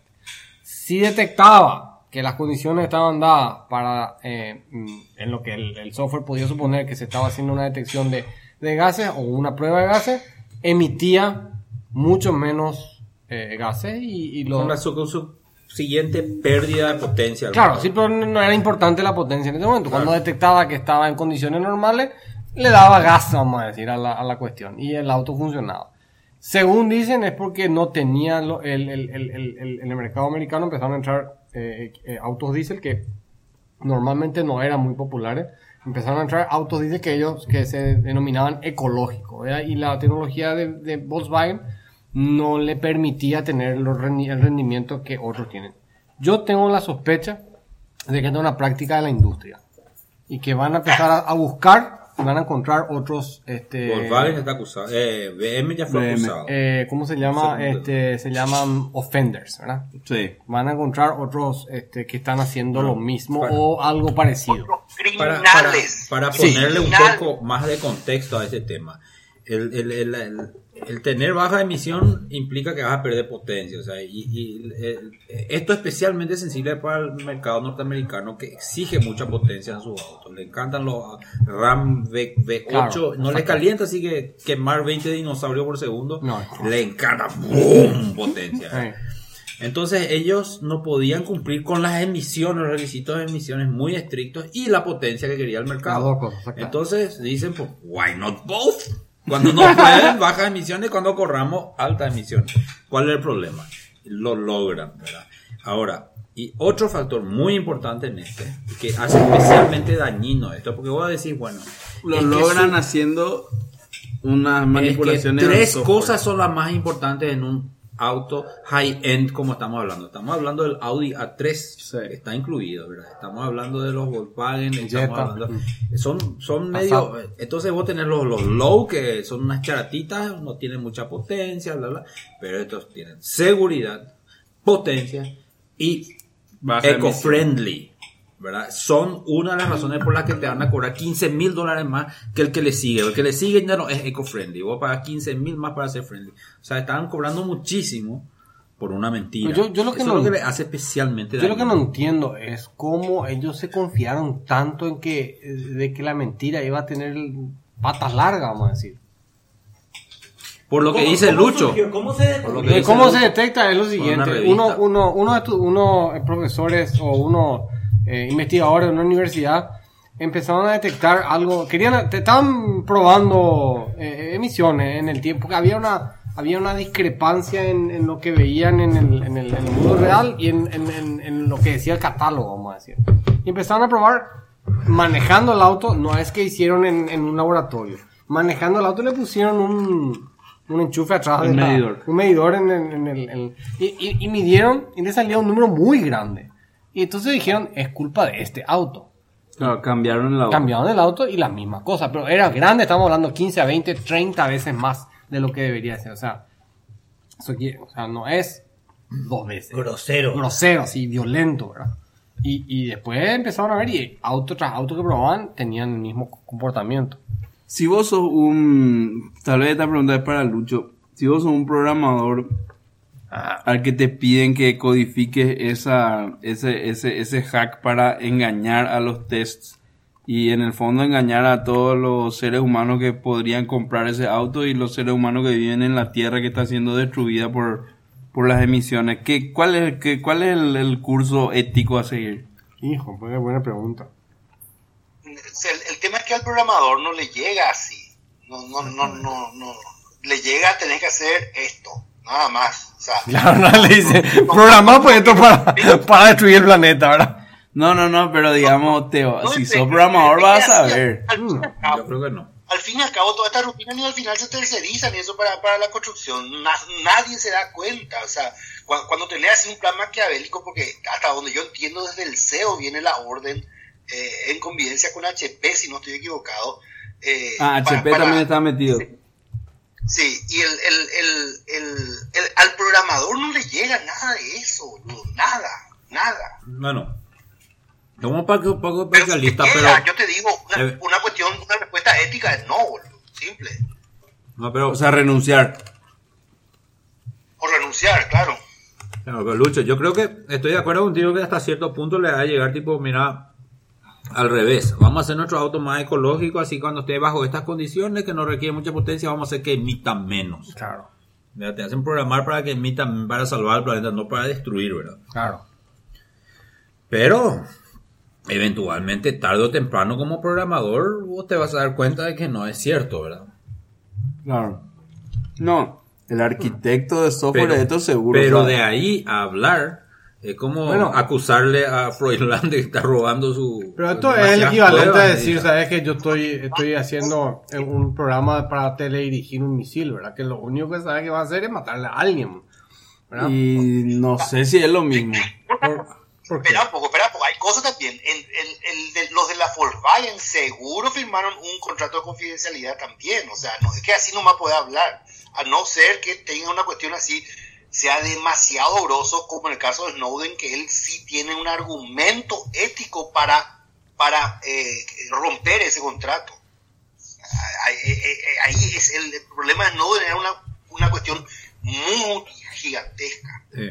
Si detectaba que las condiciones estaban dadas para, eh, mm, en lo que el, el software podía suponer que se estaba haciendo una detección de, de gases o una prueba de gases, emitía mucho menos eh, gases y, y lo... Con la su- su- siguiente pérdida de potencia. Claro, ¿no? sí, pero no era importante la potencia en ese momento. Cuando detectaba que estaba en condiciones normales, le daba gas, vamos a decir, a la, a la cuestión. Y el auto funcionaba. Según dicen, es porque no tenían lo- el, el, el, el, el- en el mercado americano empezaron a entrar eh, eh, autos diésel que normalmente no eran muy populares. Empezaron a entrar autos diésel que ellos que se denominaban ecológicos, ¿verdad? Y la tecnología de, de Volkswagen no le permitía tener los rendi- el rendimiento que otros tienen. Yo tengo la sospecha de que es una práctica de la industria y que van a empezar a, a buscar y van a encontrar otros, este, Volkswagen está acusado. Eh, B M ya fue B M. acusado. eh, ¿cómo se llama? Segundo. Este, se llaman offenders, ¿verdad? Sí. Van a encontrar otros, este, que están haciendo lo mismo para- o algo parecido. Otros para, para, criminales. para Sí. ponerle un Criminal. poco más de contexto a ese tema. El, el, el, el, el tener baja emisión implica que vas a perder potencia. O sea, y, y el- esto es especialmente sensible para el mercado norteamericano que exige mucha potencia en sus autos. Le encantan los RAM V, V ocho. Claro, no le exacto. calienta, así que quemar veinte dinosaurios por segundo. No. Le encanta. ¡Boom! Potencia. Eh, Entonces ellos no podían cumplir con las emisiones, los requisitos de emisiones muy estrictos y la potencia que quería el Las mercado. dos cosas, exacto. Entonces dicen, pues, why not both? Cuando no pueden bajas emisiones, cuando corramos altas emisiones. ¿Cuál es el problema? Lo logran, ¿verdad? Ahora, y otro factor muy importante en este, que hace especialmente dañino esto, porque vos decís, bueno, Lo es que logran su- haciendo unas es que manipulaciones. al tres software. cosas son las más importantes en un auto high-end como estamos hablando. Estamos hablando del Audi A tres, Sí. que está incluido, ¿verdad? Estamos hablando de los Volkswagen, Jetta. estamos hablando... Son, son medio... Entonces vos tenés los, los low, que son unas charatitas, no tienen mucha potencia, bla, bla, pero estos tienen seguridad, potencia y Baja eco-friendly, ¿verdad? Son una de las razones por las que te van a cobrar quince mil dólares más que el que le sigue. El que le sigue ya no es eco-friendly. Vos pagas quince mil más para ser friendly. O sea, estaban cobrando muchísimo por una mentira. Yo- yo lo que Eso no- es lo que le hace especialmente Yo lo que dañino. no entiendo es cómo ellos se confiaron tanto en que, eh, de que la mentira iba a tener patas largas, vamos a decir. Por lo que ¿Cómo- dice cómo Lucho. surgió? ¿Cómo se Por lo que De dice cómo Lucho. se detecta es lo una siguiente. revista. Uno, uno, uno, de tu- uno eh, profesores o unos eh, investigadores de una universidad empezaron a detectar algo, querían, te estaban probando eh, emisiones en el tiempo, que había una, había una discrepancia en, en lo que veían en el, en el, en el mundo real y en, en, en, en lo que decía el catálogo, vamos a decir. Y empezaron a probar manejando el auto, no es que hicieron en, en un laboratorio, manejando el auto le pusieron un, un enchufe atrás Un de la- medidor. un medidor en el, en el- en- y, y- y midieron y le salía un número muy grande. Y entonces dijeron, es culpa de este auto. Claro, cambiaron el auto. Cambiaron el auto y la misma cosa, pero era grande, estamos hablando quince a veinte, treinta veces más de lo que debería ser. O sea, eso quiere- o sea, no es dos veces. Grosero. Grosero, así, violento, ¿verdad? Y, y después empezaron a ver y auto tras auto que probaban tenían el mismo comportamiento. Si vos sos un... Tal vez esta pregunta es para Lucho. Si vos sos un programador al que te piden que codifiques esa, ese, ese, ese hack para engañar a los tests y en el fondo engañar a todos los seres humanos que podrían comprar ese auto y los seres humanos que viven en la tierra que está siendo destruida por, por las emisiones, ¿qué, cuál es, qué, cuál es el, el curso ético a seguir? Hijo, pues buena pregunta. El, el tema es que al programador no le llega así. No, no, no, no, no. Le llega a tener que hacer esto, nada más. O sea, Claro, no le dice, programar pues esto para, para destruir el planeta, ¿verdad? No, no, no, pero digamos, te, no, si te- sos programador te- vas a te- saber. al fin y al cabo, Yo creo que no. al fin y al cabo todas estas rutinas al final se tercerizan y eso para, para la construcción. Na, nadie se da cuenta. O sea, cuando, cuando tenés así un plan maquiavélico, porque hasta donde yo entiendo desde el C E O viene la orden eh, en convivencia con H P, si no estoy equivocado. Eh, ah, para, H P para, también está metido. Sí, sí y el, el, el, el, el, al programador no le llega nada de eso, boludo. Nada, nada. Bueno. Somos un poco pero, especialistas, pero... Yo te digo, una, eh, una cuestión, una respuesta ética es no, boludo. Simple. No, pero... O sea, renunciar. O renunciar, claro. Claro, pero Lucho, yo creo que estoy de acuerdo contigo que hasta cierto punto le va a llegar tipo, mira, al revés. Vamos a hacer nuestro auto más ecológico, así cuando esté bajo estas condiciones que no requiere mucha potencia, vamos a hacer que emitan menos. Claro. Mira, te hacen programar para que emitan, para salvar el planeta, no para destruir, ¿verdad? Claro. Pero... eventualmente, tarde o temprano, como programador, vos te vas a dar cuenta de que no es cierto, ¿verdad? Claro. No, el arquitecto de software Pero, de esto seguro. pero sabe. de ahí a hablar, es como Bueno. acusarle a Froilán de que está robando su... Pero esto es el equivalente a decir, ¿sabes? Que yo estoy, estoy haciendo un programa para teledirigir un misil, ¿verdad? Que lo único que sabe que va a hacer es matarle a alguien, ¿verdad? Y no sé si es lo mismo. Por- ¿por qué? Espera un poco, espera un poco. Hay cosas también. El, el, el de, los de la Volkswagen seguro firmaron un contrato de confidencialidad también. O sea, no es que así nomás pueda hablar. A no ser que tenga una cuestión así, sea demasiado grosso, como en el caso de Snowden, que él sí tiene un argumento ético para, para eh, romper ese contrato. Ahí, ahí es el, el problema de Snowden era una, una cuestión muy gigantesca. Sí.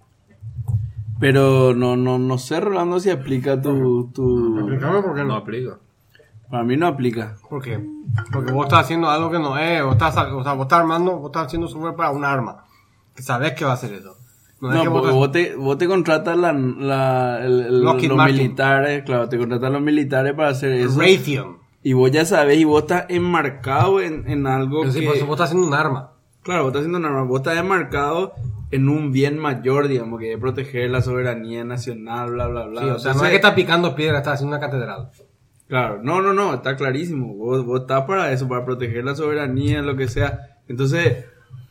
Pero no, no, no sé, Rolando, si aplica tu, tu... Explícame por qué No no. aplica. Para mí no aplica. ¿Por qué? Porque vos estás haciendo algo que no es, vos estás, o sea, vos estás armando, vos estás haciendo software para un arma. Que sabés que va a hacer eso. No, es No, que porque estás- vos te, vos te contratas la, la, el- el- Lockheed los Martin. militares, claro, te contratas los militares para hacer eso. Raytheon. Y vos ya sabés, y vos estás enmarcado en, en algo Pero sí, que... por eso vos estás haciendo un arma. Claro, vos estás haciendo una norma, vos estás enmarcado en un bien mayor, digamos, que es proteger la soberanía nacional, bla, bla, bla. Sí, o sea, no Entonces, es que estás picando piedra, estás haciendo una catedral. Claro, no, no, no, está clarísimo. Vos, vos estás para eso, para proteger la soberanía, lo que sea. Entonces,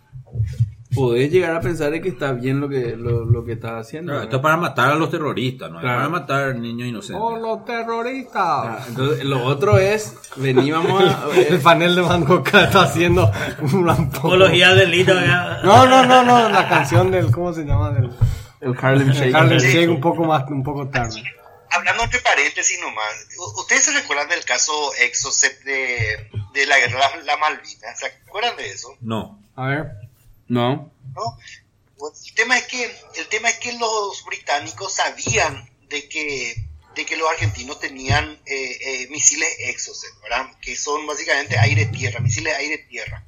podés llegar a pensar de que está bien lo que, lo, lo que estás haciendo. Claro, ¿verdad? esto es para matar a los terroristas, no es Claro. para matar niños inocentes. ¡Oh, los terroristas! Ah, entonces, lo otro es, veníamos a... El panel de Van Gogh está haciendo un Apología del delito. ya. No, no, no, no, la canción del, ¿cómo se llama? Del el Harlem Shake. el Harlem Shake un poco más, un poco tarde. Hablando entre paréntesis nomás, ¿u- ¿ustedes se recuerdan del caso Exocet de, de la guerra de la Malvinas? ¿Se acuerdan de eso? No. A ver. No. ¿No? Pues el tema es que el tema es que los británicos sabían de que de que los argentinos tenían eh, eh, misiles Exocet, ¿verdad? Que son básicamente aire-tierra, misiles aire-tierra.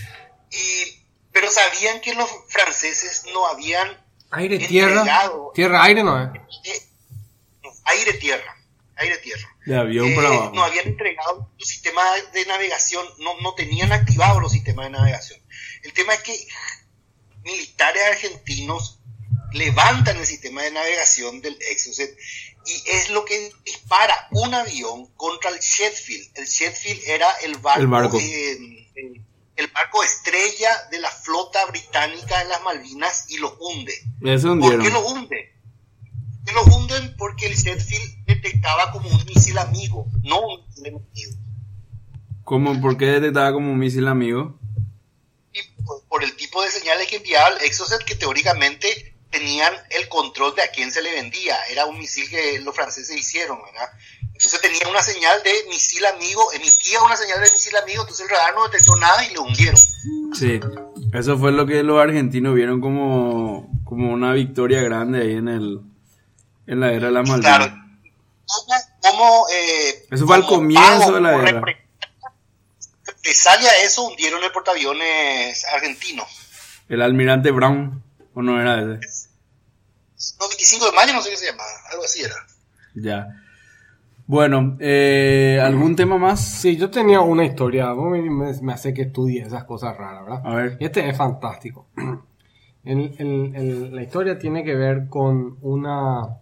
Y pero sabían que los franceses no habían Aire, tierra. entregado Tierra, aire no es. eh, no, aire-tierra, aire-tierra. De avión para Eh, abajo. no habían entregado los sistemas de navegación, no, no tenían activados los sistemas de navegación. El tema es que militares argentinos levantan el sistema de navegación del Exocet y es lo que dispara un avión contra el Sheffield. El Sheffield era el barco, El barco. eh, eh, el barco estrella de la flota británica en las Malvinas y lo hunde. Eso ¿Por hundieron. qué lo hunde? Que lo hunden porque el Sheffield detectaba como un misil amigo, no un misil enemigo. ¿Cómo, ¿Por qué detectaba como un misil amigo? Y por, por el tipo de señales que enviaba el Exocet, que teóricamente tenían el control de a quién se le vendía. Era un misil que los franceses hicieron, ¿verdad? Entonces tenía una señal de misil amigo, emitía una señal de misil amigo, entonces el radar no detectó nada y lo hundieron. Sí. Eso fue lo que los argentinos vieron como, como una victoria grande ahí en el en la guerra de la Malvinas. Claro. ¿Cómo, cómo, eh, Eso fue al como comienzo pago de la por guerra. repre- represalia a eso, hundieron el portaaviones argentino. El almirante Brown, ¿o no era ese? No, veinticinco de mayo, no sé qué se llamaba, algo así era. Ya. Bueno, eh, ¿algún tema más? Sí, yo tenía una historia. Vos me, me- me hace que estudie esas cosas raras, ¿verdad? A ver. Y este es fantástico. El- el- el- la historia tiene que ver con una...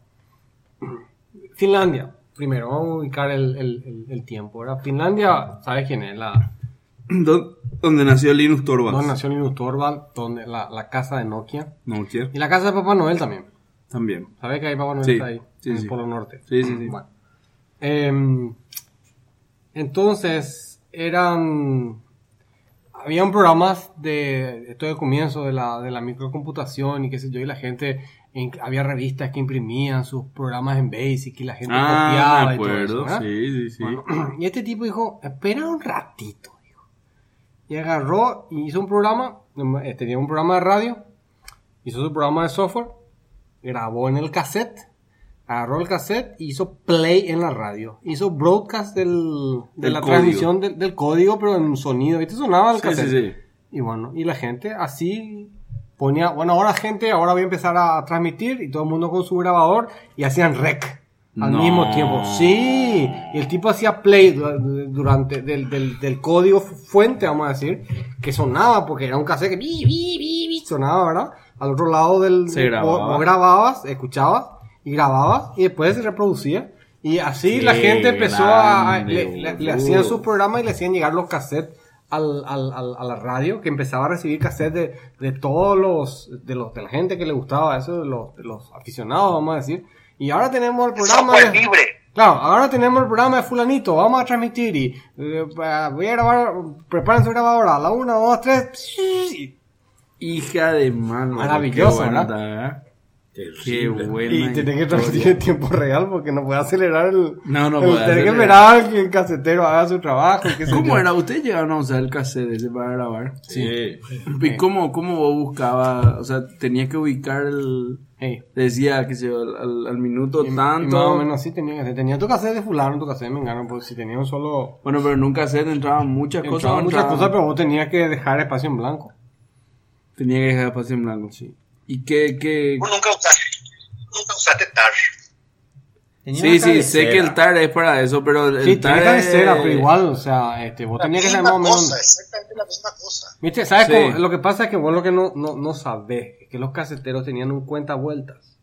Finlandia. Primero, vamos a ubicar el, el- el- el tiempo, ¿verdad? Finlandia, ¿sabes quién es? La, ¿Dó- ¿Dónde nació Linus Torvalds? Donde nació Linus Torvalds, donde la, la casa de Nokia. Nokia. Y la casa de Papá Noel también. También. ¿Sabes que hay Papá Noel Sí, está ahí? sí, en sí. el Polo Norte. Sí, sí, sí. Bueno. Em, entonces, eran... Habían programas de... Esto de comienzo de la, de la microcomputación y qué sé yo, y la gente... in- había revistas que imprimían sus programas en BASIC y la gente Ah, copiaba me y todo eso, acuerdo. ¿verdad? Sí, sí, sí. Bueno, y este tipo dijo, espera un ratito, dijo. Y agarró y hizo un programa, eh, tenía un programa de radio, hizo su programa de software, grabó en el cassette, agarró el cassette y hizo play en la radio. Hizo broadcast del, de Del la código. transmisión del, del código, pero en sonido. ¿Viste? Sonaba el Sí, cassette. sí, sí. Y bueno, y la gente así ponía, bueno, ahora gente, ahora voy a empezar a transmitir, y todo el mundo con su grabador, y hacían rec al No. mismo tiempo. Sí, y el tipo hacía play du- durante del, del, del código fu- fuente, vamos a decir, que sonaba, porque era un cassette que bi, bi, bi, bi, sonaba, ¿verdad? Al otro lado del... Se del- grababa. vos- vos grababas, escuchabas, y grababas, y después se reproducía. Y así Qué la gente empezó a... a- grande, le, le- le boludo. hacían sus programas y le hacían llegar los cassettes al, al, al- a la radio, que empezaba a recibir cassettes de, de todos los de los de la gente que le gustaba eso, de los, de los aficionados, vamos a decir. Y ahora tenemos el programa Software de, libre. claro, ahora tenemos el programa de fulanito, vamos a transmitir y eh, voy a grabar, preparen su grabadora, a la una, dos, tres, y, Hija de mano. Maravilloso, qué buena, ¿verdad? ¿eh? Qué Terrible. buena. y tiene que historia. transmitir en tiempo real porque no puede acelerar el, No, no el- puede tiene que acelerar. esperar que el casetero haga su trabajo. qué sé ¿Cómo yo. era? ¿Ustedes llegaron a usar el cassette ese para grabar? Sí. ¿Y cómo, cómo vos buscabas? O sea, tenías que ubicar el... Hey. Decía, que sé yo, al, al- al minuto Y- y tanto... más o menos así tenía que ser. Tenía tu cassette de fulano, tu cassette de mengano, pues si tenía un solo... Bueno, pero en un cassette entraban muchas cosas. Entraban o muchas entraban- cosas, pero vos tenías que dejar espacio en blanco. Tenía que dejar espacio en blanco. Sí. ¿Y qué, qué... Vos nunca usaste, nunca usaste T A R. Tenía Sí, una sí, sé cabecera. que el T A R es para eso, pero el Sí, T A tiene R... cabecera, pero igual, o sea, este, vos La tenías que ser misma más o menos... cosa, exactamente la misma cosa. ¿Viste? ¿Sabes Sí. cómo? Lo que pasa es que vos lo que no, no, no sabés es que los caseteros tenían un cuenta vueltas.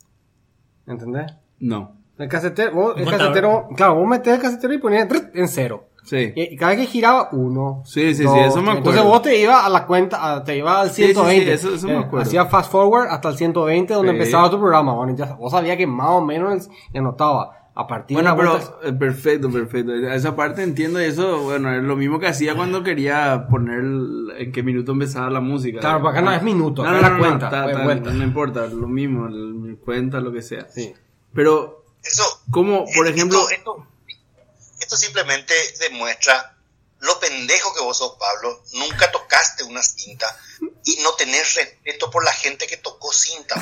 ¿Entendés? No. El casetero, vos, el Contador. casetero, claro, vos metés el casetero y ponías trrr, en cero. Sí. Y, y cada vez que giraba, uno. Sí, sí, dos, sí, eso me tres. acuerdo. Entonces vos te ibas a la cuenta, a- te ibas al Sí, sí, sí, ciento veinte. eso- eso me acuerdo. Hacía fast forward hasta el ciento veinte, donde Sí. empezaba tu programa. Bueno, ya, vos sabías que más o menos el- anotaba. A partir Bueno, de la pero vuelta- eh, perfecto, perfecto. Esa parte entiendo y eso, bueno, es lo mismo que hacía cuando quería poner el- en qué minuto empezaba la música. Claro, porque acá no es minuto, No, acá no, es la no, no, cuenta, ta- es ta- vuelta. no importa, lo mismo, el- cuenta, lo que sea. Sí. Pero, Eso, ¿cómo, por esto- ejemplo? Esto, esto simplemente demuestra lo pendejo que vos sos, Pablo. Nunca tocaste una cinta y no tenés respeto por la gente que tocó cinta.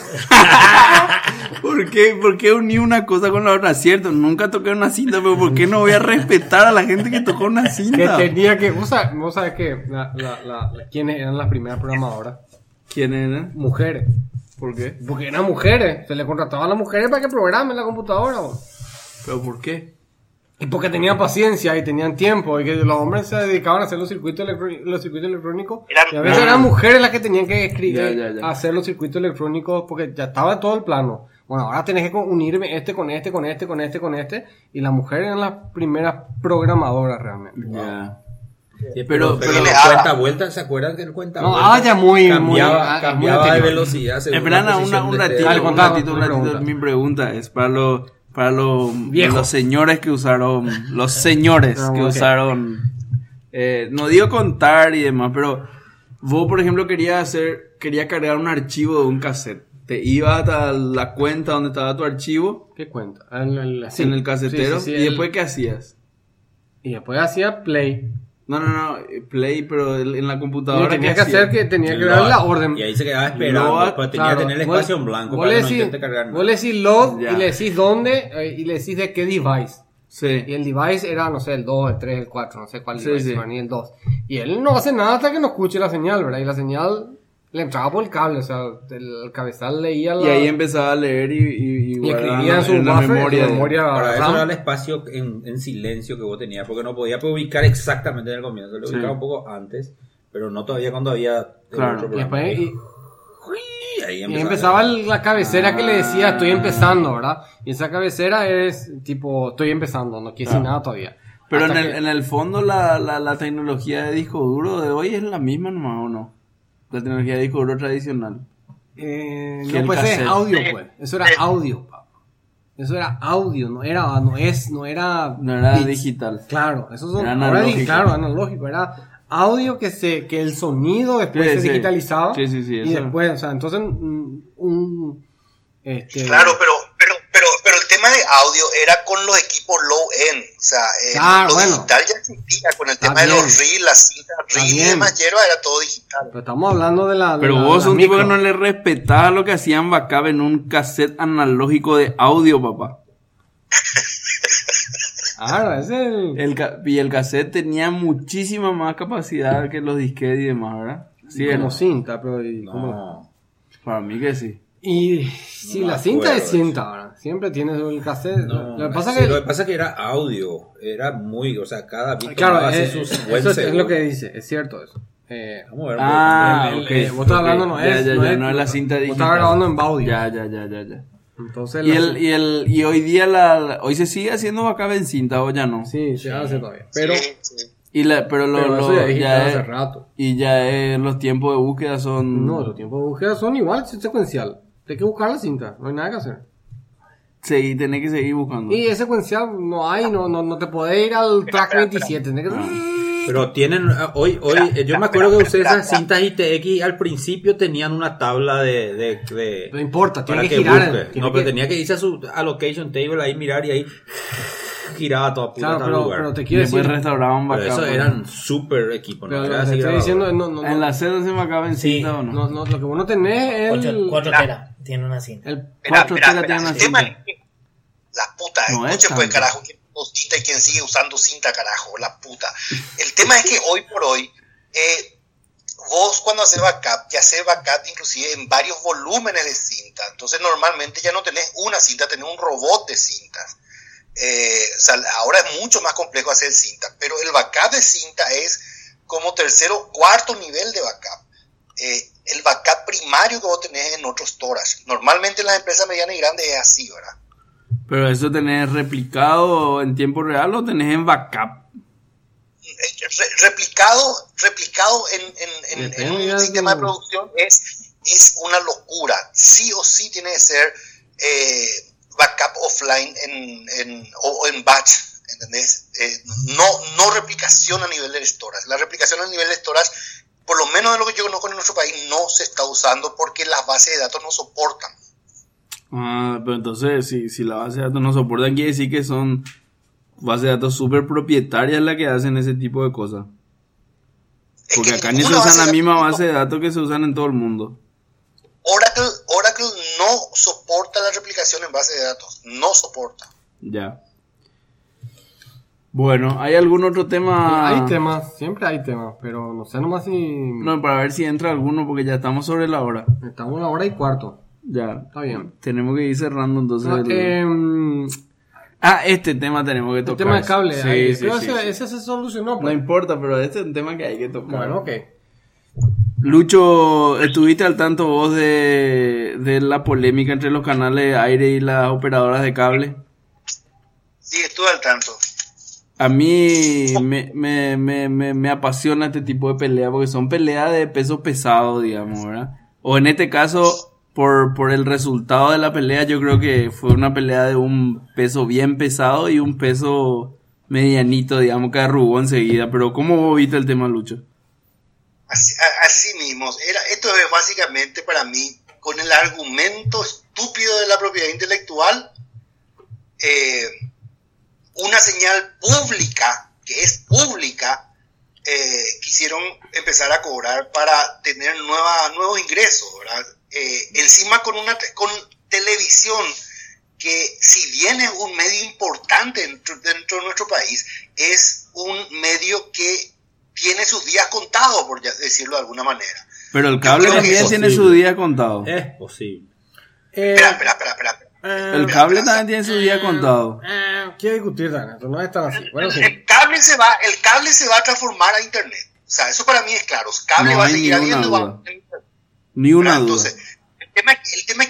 ¿Por qué, ¿Por qué uní una cosa con la otra? Cierto, nunca toqué una cinta, pero ¿por qué no voy a respetar a la gente que tocó una Que cinta? tenía que, vos sabés, vos sabés que la, la, la, la- quiénes eran las primeras programadoras. ¿Quién era? Mujeres. ¿Por qué? Porque eran mujeres. Se le contrataban a las mujeres para que programen la computadora. Vos. ¿Pero por qué? Y porque tenían paciencia y tenían tiempo. Y que los hombres se dedicaban a hacer los circuitos, electro- los circuitos electrónicos. Eran- y a veces Ah. eran mujeres las que tenían que escribir, Ya, ya, ya. hacer los circuitos electrónicos. Porque ya estaba todo el plano. Bueno, ahora tenés que con- unirme este con este, con este, con este, con este. Y las mujeres eran las primeras programadoras realmente. Ya. Sí, Pero- pero, pero, pero- el cuenta vuelta, ¿se acuerdan que el cuenta No, vuelta ah, ya muy- muy- cambiaba, ah, cambiaba muy de anterior. velocidad según Espera, la una, posición un de- ratito, Dale, un contá, ratito, un tu ratito. pregunta. Mi pregunta es para los para los, Viejos. los señores que usaron, los señores Ah, que ok. usaron, eh, no digo contar y demás, pero vos, por ejemplo, querías hacer, quería cargar un archivo de un cassette. Te ibas hasta la cuenta donde estaba tu archivo, ¿Qué cuenta? En el, sí. en el casetero, Sí, sí, sí, y el- después, ¿qué hacías? Y después hacía play. No, no, no, eh, play, pero el- en la Y computadora. tenía ¿qué que hacer hacías? que tenía el que dar load. la orden. Y ahí se quedaba esperando, Load, pues tenía Claro, que tener el vos- espacio en blanco vos para le que no decís- intente cargar nada. Vos le decís load Ya. y le decís dónde eh, y le decís de qué device. Sí. Y el device era, no sé, el dos, el tres, el cuatro, no sé cuál Sí, device, sí. pero ni el dos. Y él no hace nada hasta que no escuche la señal, ¿verdad? Y la señal le entraba por el cable, o sea, el cabezal leía la... Y ahí empezaba a leer y, y, y y guardaba escribía en su en la buffer, memoria. en de- su memoria Para eso RAM. era el espacio en, en silencio que vos tenías, porque no podía pues, ubicar exactamente en el comienzo, lo Sí. ubicaba un poco antes, pero no todavía cuando había el Claro. otro Y programa. después, y- Y ahí Y empezaba el- la cabecera que le decía estoy empezando, ¿verdad? Y esa cabecera es tipo estoy empezando, no quiere decir Ah. nada todavía. Pero en Hasta el, que- en el fondo la, la, la tecnología de disco duro de hoy es la misma nomás, ¿o no? La tecnología de disco duro tradicional. Eh, Que no, el pues es cassette. audio, pues. Eso era Sí. audio, papá. Eso era audio, no era, no es, no era. No era bits. digital. Claro, eso son Era ahora analógico. di- claro, analógico, era audio que se, que el sonido después Sí, se sí. digitalizaba. Sí, sí, sí, Y eso. después, o sea, entonces un, un este, Claro, pero, pero, pero, pero el tema de audio era con los equipos low end, o sea, eh, Claro, lo bueno. digital ya existía con el Está tema de bien. los reels, las cintas Está reels y bien. demás hierba, era todo digital. pero estamos hablando de la. de Pero la- vos de un la tipo que micro. no le respetaba lo que hacían backup en un cassette analógico de audio, papá. Claro, ese es el. El ca- y el cassette tenía muchísima más capacidad que los disquetes y demás, ¿verdad? Sí, como era. cinta, pero. Y, como- No. Para mí que sí. y sí, No me la cinta acuerdo es de cinta ahora. Siempre tienes el cassette. No, lo que pasa sí, que. lo que pasa que era audio, era muy, o sea, cada bit Claro, tomaba así eh, sus eso cincuenta es, es lo segundos. que dice, es cierto eso. Eh, Vamos a ver, Ah, el- el- ok. eh, vos estás ok. hablando, no Ya, es- ya, no ya, es- no es la cinta vos digital. estabas grabando en Baudio. Ya, ya, ya, ya, ya. Entonces, Y la- el, y el, y hoy día la, la- hoy se sigue haciendo backup en cinta o ya no. sí, se hace todavía. Pero, Sí, sí. Y la, pero lo, pero lo- eso ya es digital ya hace es- rato. y ya es- los tiempos de búsqueda son No, los tiempos de búsqueda son igual, es secuencial. Hay que buscar la cinta, no hay nada que hacer. seguir, tenés que seguir buscando. Y es secuencial, no hay, no, no, no te podés ir al track veintisiete. Tenés que... Pero tienen, ah, hoy, hoy, eh, yo me acuerdo que usé esas cintas I T X y al principio tenían una tabla de, de, de- No importa, tiene para que que girar. busque. tiene No, pero que- tenía que irse a su allocation table ahí, mirar y ahí giraba toda puta Claro, tal pero, lugar. pero te Y quiero después decir... restauraban Pero backup. eso ¿no? eran super equipos, ¿no? Pero Era lo que así te estoy grabador. diciendo, no, no, no, En la Z se me acaba en sí, cinta o no. no, no, lo que vos no tenés es el... cuatro teras tiene una cinta. el Espera, Cuatro espera, teras espera, tiene una el tema cinta. es que la puta, No es escuchen pues tanto. carajo, quién usó cinta y quién sigue usando cinta, carajo, la puta. El tema es que hoy por hoy, eh, vos cuando haces backup, ya haces backup inclusive en varios volúmenes de cinta. Entonces normalmente ya no tenés una cinta, tenés un robot de cintas. Eh, o sea, ahora es mucho más complejo hacer cinta, pero el backup de cinta es como tercero, cuarto nivel de backup. Eh, el backup primario que vos tenés en otros storage. Normalmente en las empresas medianas y grandes es así, ¿verdad? Pero eso tenés replicado en tiempo real o tenés en backup. Re- replicado replicado en, en, en- Depende en ya un de sistema de tu- producción es, es una locura. Sí o sí tiene que ser eh, backup offline en, en, o, o en batch, ¿entendés? Eh, no, no replicación a nivel de storage. La replicación a nivel de storage, por lo menos de lo que yo conozco en nuestro país, no se está usando porque las bases de datos no soportan. Ah, pero entonces, si, si la base de datos no soportan, quiere decir que son bases de datos súper propietarias las que hacen ese tipo de cosas. Es Porque que acá ni se ninguna usan base la de misma datos- base de datos que se usan en todo el mundo. Oracle, Oracle no soporta la replicación en base de datos. No soporta. Ya. Bueno, ¿hay algún otro tema? Hay temas, siempre hay temas, pero no sé nomás si... No, para ver si entra alguno, porque ya estamos sobre la hora. Estamos a la hora y cuarto. Ya. Está bien. Tenemos que ir cerrando entonces. No, el- em, Ah, este tema tenemos que el tocar. tema de cable, Sí, ahí, sí, pero sí, ese, sí. ese se solucionó. No Pues. importa, pero este es un tema que hay que tocar. Bueno, ok. Lucho, ¿estuviste al tanto vos de, de la polémica entre los canales de aire y las operadoras de cable? Sí, estuve al tanto. A mí me, me, me, me, me apasiona este tipo de pelea porque son peleas de peso pesado, digamos, ¿verdad? O en este caso, por, por el resultado de la pelea, yo creo que fue una pelea de un peso bien pesado y un peso medianito, digamos, que arrugó enseguida. Pero ¿cómo vos viste el tema, Lucho? Así, a- así mismo. Era, esto es básicamente para mí, con el argumento estúpido de la propiedad intelectual, eh, una señal pública, que es pública, eh, quisieron empezar a cobrar para tener nueva, nuevos ingresos, ¿verdad? Eh, encima con una te- con televisión que, si bien es un medio importante dentro, dentro de nuestro país, es un medio que tiene sus días contados, por ya decirlo de alguna manera. Pero el cable Yo creo que también es tiene posible. su día contado. Es posible. Eh, Espera, espera, espera, espera. espera. eh, El cable también tiene su día contado. eh, quiero discutir, Dan, esto no es tan así. Bueno, sí. El cable se va, el cable se va a transformar a internet. O sea, eso para mí es claro. El cable No va a hay seguir ninguna habiendo. duda. va- Ni una duda. Entonces, el tema, el tema es que el canal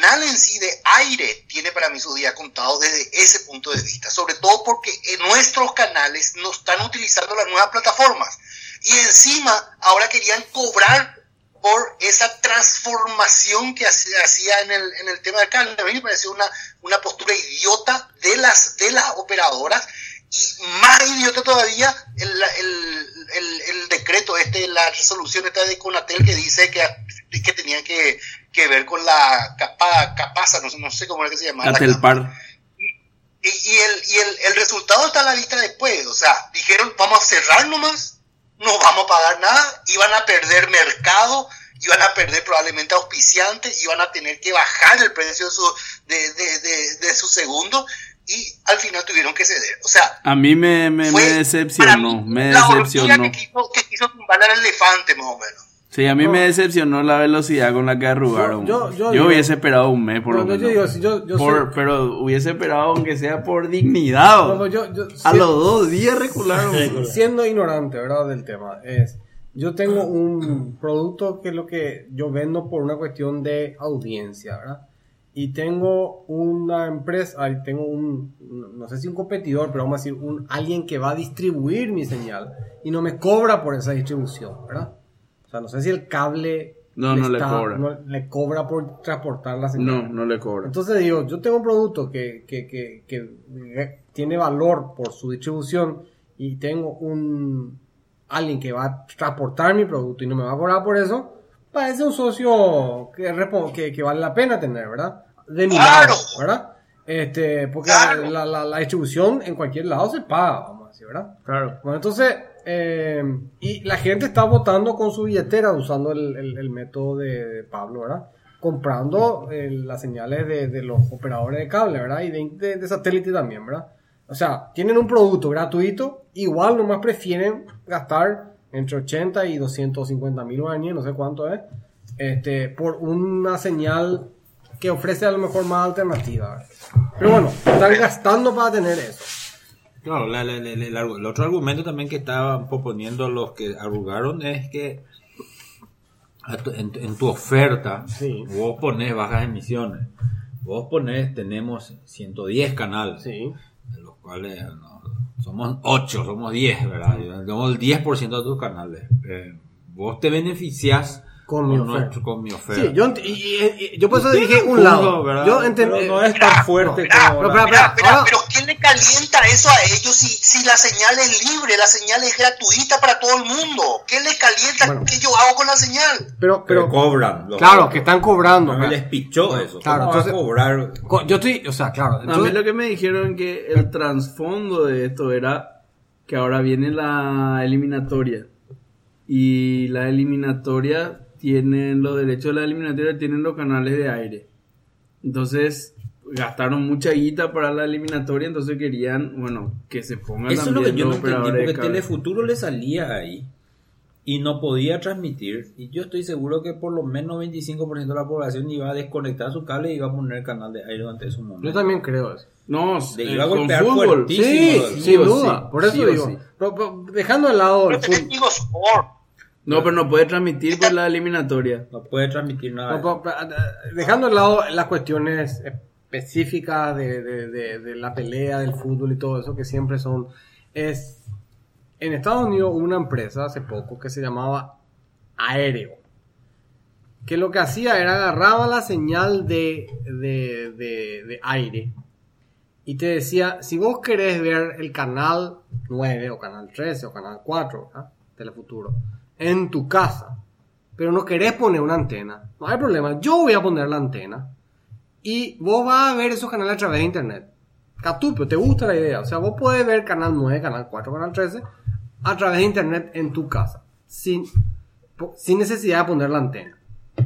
canal en sí de aire tiene para mí sus días contados desde ese punto de vista, sobre todo porque en nuestros canales no están utilizando las nuevas plataformas y encima ahora querían cobrar por esa transformación que hacía en el, en el tema del cable. A mí me pareció una, una postura idiota de las, de las operadoras, y más idiota todavía el, el, el, el decreto este, la resolución esta de Conatel que dice que, que tenía que, que ver con la capa, capasa, no, no sé cómo era que se llamaba. Catelpar. Y, y, el, y el, el resultado está a la vista después, o sea, dijeron vamos a cerrar nomás, no vamos a pagar nada, iban a perder mercado, iban a perder probablemente auspiciantes, iban a tener que bajar el precio de su, de, de, de, de su segundo, y al final tuvieron que ceder. O sea, a mí me, me, me decepcionó, me decepcionó. Que quiso, que quiso tumbar al elefante, más o menos. Sí, a mí no. me decepcionó la velocidad con la que arrugaron. Yo, yo, yo, yo hubiese esperado un mes por no, lo menos. Yo digo, si yo, yo por, sé, pero hubiese esperado aunque sea por dignidad. no, yo, yo, a si, los dos días recularon. Siendo ignorante, ¿verdad? Del tema, es, yo tengo un producto que es lo que yo vendo por una cuestión de audiencia, ¿verdad? Y tengo una empresa, tengo un, no sé si un competidor, pero vamos a decir, un, alguien que va a distribuir mi señal y no me cobra por esa distribución, ¿verdad? O sea, no sé si el cable no, le, no está, le cobra. No, le cobra por transportar la señal. No, no le cobra. Entonces digo, yo tengo un producto que, que, que, que tiene valor por su distribución y tengo un alguien que va a transportar mi producto y no me va a cobrar por eso, parece un socio que, que, que vale la pena tener, ¿verdad? De mi ¡Claro! lado, ¿verdad? Este, porque ¡Claro! la, la, la distribución en cualquier lado se paga, vamos a decir, ¿verdad? Claro. Bueno, entonces, eh, y la gente está votando con su billetera usando el, el, el método de, de Pablo, ¿verdad? Comprando eh, las señales de, de los operadores de cable, ¿verdad? Y de, de, de satélite también, ¿verdad? O sea, tienen un producto gratuito, igual nomás prefieren gastar entre ochenta y doscientos cincuenta mil guaraníes, no sé cuánto es, este, por una señal que ofrece a lo mejor más alternativa. Pero bueno, están gastando para tener eso. Claro, la, la, la, la, el otro argumento también que estaban proponiendo los que arrugaron es que en, en tu oferta Sí. vos ponés bajas emisiones, vos ponés, tenemos ciento diez canales, Sí. de los cuales no, somos ocho, somos diez, ¿verdad? Tenemos el diez por ciento de tus canales. Eh, vos te beneficiás Con mi oferta. nuestro- con mi oferta. Sí, yo, ent- y, y- y- yo por eso Tiene dije un un punto, lado. ¿verdad? Yo entendí. Pero no es tan fuerte Mirá, como... pero, pero, Mira, mira, ahora- pero ¿quién le calienta eso a ellos si, si la señal es libre, la señal es gratuita para todo el mundo? ¿Qué les calienta Bueno. que yo hago con la señal? Pero, pero pero, cobran. los claro, otros. que están cobrando. No acá. les pichó eso. Claro, ¿Cómo va a entonces- cobrar? Co- Yo estoy, o sea, claro. A mí entonces- lo que me dijeron que el trasfondo de esto era que ahora viene la eliminatoria. Y la eliminatoria tienen los derechos de la eliminatoria, tienen los canales de aire. Entonces gastaron mucha guita para la eliminatoria, entonces querían, bueno, que se pongan Eso es lo también que yo no los entendí, operadores de porque cable. Telefuturo le salía ahí y no podía transmitir, y yo estoy seguro que por lo menos veinticinco por ciento de la población iba a desconectar su cable y iba a poner el canal de aire durante su momento. Yo también creo eso. No, Le eh, iba a con golpear fútbol. fuertísimo. Sí, Sí sin o duda. sí, Por eso sí o digo. sí. Pero- pero dejando de lado el Pero tenés fútbol. Tigo Sport. No, pero no puede transmitir por la eliminatoria. No puede transmitir nada. No, pero- pero, dejando de lado las cuestiones específicas de, de, de, de la pelea, del fútbol y todo eso, que siempre son. Es. En Estados Unidos hubo una empresa hace poco que se llamaba Aéreo. Que lo que hacía era agarraba la señal de, de, de, de aire y te decía, si vos querés ver el canal nueve o canal trece o canal cuatro, ¿verdad? Telefuturo, en tu casa, pero no querés poner una antena, no hay problema, yo voy a poner la antena y vos vas a ver esos canales a través de internet. Catupio, ¿te gusta la idea? O sea, vos podés ver canal nueve, canal cuatro, canal trece a través de internet en tu casa, sin, sin necesidad de poner la antena.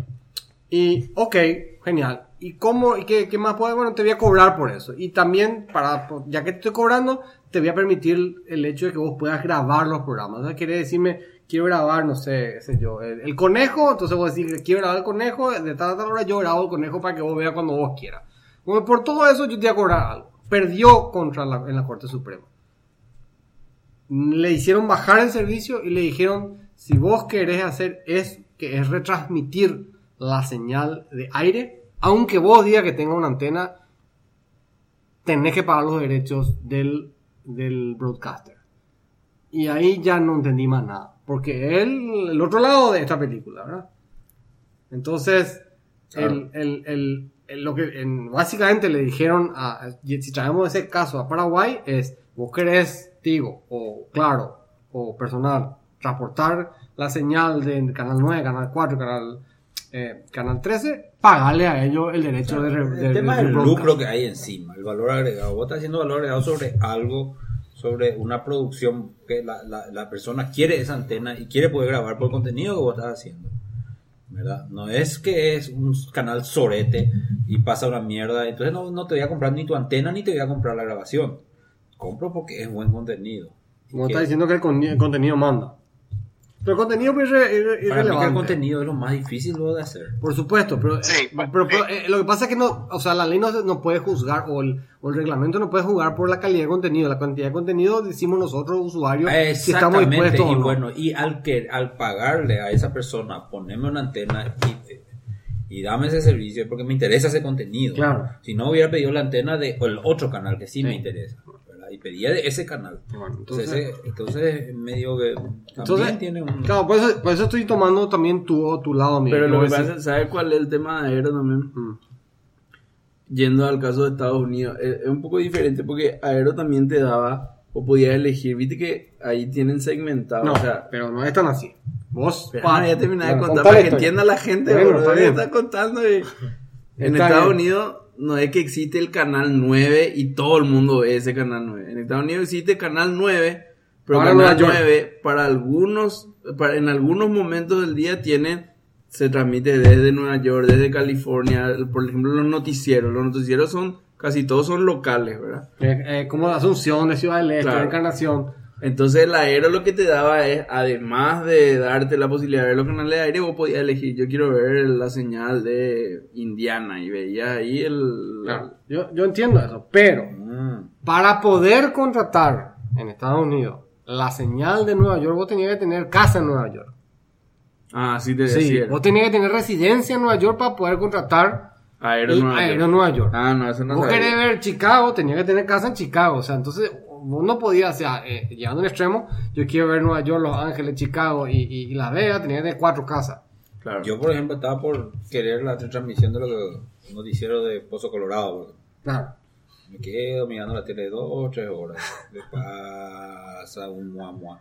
Y, ok, genial. ¿Y cómo? ¿Y qué, qué más puedo? Bueno, te voy a cobrar por eso. Y también, para ya que te estoy cobrando, te voy a permitir el hecho de que vos puedas grabar los programas. O sea, quiere decirme, quiero grabar, no sé, qué sé yo, el, el conejo. Entonces vos decís, quiero grabar el conejo, de tal a tal hora yo grabo el conejo para que vos veas cuando vos quieras. Bueno, por todo eso yo te voy a cobrar algo. Perdió contra la, en la Corte Suprema. Le hicieron bajar el servicio y le dijeron, si vos querés hacer eso, que es retransmitir la señal de aire, aunque vos digas que tenga una antena, tenés que pagar los derechos del, del broadcaster. Y ahí ya no entendí más nada. Porque él, el otro lado de esta película, ¿verdad? Entonces, claro. el, el, el, el, lo que en, básicamente le dijeron, a, si traemos ese caso a Paraguay, es, vos querés Tigo, o Claro, o Personal, transportar la señal de Canal nueve, Canal cuatro, Canal, eh, Canal trece, pagarle a ellos el derecho claro, de, de... El tema de, es de el broadcast. lucro que hay encima, el valor agregado. Vos estás haciendo valor agregado sobre algo, sobre una producción que la, la, la persona quiere esa antena y quiere poder grabar por el contenido que vos estás haciendo, ¿verdad? No es que es un canal sorete y pasa una mierda, entonces no, no te voy a comprar ni tu antena ni te voy a comprar la grabación. Compro porque es buen contenido. Vos estás diciendo que el, con, el contenido manda. Pero el contenido es irre, irre, Para mí que irrelevante. el contenido es lo más difícil luego de hacer. Por supuesto, pero, Sí, eh, pero, pero eh, lo que pasa es que no, o sea, la ley no, no puede juzgar, o el, o el reglamento no puede juzgar por la calidad de contenido. La cantidad de contenido decimos nosotros, usuarios, si estamos dispuestos y o no. bueno, y al que al pagarle a esa persona, ponerme una antena y, y dame ese servicio porque me interesa ese contenido. Claro. Si no hubiera pedido la antena de o el otro canal que sí, Sí. me interesa, ¿verdad? Y pedía de ese canal. Bueno, entonces, entonces- entonces medio que también Entonces, tiene un claro, por eso, por eso estoy tomando también tu, tu lado, Miguel. Pero lo Voy que a decir- pasa, ¿sabes cuál es el tema de Aero también? Mm. Yendo al caso de Estados Unidos, es, es un poco diferente porque Aero también te daba, o podías elegir, viste que ahí tienen segmentado, No, o sea, pero no es tan así. Vos, pero pa- no, ya terminé de bueno, contar contá la para que historia. entienda la gente, Bueno, bro, está ya bien. está contando y en Está Estados bien. Unidos no es que existe el canal nueve y todo el mundo ve ese canal nueve. En Estados Unidos existe canal nueve, pero Para canal Nueva York. nueve para algunos, para, en algunos momentos del día tiene, se transmite desde Nueva York, desde California, por ejemplo los noticieros, los noticieros son, casi todos son locales, ¿verdad? Eh, eh, como Asunción, de Ciudad del Este, Claro. de Encarnación. Entonces el Aero lo que te daba es, además de darte la posibilidad de ver los canales de aire, vos podías elegir, yo quiero ver la señal de Indiana y veías ahí el... Claro, yo, yo entiendo eso, pero Mm. para poder contratar en Estados Unidos la señal de Nueva York, vos tenías que tener casa en Nueva York. Ah, sí te Sí, decía. vos tenías que tener residencia en Nueva York para poder contratar Aero el Nueva Aero York. Nueva York. Ah, no, eso no Vos sabía. querés ver Chicago, tenías que tener casa en Chicago. O sea, entonces vos no podías, o sea, eh, llegando al extremo, yo quiero ver Nueva York, Los Ángeles, Chicago y, y, y Las Vegas, tenías que tener cuatro casas. Claro. Yo, por ejemplo, estaba por querer la transmisión de lo que noticiero de Pozo Colorado. Porque Claro. me quedo mirando la tele dos o tres horas. Le pasa un mua mua.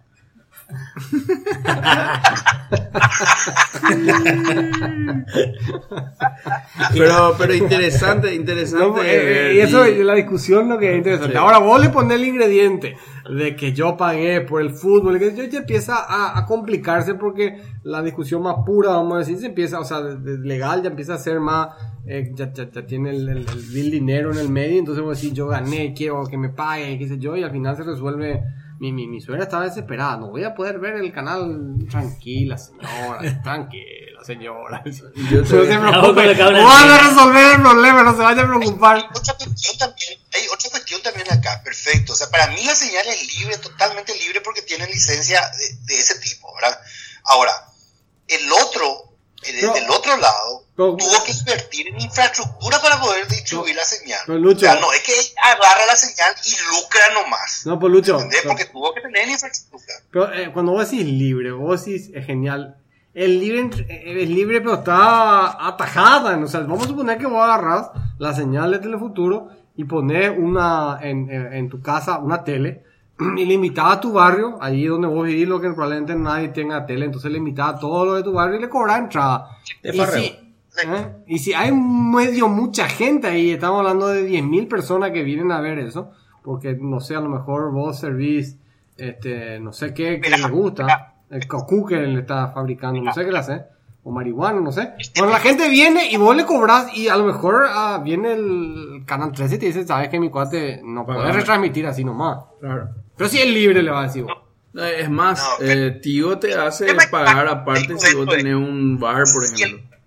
Pero, pero interesante, interesante. No, eh, ver, y eso y- es la discusión lo que es interesante. Sí. Ahora vos le pones el ingrediente de que yo pagué por el fútbol, que ya empieza a, a complicarse porque la discusión más pura, vamos a decir, se empieza, o sea, de, de legal ya empieza a ser más, eh, ya, ya, ya tiene el, el, el, el dinero en el medio, entonces vos decís, yo gané, quiero que me pague, qué sé yo, y al final se resuelve. Mi, mi, mi suegra estaba desesperada, no voy a poder ver el canal. Tranquila, señora, tranquila, señora. Yo No te- se preocupe, colocar una van a antena. resolver el problema, no se vaya a preocupar. Hay otra cuestión también, hay otra cuestión también acá, perfecto. O sea, para mí la señal es libre, totalmente libre, porque tienen licencia de, de ese tipo, ¿verdad? Ahora, el otro, el, Pero- del otro lado, pero- tuvo que invertir en infraestructura para poder distribuir la señal. pero, Lucho- o sea, no es que agarra la señal y lucra nomás. No, pues Lucho, ¿Entendés? pero, Porque tuvo que tener infraestructura. pero, eh, cuando vos decís libre, vos decís es genial. El libre entre- eh, es libre, pero está atajada. O sea, vamos a suponer que vos agarrás la señal de Telefuturo y ponés una en, en, en tu casa una tele y le invitás a tu barrio, ahí donde vos vivís, lo que probablemente nadie tenga tele, entonces le invitás a todos los de tu barrio y le cobrás entrada. De Y farreo. si, ¿eh? y si hay medio mucha gente ahí, estamos hablando de diez mil personas que vienen a ver eso, porque no sé, a lo mejor vos servís, este, no sé qué, que les gusta, el cocú que le está fabricando, no sé qué le hace, o marihuana, no sé. Bueno, la gente viene y vos le cobrás y a lo mejor ah, viene el Canal trece y te dice, sabes que mi cuate no puede retransmitir así nomás. Claro. Pero si es libre, le va a decir vos. Eh, Es más, No, pero- eh, Tigo te hace Tema- pagar aparte el si vos momento es- tenés un bar, por Si el- ejemplo.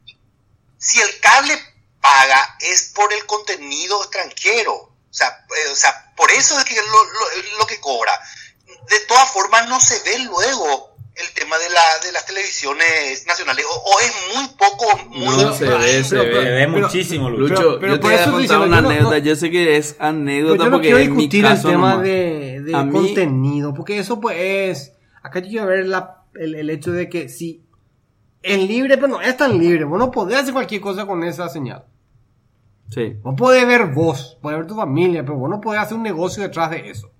Si el cable paga, es por el contenido extranjero. O sea, eh, o sea por eso es que lo, lo, lo que cobra. De todas formas, no se ve luego el tema de, la, de las televisiones nacionales, o, o es muy poco, muy No, se ve, se Se ve. ve muchísimo, Lucho. Lucho, Pero- pero yo te por voy a eso contar diciendo, una yo no- anécdota. no- yo sé que es Pero anécdota yo no porque quiero en mi discutir el caso tema nomás. de, de A mí- contenido, porque eso pues es... Acá yo quiero ver la, el, el hecho de que si es libre, pero no es tan libre. Vos no podés hacer cualquier cosa con esa señal. Sí. Vos podés ver vos, podés ver tu familia, pero vos no podés hacer un negocio detrás de eso.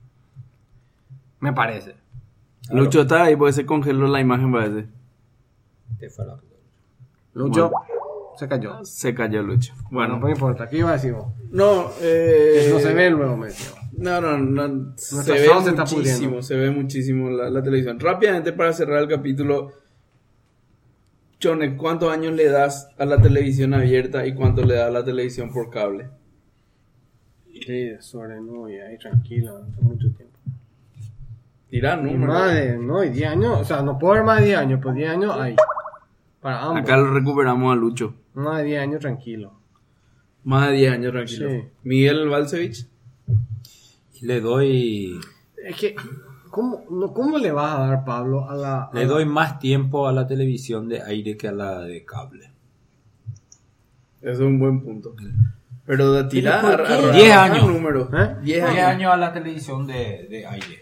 Me parece. Lucho está ahí porque se congeló la imagen, parece. Te fue la- Lucho se cayó. Se cayó Lucho. Bueno, Bueno, no importa. ¿Qué iba a decir vos? no, Que eh, no se ve luego, me decía. No, no, no. Se Nuestra ve sound se está muchísimo, pudriendo. se ve muchísimo la, la televisión. Rápidamente para cerrar el capítulo, Chone, ¿cuántos años le das a la televisión abierta y cuánto le das a la televisión por cable? Sí, sobre no, y ahí tranquilo, hace mucho tiempo. Tira Y número. más de, no, y diez años, o sea, no puedo ver más de diez años, pues diez años hay. Para ambos. Acá lo recuperamos a Lucho. Más de diez años tranquilo. Más de diez años, tranquilo. Sí. Miguel Balcevich. Le doy, Es que, ¿cómo, no, ¿cómo le vas a dar, Pablo, a la... a le la- doy más tiempo a la televisión de aire que a la de cable. Eso es un buen punto. Pero de tirar ¿por qué? a- a- diez a- años. número. ¿Eh? diez diez años. años a la televisión de, de aire.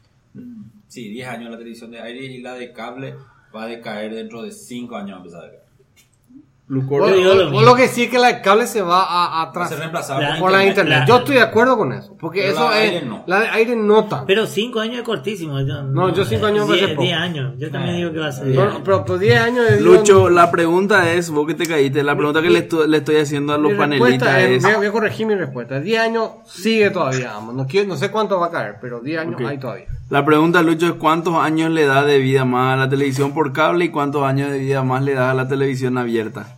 Sí, diez años a la televisión de aire y la de cable va a decaer dentro de cinco años a empezar a decaer. Lucor- Vos, Yo digo lo vos- mismo. vos lo que sí es que la de cable se va a, a Va a atrás ser reemplazable La- por por la internet. internet. la- Yo estoy de acuerdo con eso. Porque Pero eso la de es... aire no. La de aire no tanto. Pero cinco años es cortísimo. Yo, No, yo cinco años me parece diez, poco. diez años. Yo también Eh, digo que va a ser diez diez Pero, años. pero, pero diez años de Lucho, la pregunta es, vos que te caíste, la pregunta que le, estu- le estoy haciendo a los Mi panelistas respuesta es, es... voy a- voy a corregir mi respuesta. diez años sigue todavía, vamos. No, quiero, no sé cuánto va a caer, pero diez años Ok. hay todavía. La pregunta, Lucho, es cuántos años le da de vida más a la televisión por cable y cuántos años de vida más le da a la televisión abierta.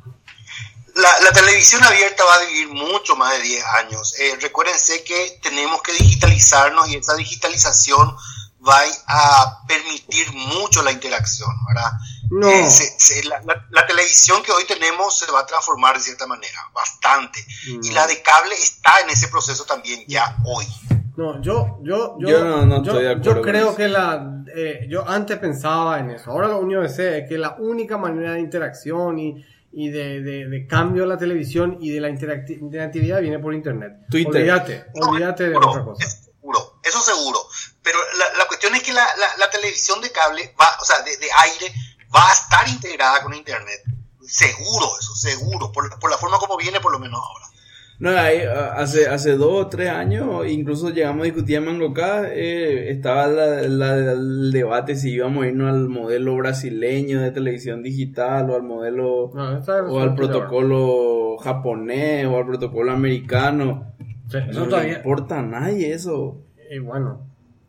La, la televisión abierta va a vivir mucho más de diez años. Eh, recuérdense que tenemos que digitalizarnos y esa digitalización va a permitir mucho la interacción, ¿verdad? No. Eh, se- se- la, la- la televisión que hoy tenemos se va a transformar de cierta manera, bastante. No. Y la de cable está en ese proceso también ya hoy. No, yo, yo, yo, Yo no- no yo- estoy de acuerdo yo con creo eso. que la, eh, yo antes pensaba en eso. Ahora lo único que sé es que la única manera de interacción y, y de, de, de cambio de la televisión y de la interacti- interactividad viene por internet. Twitter. Olvídate, olvídate de Seguro, otra cosa. Eso seguro, eso seguro. Pero la, la cuestión es que la, la, la televisión de cable, va, o sea, de, de aire, va a estar integrada con internet. Seguro, eso, seguro. Por, por la forma como viene, por lo menos ahora. No, ahí, a- hace, hace dos o tres años, incluso llegamos a discutir en Mangocá, eh, estaba la- la- el debate si íbamos a irnos al modelo brasileño de televisión digital o al modelo No, esta es o al otra protocolo japonés o al protocolo americano. hora. Sí, eso No le todavía. importa a nadie eso. Y bueno,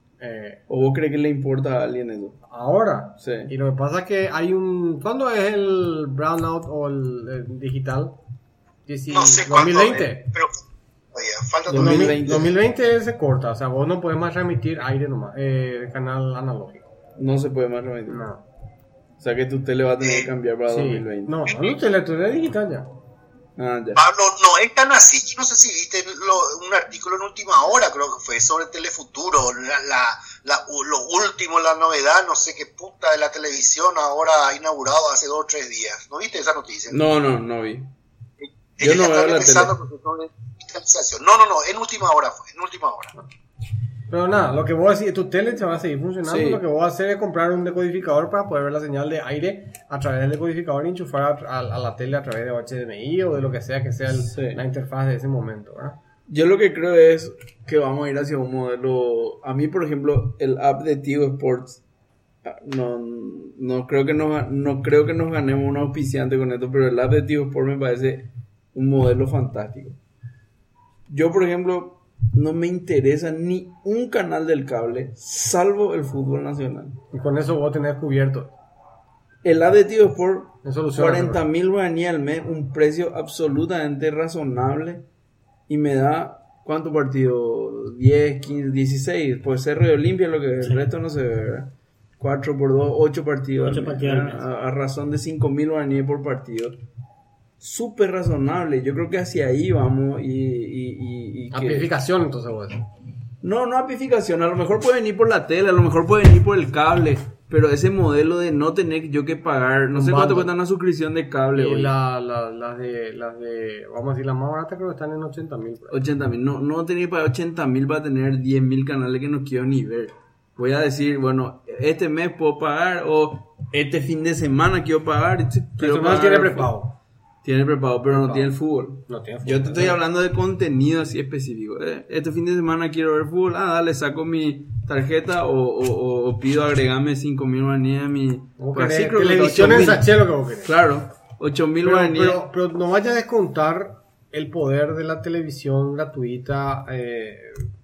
eh, ¿O vos crees que le importa a alguien eso? ahora. Sí. Y lo que pasa es que hay un. ¿Cuándo es el brownout o el, el digital? Dieci- No sé dos cuándo, mil veinte. eh, pero todavía falta dos mil todavía. veinte. dos mil veinte se corta, o sea, vos no podés más transmitir aire nomás, eh, canal analógico. No se puede más remitir. No. O sea que tu tele va a tener que cambiar para Sí. dos mil veinte. No, no, no, tele, tele digital ya. Ah, ya. Pablo, no es tan así. Yo no sé si viste lo- un artículo en Última Hora, creo que fue, sobre Telefuturo, la, la, la- lo último, la novedad, no sé qué puta de la televisión ahora inaugurado hace dos o tres días. ¿No viste esa noticia? No, no, no vi. Ellos yo no ya veo están la empezando el proceso de digitalización. No, no, no, en Última Hora fue, en Última Hora. Pero nada, lo que vos decís, tu tele te va a seguir funcionando, Sí. lo que vos vas a hacer es comprar un decodificador para poder ver la señal de aire a través del decodificador y enchufar a, a- a la tele a través de H D M I o de lo que sea que sea el- Sí. la interfaz de ese momento, ¿verdad? Yo lo que creo es que vamos a ir hacia un modelo. A mí, por ejemplo, el app de Tigo Sports, ah, no, no creo que nos, no creo que nos ganemos un auspiciante con esto, pero el app de Tigo Sports me parece un modelo fantástico. Yo, por ejemplo, no me interesa ni un canal del cable, salvo el fútbol nacional. Y con eso vos tenés cubierto. El app de Tigo Sports, En solución. cuarenta mil guaraníes al mes, un precio absolutamente razonable. Y me da, ¿cuánto partido? diez, quince, dieciséis. Pues Cerro de Olimpia, lo que es, el resto no se ve, ¿verdad? cuatro por dos, ocho partidos. Ocho al mes, partidos al ¿verdad? mes. A, a razón de cinco mil guaraníes por partido. Súper razonable. Yo creo que hacia ahí vamos. Y, y, y, y que- Amplificación, entonces vos decís. No, no amplificación. A lo mejor puede venir por la tele, a lo mejor puede venir por el cable. pero ese modelo de no tener yo que pagar, no Un sé cuánto bundle. cuesta una suscripción de cable Y hoy. la, la, las de, las de, vamos a decir, las más baratas creo que están en ochenta mil. ochenta mil, no, no tenía que pagar ochenta mil para tener diez mil canales que no quiero ni ver. Voy a decir, bueno, este mes puedo pagar o este fin de semana quiero pagar. Quiero Eso no pagar tiene el prepago. Tiene prepago, pero no Prepago. tiene el fútbol. No tiene Yo te fútbol. estoy hablando de contenido así específico. Eh, Este fin de semana quiero ver fútbol. Ah, dale, saco mi tarjeta o, o, o- o pido agregarme cinco mil guaraníes a mi... Vos pues querés así creo que televisión en ocho mil. sachet lo que vos querés. Claro, ocho mil Pero, guaraníes. pero, pero no vaya a descontar el poder de la televisión gratuita, eh,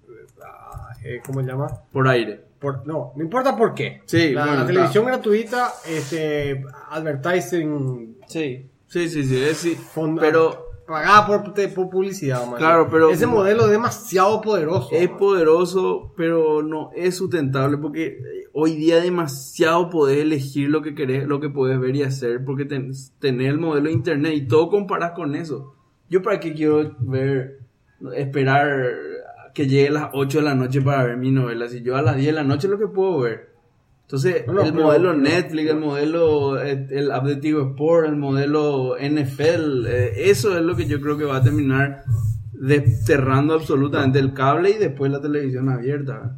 eh, ¿cómo se llama? Por aire. Por, no, no importa por qué. Sí, la, bueno, la televisión gratuita, este, advertising, Sí, sí, sí, sí. es- sí. fondo, Pero... pagada por, te- por publicidad. man. Claro, pero- ese modelo es demasiado poderoso. Es man. poderoso, pero no es sustentable porque eh, hoy día demasiado podés elegir lo que querés, lo que podés ver y hacer, porque ten- tenés el modelo de internet y todo comparás con eso. Yo para qué quiero ver, esperar que llegue a las ocho de la noche para ver mi novela, si yo a las diez de la noche es lo que puedo ver. Entonces, No, no, el pero- modelo pero- Netflix, el modelo, eh, el app de Tigo Sport, el modelo N F L, eh, eso es lo que yo creo que va a terminar desterrando absolutamente el cable y después la televisión abierta.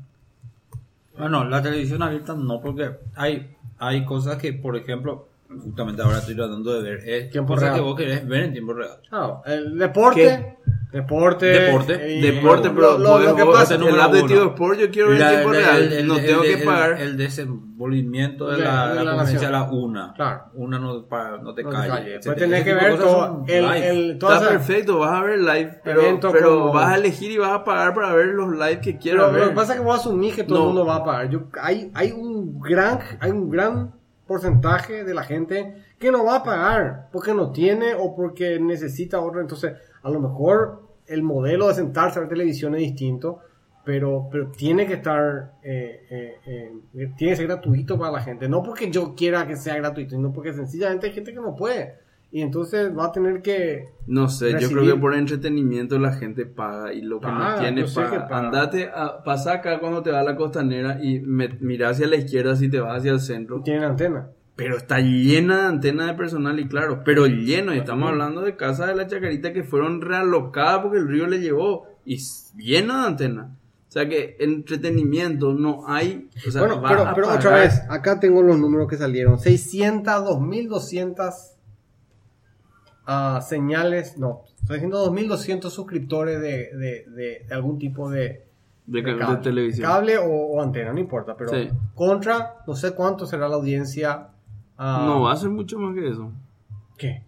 Bueno, la televisión abierta no, porque hay, hay cosas que, por ejemplo, justamente ahora estoy tratando de ver, es Tiempo cosas real. que vos querés ver en tiempo real. Claro, el deporte, ¿Qué? deporte, Deporte. y- Deporte, lo- pero lo, podés lo que vos- pasa, el número app de uno. Tigo Sport yo quiero ver en La- tiempo el- real, el- el- no el- tengo el- que pagar. El, el desenvolvimiento de De- la, de la la competencia a nación. la una. Claro. Una no, para, no te no te calles. calles. etcétera. Después tenés Ese que tipo de ver cosas todo son el, live. el, todas Está esas- perfecto, vas a ver live, pero, Eventos pero como- vas a elegir y vas a pagar para ver los live que quieras Pero ver. lo que pasa es que vos asumís que todo No. el mundo va a pagar. Yo, hay, hay un gran, hay un gran porcentaje de la gente que no va a pagar porque no tiene o porque necesita otro. Entonces, a lo mejor el modelo de sentarse a ver televisión es distinto, pero, pero tiene que estar, eh, eh, eh, tiene que ser gratuito para la gente. No porque yo quiera que sea gratuito, sino porque sencillamente hay gente que no puede. Y entonces va a tener que... No sé, yo recibir. creo que por entretenimiento la gente paga y lo que Paga, no tiene yo sé que paga. paga. Andate, a, pasa acá cuando te vas a la costanera y me, mira hacia la izquierda si te vas hacia el centro. Tienen antena. Pero está llena de antenas de personal y claro, pero lleno. Y estamos hablando de casas de la Chacarita que fueron realocadas porque el río le llevó y s- llena de antenas. O sea que entretenimiento no hay. O sea, Bueno, vas pero, a pero otra pagar. vez, acá tengo los números que salieron. seiscientos, dos mil doscientos ah, señales, no, seiscientos, dos mil doscientos suscriptores de, de, de, de algún tipo de, de, de ca- de televisión. cable o, o antena, no importa, pero Sí. contra, no sé cuánto será la audiencia. ah, No va a ser mucho más que eso. ¿Qué?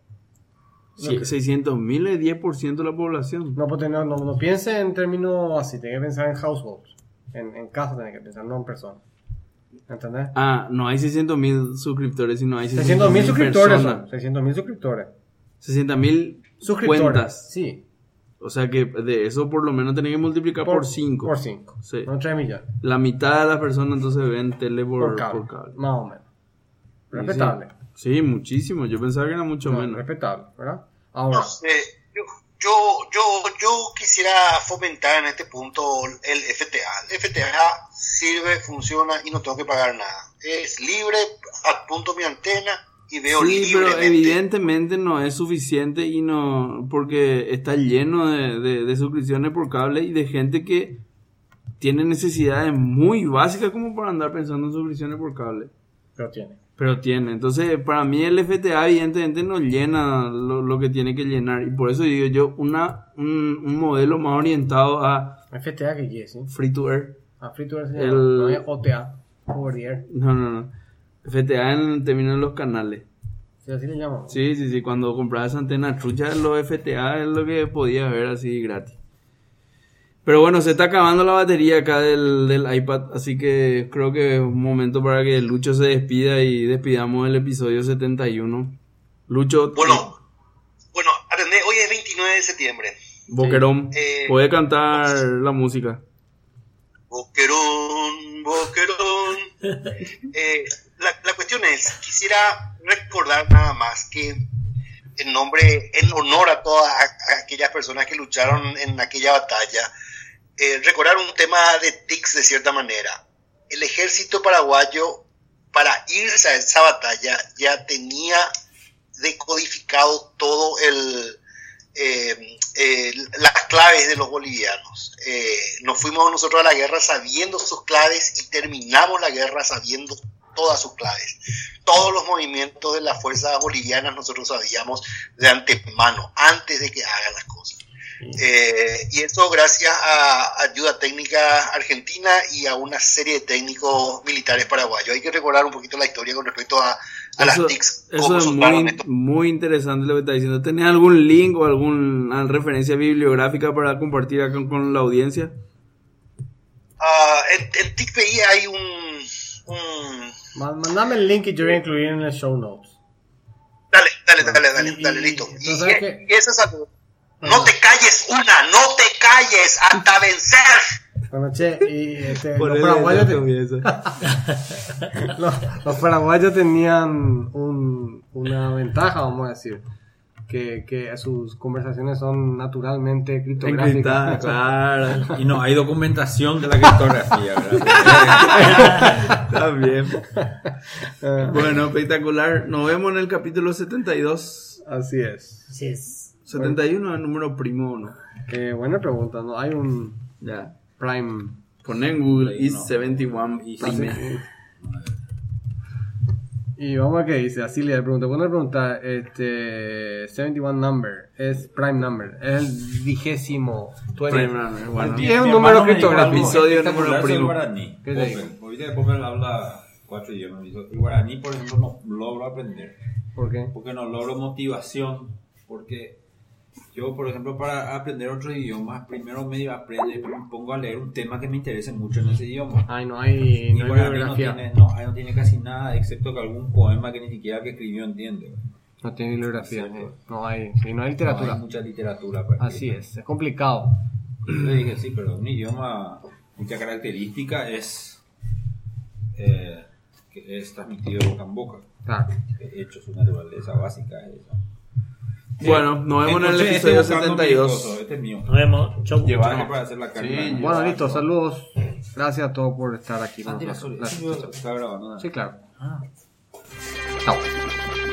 Sí, seiscientos mil es diez por ciento de la población. No, pues, no, no, no piense en términos así, tenés que pensar en households, en, en casa tenés que pensar, no en personas. ¿Entendés? Ah, no hay seiscientos mil suscriptores, sino hay seiscientos mil suscriptores personas. son, seiscientos mil suscriptores. sesenta mil Suscriptores. cuentas. Sí. O sea que de eso por lo menos tenés que multiplicar por cinco. Por cinco. Sí. No tres millones. La mitad de las personas entonces ven tele por, Por cable. por cable. Más o menos. Sí, Respetable. Sí, sí, muchísimo. Yo pensaba que era mucho No, menos. respetable, ¿verdad? Ahora. No sé, yo, yo, yo, yo quisiera fomentar en este punto el F T A. El F T A sirve, funciona y no tengo que pagar nada. Es libre, apunto mi antena y veo Sí, pero libremente. evidentemente no es suficiente y no porque está lleno de, de, de suscripciones por cable y de gente que tiene necesidades muy básicas como para andar pensando en suscripciones por cable. Pero tiene. Pero tiene. Entonces, para mí el F T A evidentemente no llena lo, lo que tiene que llenar. Y por eso digo yo, una un, un modelo más orientado a F T A que yes, ¿sí? free to air. A free to air se El- llama, no es O T A. Over the air. No, no, no. F T A en términos de los canales. Sí, así le llamamos. Sí, sí, sí. Cuando comprabas antena trucha, los F T A es lo que podías ver así gratis. Pero bueno, se está acabando la batería acá del, del iPad, así que creo que es un momento para que Lucho se despida y despidamos el episodio setenta y uno. Lucho, Bueno, bueno, atendé, hoy es veintinueve de septiembre. Boquerón, Eh, puede cantar la música. Boquerón, boquerón. Eh, la, la cuestión es, quisiera recordar nada más que en nombre, en honor a todas a- a aquellas personas que lucharon en aquella batalla, eh, recordar un tema de tics de cierta manera. El ejército paraguayo para irse a esa batalla ya tenía decodificado todo el eh, eh, las claves de los bolivianos. Eh, nos fuimos nosotros a la guerra sabiendo sus claves y terminamos la guerra sabiendo todas sus claves. Todos los movimientos de las fuerzas bolivianas nosotros sabíamos de antemano, antes de que hagan las cosas. Eh, y eso gracias a ayuda técnica argentina y a una serie de técnicos militares paraguayos. Hay que recordar un poquito la historia con respecto a, a las T I Cs. Eso es muy, muy interesante lo que está diciendo. ¿Tenés algún link o alguna referencia bibliográfica para compartir acá con, con la audiencia? Uh, en, en T I C P I hay un, un... Mandame el link y yo voy a incluir en el show notes. Dale, dale, dale, dale, y, dale, y, listo. Y, y, que... y eso es algo. No te calles una, no te calles hasta vencer. Bueno, che, y este, los, paraguayos te... los, los paraguayos tenían un, una ventaja, vamos a decir, que, que sus conversaciones son naturalmente criptográficas. Claro. Y no hay documentación de la criptografía, ¿verdad? Está bien. Bueno, espectacular. Nos vemos en el capítulo setenta y dos. Así es. Así es. setenta y uno es el número primo, ¿no? Eh, buena pregunta, ¿no? Hay un ya. Prime. Poné en Google Play, is no. setenta y uno Prime. Y vamos a qué dice, así le pregunta. Buena pregunta, este setenta y uno number, es prime number, es el vigésimo. Prime number, bueno. Y es un número criptográfico. Episodio número primo. Guaraní. ¿Qué te digo? Ahorita Popper habla cuatro idiomas. Y guaraní, por ejemplo, no logro aprender. ¿Por qué? Porque no logro motivación. Porque yo, por ejemplo, para aprender otros idiomas, primero medio aprendo y después me pongo a leer un tema que me interese mucho en ese idioma. Ay, no hay, Y no hay guaraní no bibliografía. tiene, no, ahí no tiene casi nada, excepto que algún poema que ni siquiera que escribió entiende. No tiene bibliografía. Sí, eh. No hay, sí, no hay No literatura. hay mucha literatura. Para Así es, es complicado. Y yo le dije, sí, pero un idioma cuya característica es eh, que es transmitido de boca en boca. Claro. De hecho, su naturaleza básica es esa. Bueno, nos vemos en el Entonces, episodio este buscando setenta y mi dos. coso, Este es mío. Nos vemos. Chau. Llevarle para hacer la carga. Sí, Bueno, listo, saludos. Gracias a todos por estar aquí con Ah, tira, nosotros. sorry. Gracias. Está grabando. Sí, claro. Ah. Chao.